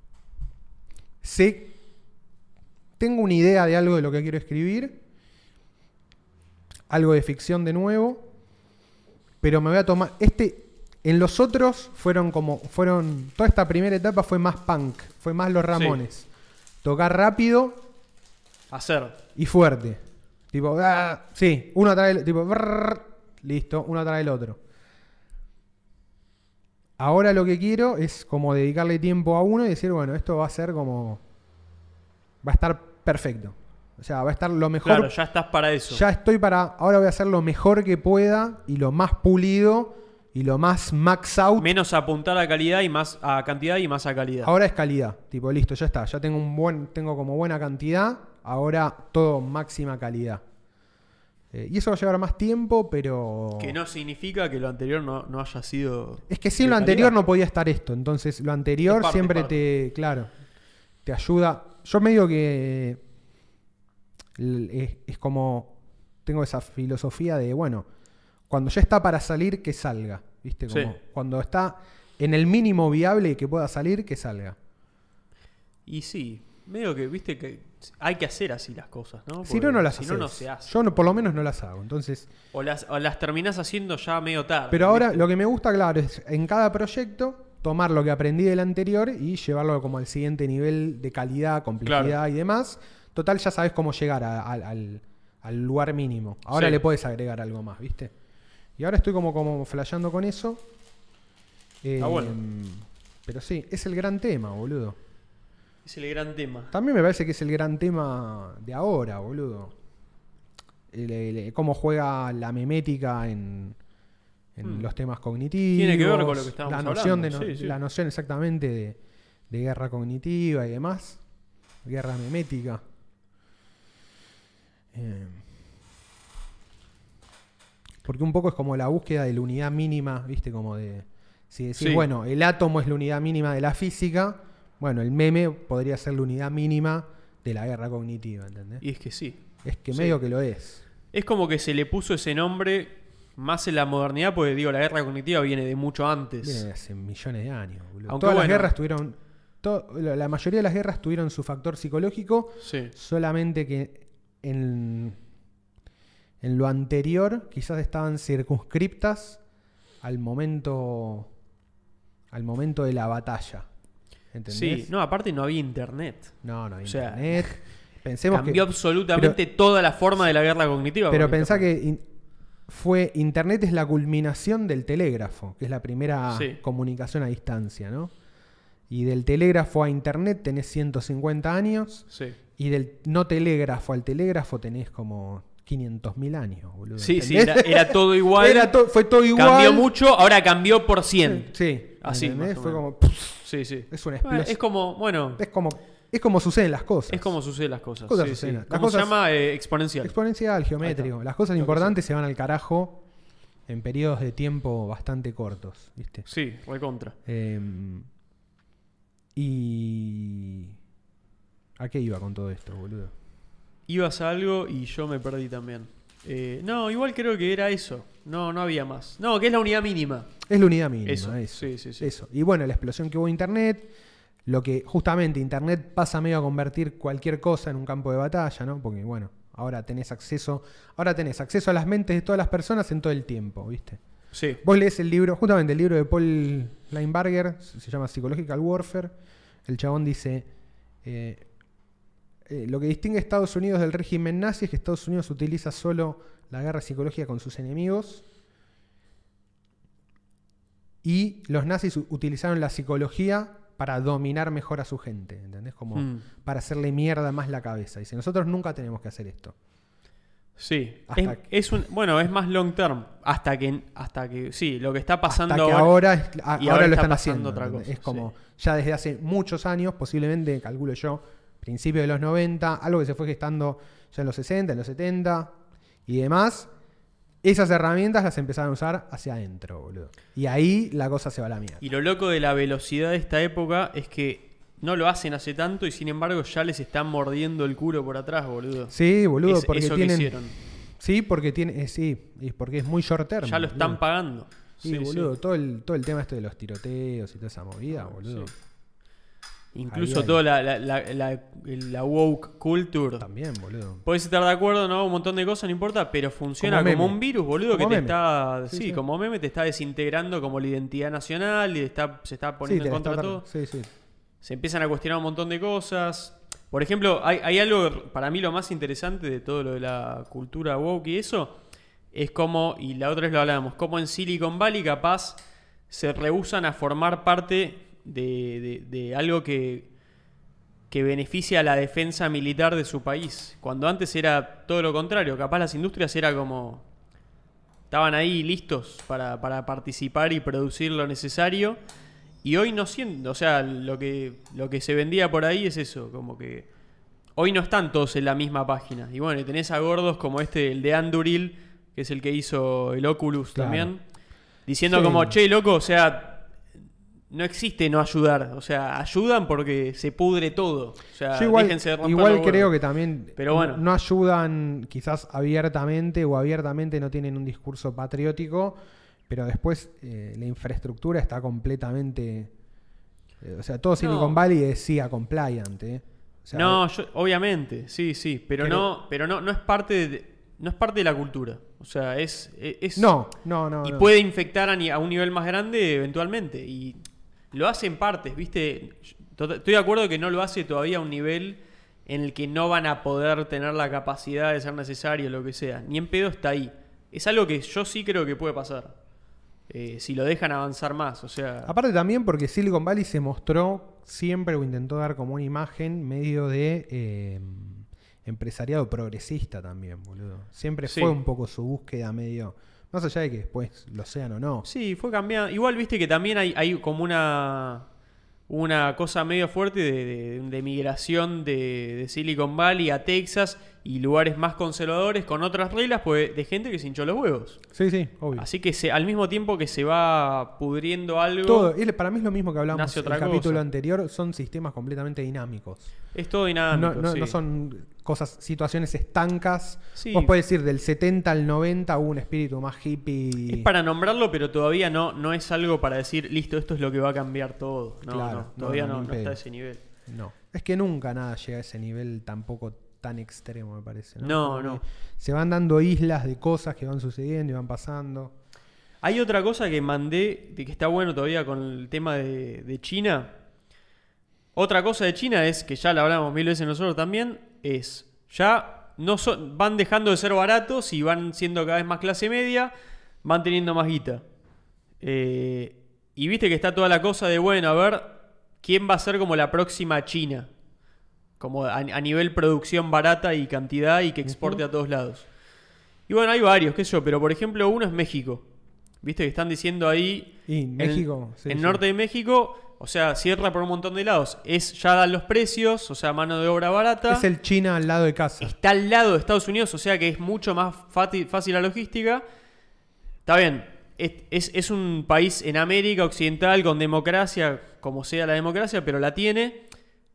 Tengo una idea de algo de lo que quiero escribir. Algo de ficción de nuevo. Pero me voy a tomar... En los otros toda esta primera etapa fue más punk. Fue más los Ramones. Tocar rápido Hacer. y fuerte. Tipo, sí, uno atrás del... Tipo, brrr, listo, uno atrás del otro. Ahora lo que quiero es como dedicarle tiempo a uno y decir, bueno, esto va a ser como... Va a estar perfecto. O sea, va a estar lo mejor... Claro, ya estás para eso. Ya estoy para... Ahora voy a hacer lo mejor que pueda y lo más pulido y lo más max out. Menos apuntar a calidad y más a cantidad y más a calidad. Ahora es calidad. Tipo, listo, ya está. Ya tengo como buena cantidad. Ahora todo máxima calidad. Y eso va a llevar más tiempo, pero... Que no significa que lo anterior no haya sido... Es que sin de lo anterior calidad. no podía estar esto. Entonces, lo anterior Es parte, siempre parte. Claro, te ayuda. Yo me digo que es como... Tengo esa filosofía de, bueno, cuando ya está para salir, que salga. ¿Viste? Como Sí. cuando está en el mínimo viable que pueda salir, que salga. Y sí, medio que, viste, que hay que hacer así las cosas, ¿no? Si no, no las si haces. no se hace. Yo por lo menos no las hago. Entonces... O las terminás haciendo ya medio tarde. Pero ahora ¿viste? lo que me gusta, claro, es en cada proyecto tomar lo que aprendí del anterior y llevarlo como al siguiente nivel de calidad, complejidad Claro. y demás. Total, ya sabes cómo llegar al lugar mínimo. Ahora Sí. le puedes agregar algo más, ¿viste? Y ahora estoy como flasheando con eso. bueno. Pero sí, es el gran tema, boludo. Es el gran tema. También me parece que es el gran tema de ahora, boludo. Cómo juega la memética en los temas cognitivos. Tiene que ver con lo que estábamos la noción hablando, sí. La noción exactamente de guerra cognitiva y demás, guerra memética. Porque un poco es como la búsqueda de la unidad mínima, ¿viste? Como de... Si decís, bueno, el átomo es la unidad mínima de la física, bueno, el meme podría ser la unidad mínima de la guerra cognitiva, ¿entendés? Y es que sí. Es que medio que lo es. Es como que se le puso ese nombre más en la modernidad, porque digo, la guerra cognitiva viene de mucho antes. Viene de hace millones de años, boludo. Aunque Todas las bueno, guerras tuvieron... la mayoría de las guerras tuvieron su factor psicológico, solamente que en lo anterior quizás estaban circunscriptas al momento de la batalla. ¿Entendés? Sí, no, aparte no había internet. No había internet. Pensemos cambió absolutamente toda la forma de la guerra cognitiva. Pero pensá que internet es la culminación del telégrafo, que es la primera comunicación a distancia, ¿no? Y del telégrafo a internet tenés 150 años. Sí. Y del no telégrafo al telégrafo tenés como 500.000 años, boludo. Sí, era todo igual. Fue todo igual. Cambió mucho, ahora cambió por 100. Sí. Así. Fue como... Sí. Es una explosión. Es como, bueno... Es como suceden las cosas. Es como suceden las cosas. Suceden. ¿Cómo se llama? Exponencial. Exponencial, geométrico. Las cosas importantes se van al carajo en periodos de tiempo bastante cortos, ¿viste? Sí, recontra. Y... ¿A qué iba con todo esto, boludo? Ibas a algo y yo me perdí también. No, igual creo que era eso. No había más. No, que es la unidad mínima. Es la unidad mínima, eso. Sí. Eso. Y bueno, la explosión que hubo de internet, lo que justamente internet pasa medio a convertir cualquier cosa en un campo de batalla, ¿no? Porque bueno, ahora tenés acceso a las mentes de todas las personas en todo el tiempo, ¿viste? Sí. Vos lees el libro, justamente el libro de Paul Leinbarger, se llama Psychological Warfare. El chabón dice... lo que distingue a Estados Unidos del régimen nazi es que Estados Unidos utiliza solo la guerra psicológica con sus enemigos y los nazis utilizaron la psicología para dominar mejor a su gente, ¿entendés? Como para hacerle mierda más la cabeza. Dice, nosotros nunca tenemos que hacer esto. Sí, es más long term. Hasta que sí, lo que está pasando hasta que ahora lo están haciendo. Otra cosa, es como ya desde hace muchos años, posiblemente, calculo yo, principios de los 90, algo que se fue gestando ya en los 60, en los 70 y demás. Esas herramientas las empezaron a usar hacia adentro, boludo. Y ahí la cosa se va a la mierda. Y lo loco de la velocidad de esta época es que no lo hacen hace tanto y sin embargo ya les están mordiendo el culo por atrás, boludo. Sí, boludo, porque eso tienen... que hicieron. Sí, porque es muy short term. Ya lo están pagando. Sí, boludo, todo el tema este de los tiroteos y toda esa movida, boludo. Sí. Incluso toda la woke culture. También, boludo. Podés estar de acuerdo, ¿no? Un montón de cosas, no importa, pero funciona como un virus, boludo, como que te está... Sí, como meme, te está desintegrando como la identidad nacional y se está poniendo en contra de todo. Sí. Se empiezan a cuestionar un montón de cosas. Por ejemplo, hay algo, para mí lo más interesante de todo lo de la cultura woke y eso, es como, y la otra vez lo hablábamos, como en Silicon Valley capaz se rehúsan a formar parte de algo que beneficia a la defensa militar de su país. Cuando antes era todo lo contrario, capaz las industrias era como... Estaban ahí listos para participar y producir lo necesario. Y hoy no siento, o sea, lo que se vendía por ahí es eso, como que hoy no están todos en la misma página. Y bueno, tenés a gordos como el de Anduril, que es el que hizo el Oculus también, diciendo como, che, loco, o sea, no existe no ayudar, o sea, ayudan porque se pudre todo. O sea, déjense de romper los huevos. Creo que también pero bueno, no ayudan quizás abiertamente o abiertamente no tienen un discurso patriótico. Pero después la infraestructura está completamente... o sea, todo Silicon Valley es CIA compliant. O sea, obviamente, sí, pero no es parte de la cultura. O sea, es no. Y puede infectar a un nivel más grande eventualmente. Y lo hace en partes, ¿viste? Estoy de acuerdo que no lo hace todavía a un nivel en el que no van a poder tener la capacidad de ser necesario, lo que sea. Ni en pedo está ahí. Es algo que yo sí creo que puede pasar. Si lo dejan avanzar más, o sea... Aparte también porque Silicon Valley se mostró siempre o intentó dar como una imagen medio de empresariado progresista también, boludo. Siempre fue un poco su búsqueda medio... Más allá de que después lo sean o no. Sí, fue cambiando. Igual viste que también hay como una cosa medio fuerte de migración de Silicon Valley a Texas y lugares más conservadores con otras reglas, pues de gente que se hinchó los huevos. Sí, sí, obvio. Así que al mismo tiempo que se va pudriendo algo... Todo, para mí es lo mismo que hablamos en el capítulo cosa. Anterior, son sistemas completamente dinámicos. Es todo dinámico, No son situaciones estancas. Sí. Vos podés decir, del 70 al 90 hubo un espíritu más hippie. Es para nombrarlo, pero todavía no es algo para decir, listo, esto es lo que va a cambiar todo. No, Claro, todavía no ni está a ese nivel. No, es que nunca nada llega a ese nivel tampoco tan extremo, me parece. No. Se van dando islas de cosas que van sucediendo y van pasando. Hay otra cosa que mandé, de que está bueno todavía con el tema de China. Otra cosa de China es, que ya la hablamos mil veces nosotros también, es ya van dejando de ser baratos y van siendo cada vez más clase media, van teniendo más guita. Y viste que está toda la cosa de, bueno, a ver, ¿quién va a ser como la próxima China? Como a nivel producción barata y cantidad y que exporte a todos lados. Y bueno, hay varios, qué sé yo, pero por ejemplo uno es México. Viste que están diciendo ahí... Y México, en norte de México, o sea, cierra por un montón de lados. Ya dan los precios, o sea, mano de obra barata. Es el China al lado de casa. Está al lado de Estados Unidos, o sea que es mucho más fácil la logística. Está bien, es un país en América Occidental con democracia, como sea la democracia, pero la tiene.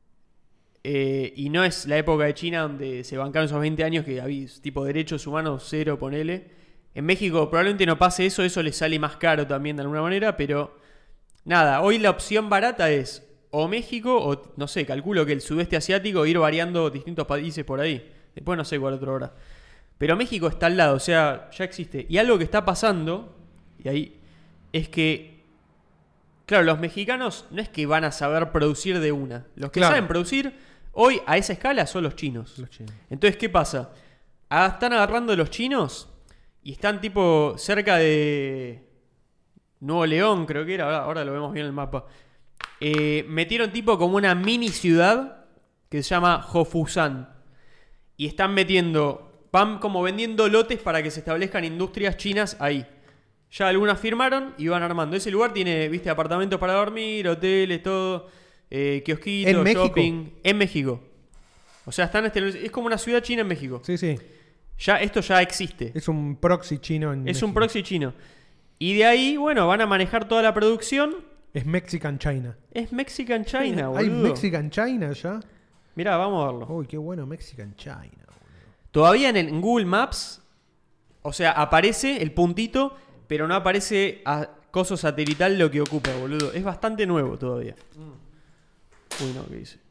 Y no es la época de China donde se bancaron esos 20 años que había tipo derechos humanos cero, ponele. En México probablemente no pase eso les sale más caro también de alguna manera, pero nada, hoy la opción barata es o México o, no sé, calculo que el sudeste asiático, ir variando distintos países por ahí. Después no sé cuál otro habrá. Pero México está al lado, o sea, ya existe. Y algo que está pasando, y ahí, es que, claro, los mexicanos no es que van a saber producir de una. Los que saben producir hoy a esa escala son los chinos. Entonces, ¿qué pasa? Están agarrando los chinos y están tipo cerca de Nuevo León, creo que era, ahora lo vemos bien en el mapa. Metieron tipo como una mini ciudad que se llama Hofusan. Y están van como vendiendo lotes para que se establezcan industrias chinas ahí. Ya algunas firmaron y van armando. Ese lugar tiene, viste, apartamentos para dormir, hoteles, todo, kiosquitos, shopping. En México. O sea, es como una ciudad china en México. Sí, sí. Esto ya existe. Es un proxy chino en México. Un proxy chino. Y de ahí, bueno, van a manejar toda la producción. Es Mexican China. Es Mexican China, boludo. ¿Hay Mexican China ya? Mirá, vamos a verlo. Uy, qué bueno Mexican China, boludo. Todavía en Google Maps, o sea, aparece el puntito, pero no aparece a coso satelital lo que ocupa, boludo. Es bastante nuevo todavía. Uy, no, ¿qué dice?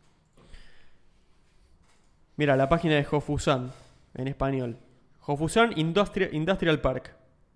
Mira, la página de Hofusan, en español. Hofusan Industrial Park.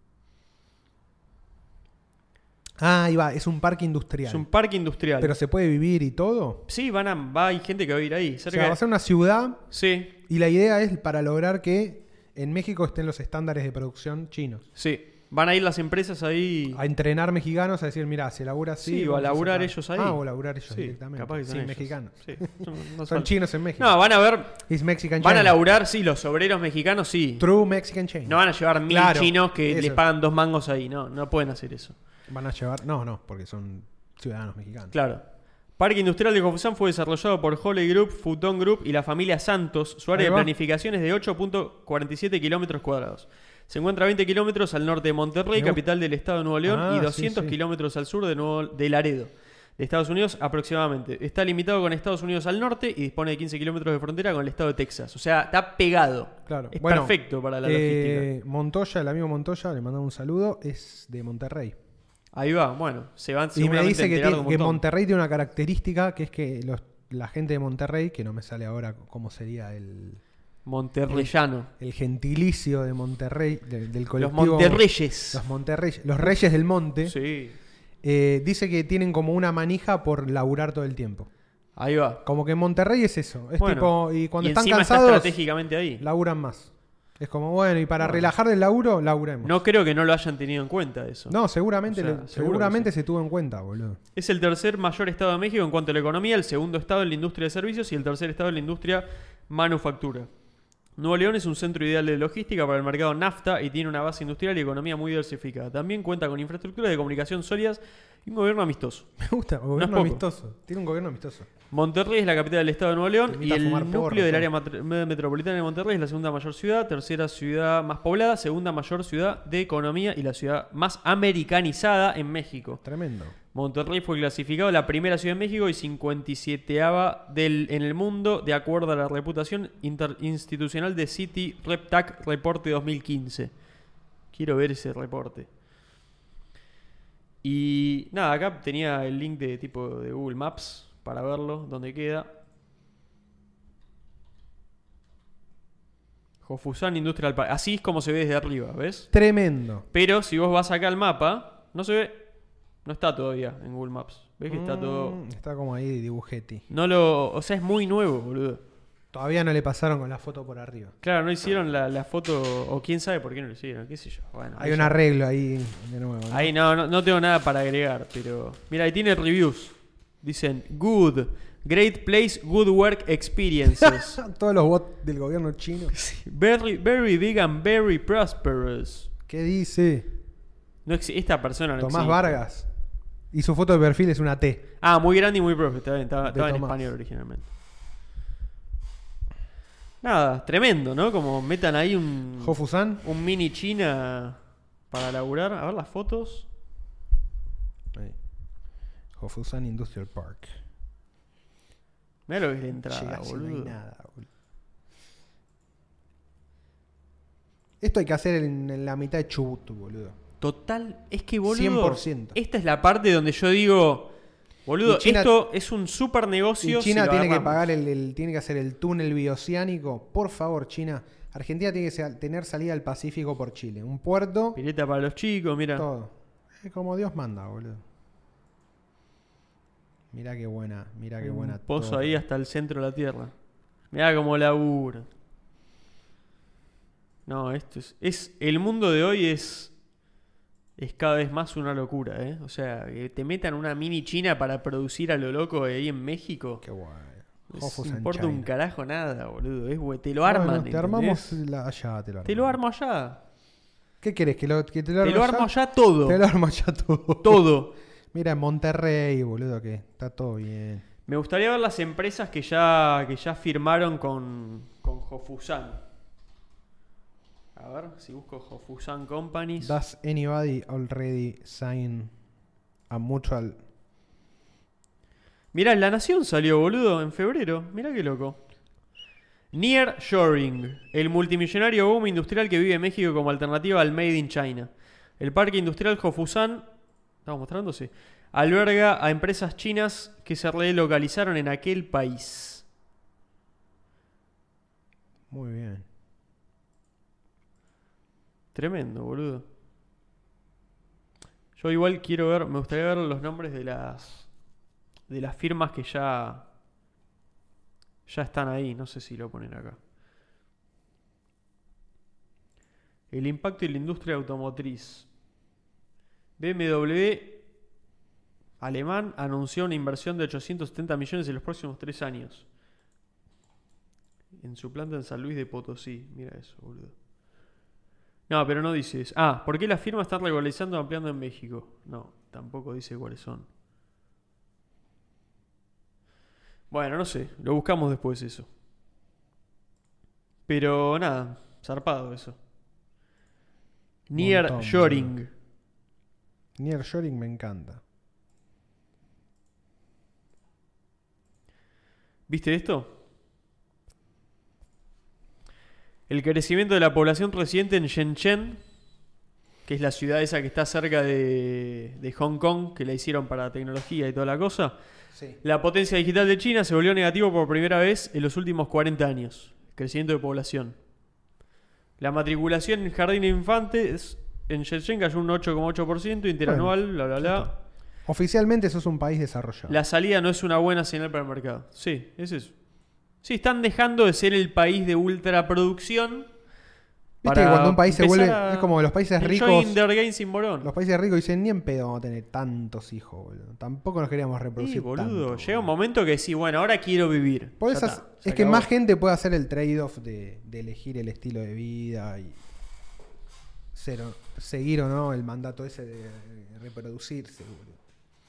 Ahí va, es un parque industrial. Es un parque industrial. ¿Pero se puede vivir y todo? Sí, hay gente que va a ir ahí. O sea, va a ser una ciudad. Sí. Y la idea es para lograr que en México estén los estándares de producción chinos. Sí. Van a ir las empresas ahí. A entrenar mexicanos a decir, mirá, se labura así. Sí, o a laburar ellos ahí. O a laburar ellos directamente. Capaz que sí, ellos. mexicanos. Sí. Son chinos en México. No, van a ver. Is Mexican van China. a laburar, sí, los obreros mexicanos, sí. True Mexican China. No van a llevar 1000 chinos que eso. les pagan 2 mangos ahí. No pueden hacer eso. Van a llevar. No, porque son ciudadanos mexicanos. Claro. Parque Industrial de Hofusan fue desarrollado por Holley Group, Futon Group y la familia Santos. Su área de planificación es de 8.47 kilómetros cuadrados. Se encuentra a 20 kilómetros al norte de Monterrey, capital del estado de Nuevo León, y 200 kilómetros al sur de Laredo, de Estados Unidos aproximadamente. Está limitado con Estados Unidos al norte y dispone de 15 kilómetros de frontera con el estado de Texas. O sea, está pegado. Claro. Es perfecto para la logística. Montoya, el amigo Montoya, le mandamos un saludo, es de Monterrey. Ahí va, bueno, se van y me dice que Monterrey tiene una característica que es que la gente de Monterrey, que no me sale ahora cómo sería el monterreyano, el gentilicio de Monterrey, del colectivo. Los Monterreyes. Los Reyes del Monte. Sí. Dice que tienen como una manija por laburar todo el tiempo. Ahí va. Como que Monterrey es eso. Es tipo, y cuando están encima cansados, está estratégicamente ahí. laburan más. Es como, bueno, y para relajar del laburo, laburemos. No creo que no lo hayan tenido en cuenta eso. No, seguramente, seguramente sí. se tuvo en cuenta, boludo. Es el tercer mayor estado de México en cuanto a la economía, el segundo estado en la industria de servicios y el tercer estado en la industria manufactura. Nuevo León es un centro ideal de logística para el mercado NAFTA y tiene una base industrial y economía muy diversificada. También cuenta con infraestructuras de comunicación sólidas Y un gobierno amistoso. Me gusta, un gobierno amistoso. Tiene un gobierno amistoso. Monterrey es la capital del estado de Nuevo León y el núcleo del área todo. metropolitana de Monterrey es la segunda mayor ciudad, tercera ciudad más poblada, segunda mayor ciudad de economía y la ciudad más americanizada en México. Tremendo. Monterrey fue clasificado la primera ciudad de México y 57ª en el mundo de acuerdo a la reputación interinstitucional de City RepTac Reporte 2015. Quiero ver ese reporte. Y nada, acá tenía el link de tipo de Google Maps para verlo, dónde queda. Jofusán Industrial Park. Así es como se ve desde arriba, ¿ves? Tremendo. Pero si vos vas acá al mapa, no se ve. No está todavía en Google Maps. ¿Ves que está todo...? Está como ahí dibujetti. O sea, es muy nuevo, boludo. Todavía no le pasaron con la foto por arriba. Claro, no hicieron la foto, o quién sabe por qué no lo hicieron, qué sé yo. Bueno, Hay un arreglo ahí de nuevo, ¿no? Ahí no tengo nada para agregar, pero... Mira, ahí tiene reviews. Dicen, good, great place, good work experiences. Todos los bots del gobierno chino. Very, very big and very prosperous. ¿Qué dice? Esta persona no Tomás existe. Vargas. Y su foto de perfil es una T. Ah, muy grande y muy próspero. Está bien, estaba en Tomás. español originalmente. Nada, tremendo, ¿no? Como metan ahí un mini China para laburar. A ver las fotos. Ahí. Jofusán Industrial Park. Mirá lo que es la entrada, Llegás y boludo. no hay nada, boludo. Esto hay que hacer en la mitad de Chubut, boludo. Total, es que boludo. 100%. Esta es la parte donde yo digo, boludo, China, esto es un super negocio. Y China si lo tiene que agarramos. pagar tiene que hacer el túnel bioceánico. Por favor, China. Argentina tiene que tener salida al Pacífico por Chile. Un puerto. Pileta para los chicos, mira. Todo. Es como Dios manda, boludo. Mirá qué buena, Un pozo torre. ahí hasta el centro de la tierra. Mirá cómo labura. No, esto es el mundo de hoy es cada vez más una locura, ¿eh? O sea, que te metan una mini China para producir a lo loco ahí en México. Qué guay. No importa un carajo nada, boludo. Te lo arman. Bueno, te armamos allá, te lo armamos. Te lo armo allá. ¿Qué querés? ¿Que te lo Te lo armo allá todo. Te lo armo allá todo. Todo. Mira, en Monterrey, boludo, que está todo bien. Me gustaría ver las empresas que ya firmaron con Jofusán. A ver, si busco Jofusán Companies. Does anybody already sign a mutual? Mirá, La Nación salió, boludo, en febrero. Mirá qué loco. Nearshoring, el multimillonario boom industrial que vive en México como alternativa al Made in China. El parque industrial Jofusán, ¿estamos mostrando? Sí. Alberga a empresas chinas que se relocalizaron en aquel país. Muy bien. Tremendo, boludo. Yo igual quiero ver, me gustaría ver los nombres de las firmas que ya están ahí. No sé si lo ponen acá. El impacto en la industria automotriz. BMW alemán anunció una inversión de 870 millones en los próximos 3 años. En su planta en San Luis de Potosí. Mira eso, boludo. No, pero no dice eso. Ah, ¿por qué la firma está regularizando y ampliando en México? No, tampoco dice cuáles son. Bueno, no sé. Lo buscamos después eso. Pero nada, zarpado eso. Nearshoring. Nearshoring me encanta. ¿Viste esto? El crecimiento de la población residente en Shenzhen, que es la ciudad esa que está cerca de Hong Kong, que la hicieron para tecnología y toda la cosa. Sí. La potencia digital de China se volvió negativo por primera vez en los últimos 40 años. Crecimiento de población. La matriculación en jardín de infantes en Shenzhen cayó un 8,8% interanual, Bueno, bla, bla, bla. Oficialmente sos un país desarrollado. La salida no es una buena señal para el mercado. Sí, es eso. Sí, están dejando de ser el país de ultraproducción. Viste que cuando un país se vuelve. Es como los países ricos. Los países ricos dicen: ni en pedo vamos a tener tantos hijos, boludo. Tampoco nos queríamos reproducir. Sí, boludo. Tanto, llega un momento que sí, bueno, ahora quiero vivir. Es que más gente puede hacer el trade-off de elegir el estilo de vida y seguir o no el mandato ese de reproducirse, boludo.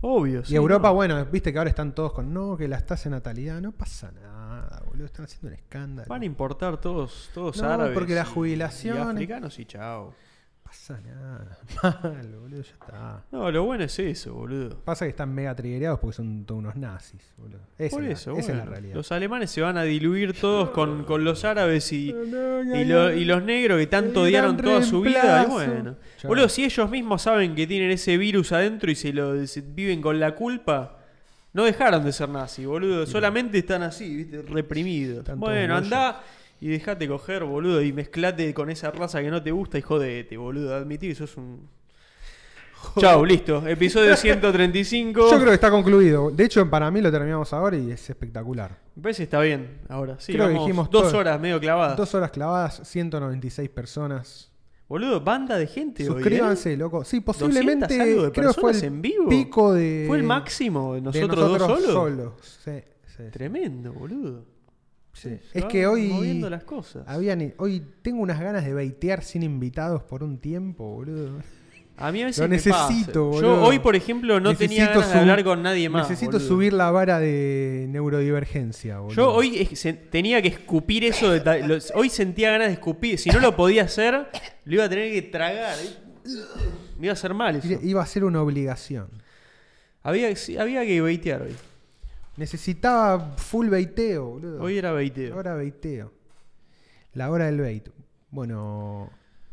Obvio, sí. Y Europa, no. bueno, viste que ahora están todos con no, que la tasa de natalidad. No pasa nada, boludo. Están haciendo un escándalo. Van a importar todos No, árabes. porque las y jubilaciones- africanos y chao. No pasa nada. Mal, boludo, ya está. No, lo bueno es eso, boludo. Pasa que están mega triggereados porque son todos unos nazis, boludo. Por eso, Esa es la bueno, realidad. los alemanes se van a diluir todos con los árabes y los negros que tanto El odiaron gran toda su vida. Y reemplazo. bueno, Chao. boludo, si ellos mismos saben que tienen ese virus adentro y se viven con la culpa, no dejaron de ser nazis, boludo. Solamente están así, ¿viste? Reprimidos. Están todos Bueno, bollos. andá y dejate coger, boludo, y mezclate con esa raza que no te gusta y jodete, boludo. Admití que sos un... Chau, listo. Episodio 135. Yo creo que está concluido. De hecho, para mí lo terminamos ahora y es espectacular. Me parece que está bien ahora. Sí, Creo que vamos, dijimos 2 todo. horas medio clavadas. 2 horas clavadas, 196 personas. Boludo, banda de gente hoy, Suscríbanse, loco. Sí, posiblemente 200 algo de creo que fue personas el en vivo. pico de... ¿Fue el máximo de de nosotros dos solos? Sí, sí. Tremendo, boludo. Sí. Se Es van que hoy... moviendo las cosas. Hoy tengo unas ganas de baitear sin invitados por un tiempo, boludo. A mí a veces Lo me necesito, pasa. boludo. Yo hoy, por ejemplo, no tenía Necesito ganas de hablar con nadie más. Necesito boludo. subir la vara de neurodivergencia, boludo. Yo hoy tenía que escupir eso. Hoy sentía ganas de escupir. Si no lo podía hacer, lo iba a tener que tragar. Me iba a hacer mal eso. Iba a ser una obligación. Había que baitear hoy. Necesitaba full beiteo, boludo. Hoy era baiteo. Ahora beiteo. La hora del bait. Bueno,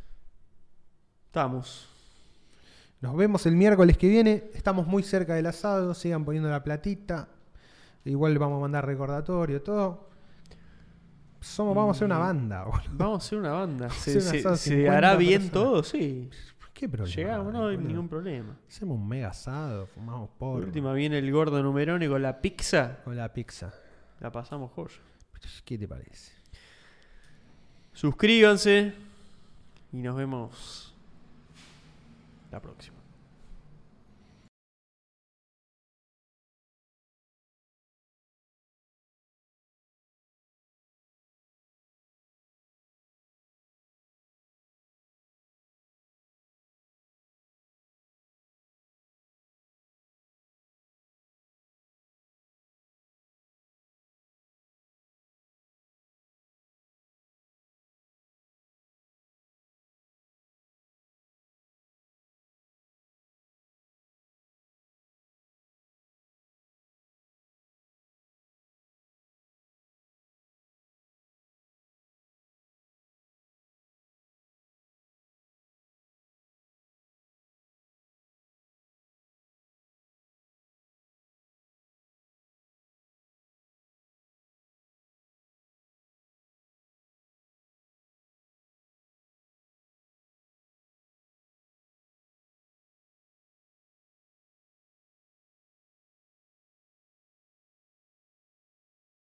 Estamos. nos vemos el miércoles que viene. Estamos muy cerca del asado. Sigan poniendo la platita. Igual vamos a mandar recordatorio, todo. Vamos a hacer una banda, boludo. Vamos a hacer una banda. Hacer un asado, ¿Se 50 hará bien personas. todo? Sí. ¿Qué problema? Llegamos, no hay boludo? ningún problema. Hacemos un mega asado, fumamos Por porro. última viene el gordo Numerone con la pizza. Con la pizza. La pasamos joya. ¿Qué te parece? Suscríbanse y nos vemos la próxima.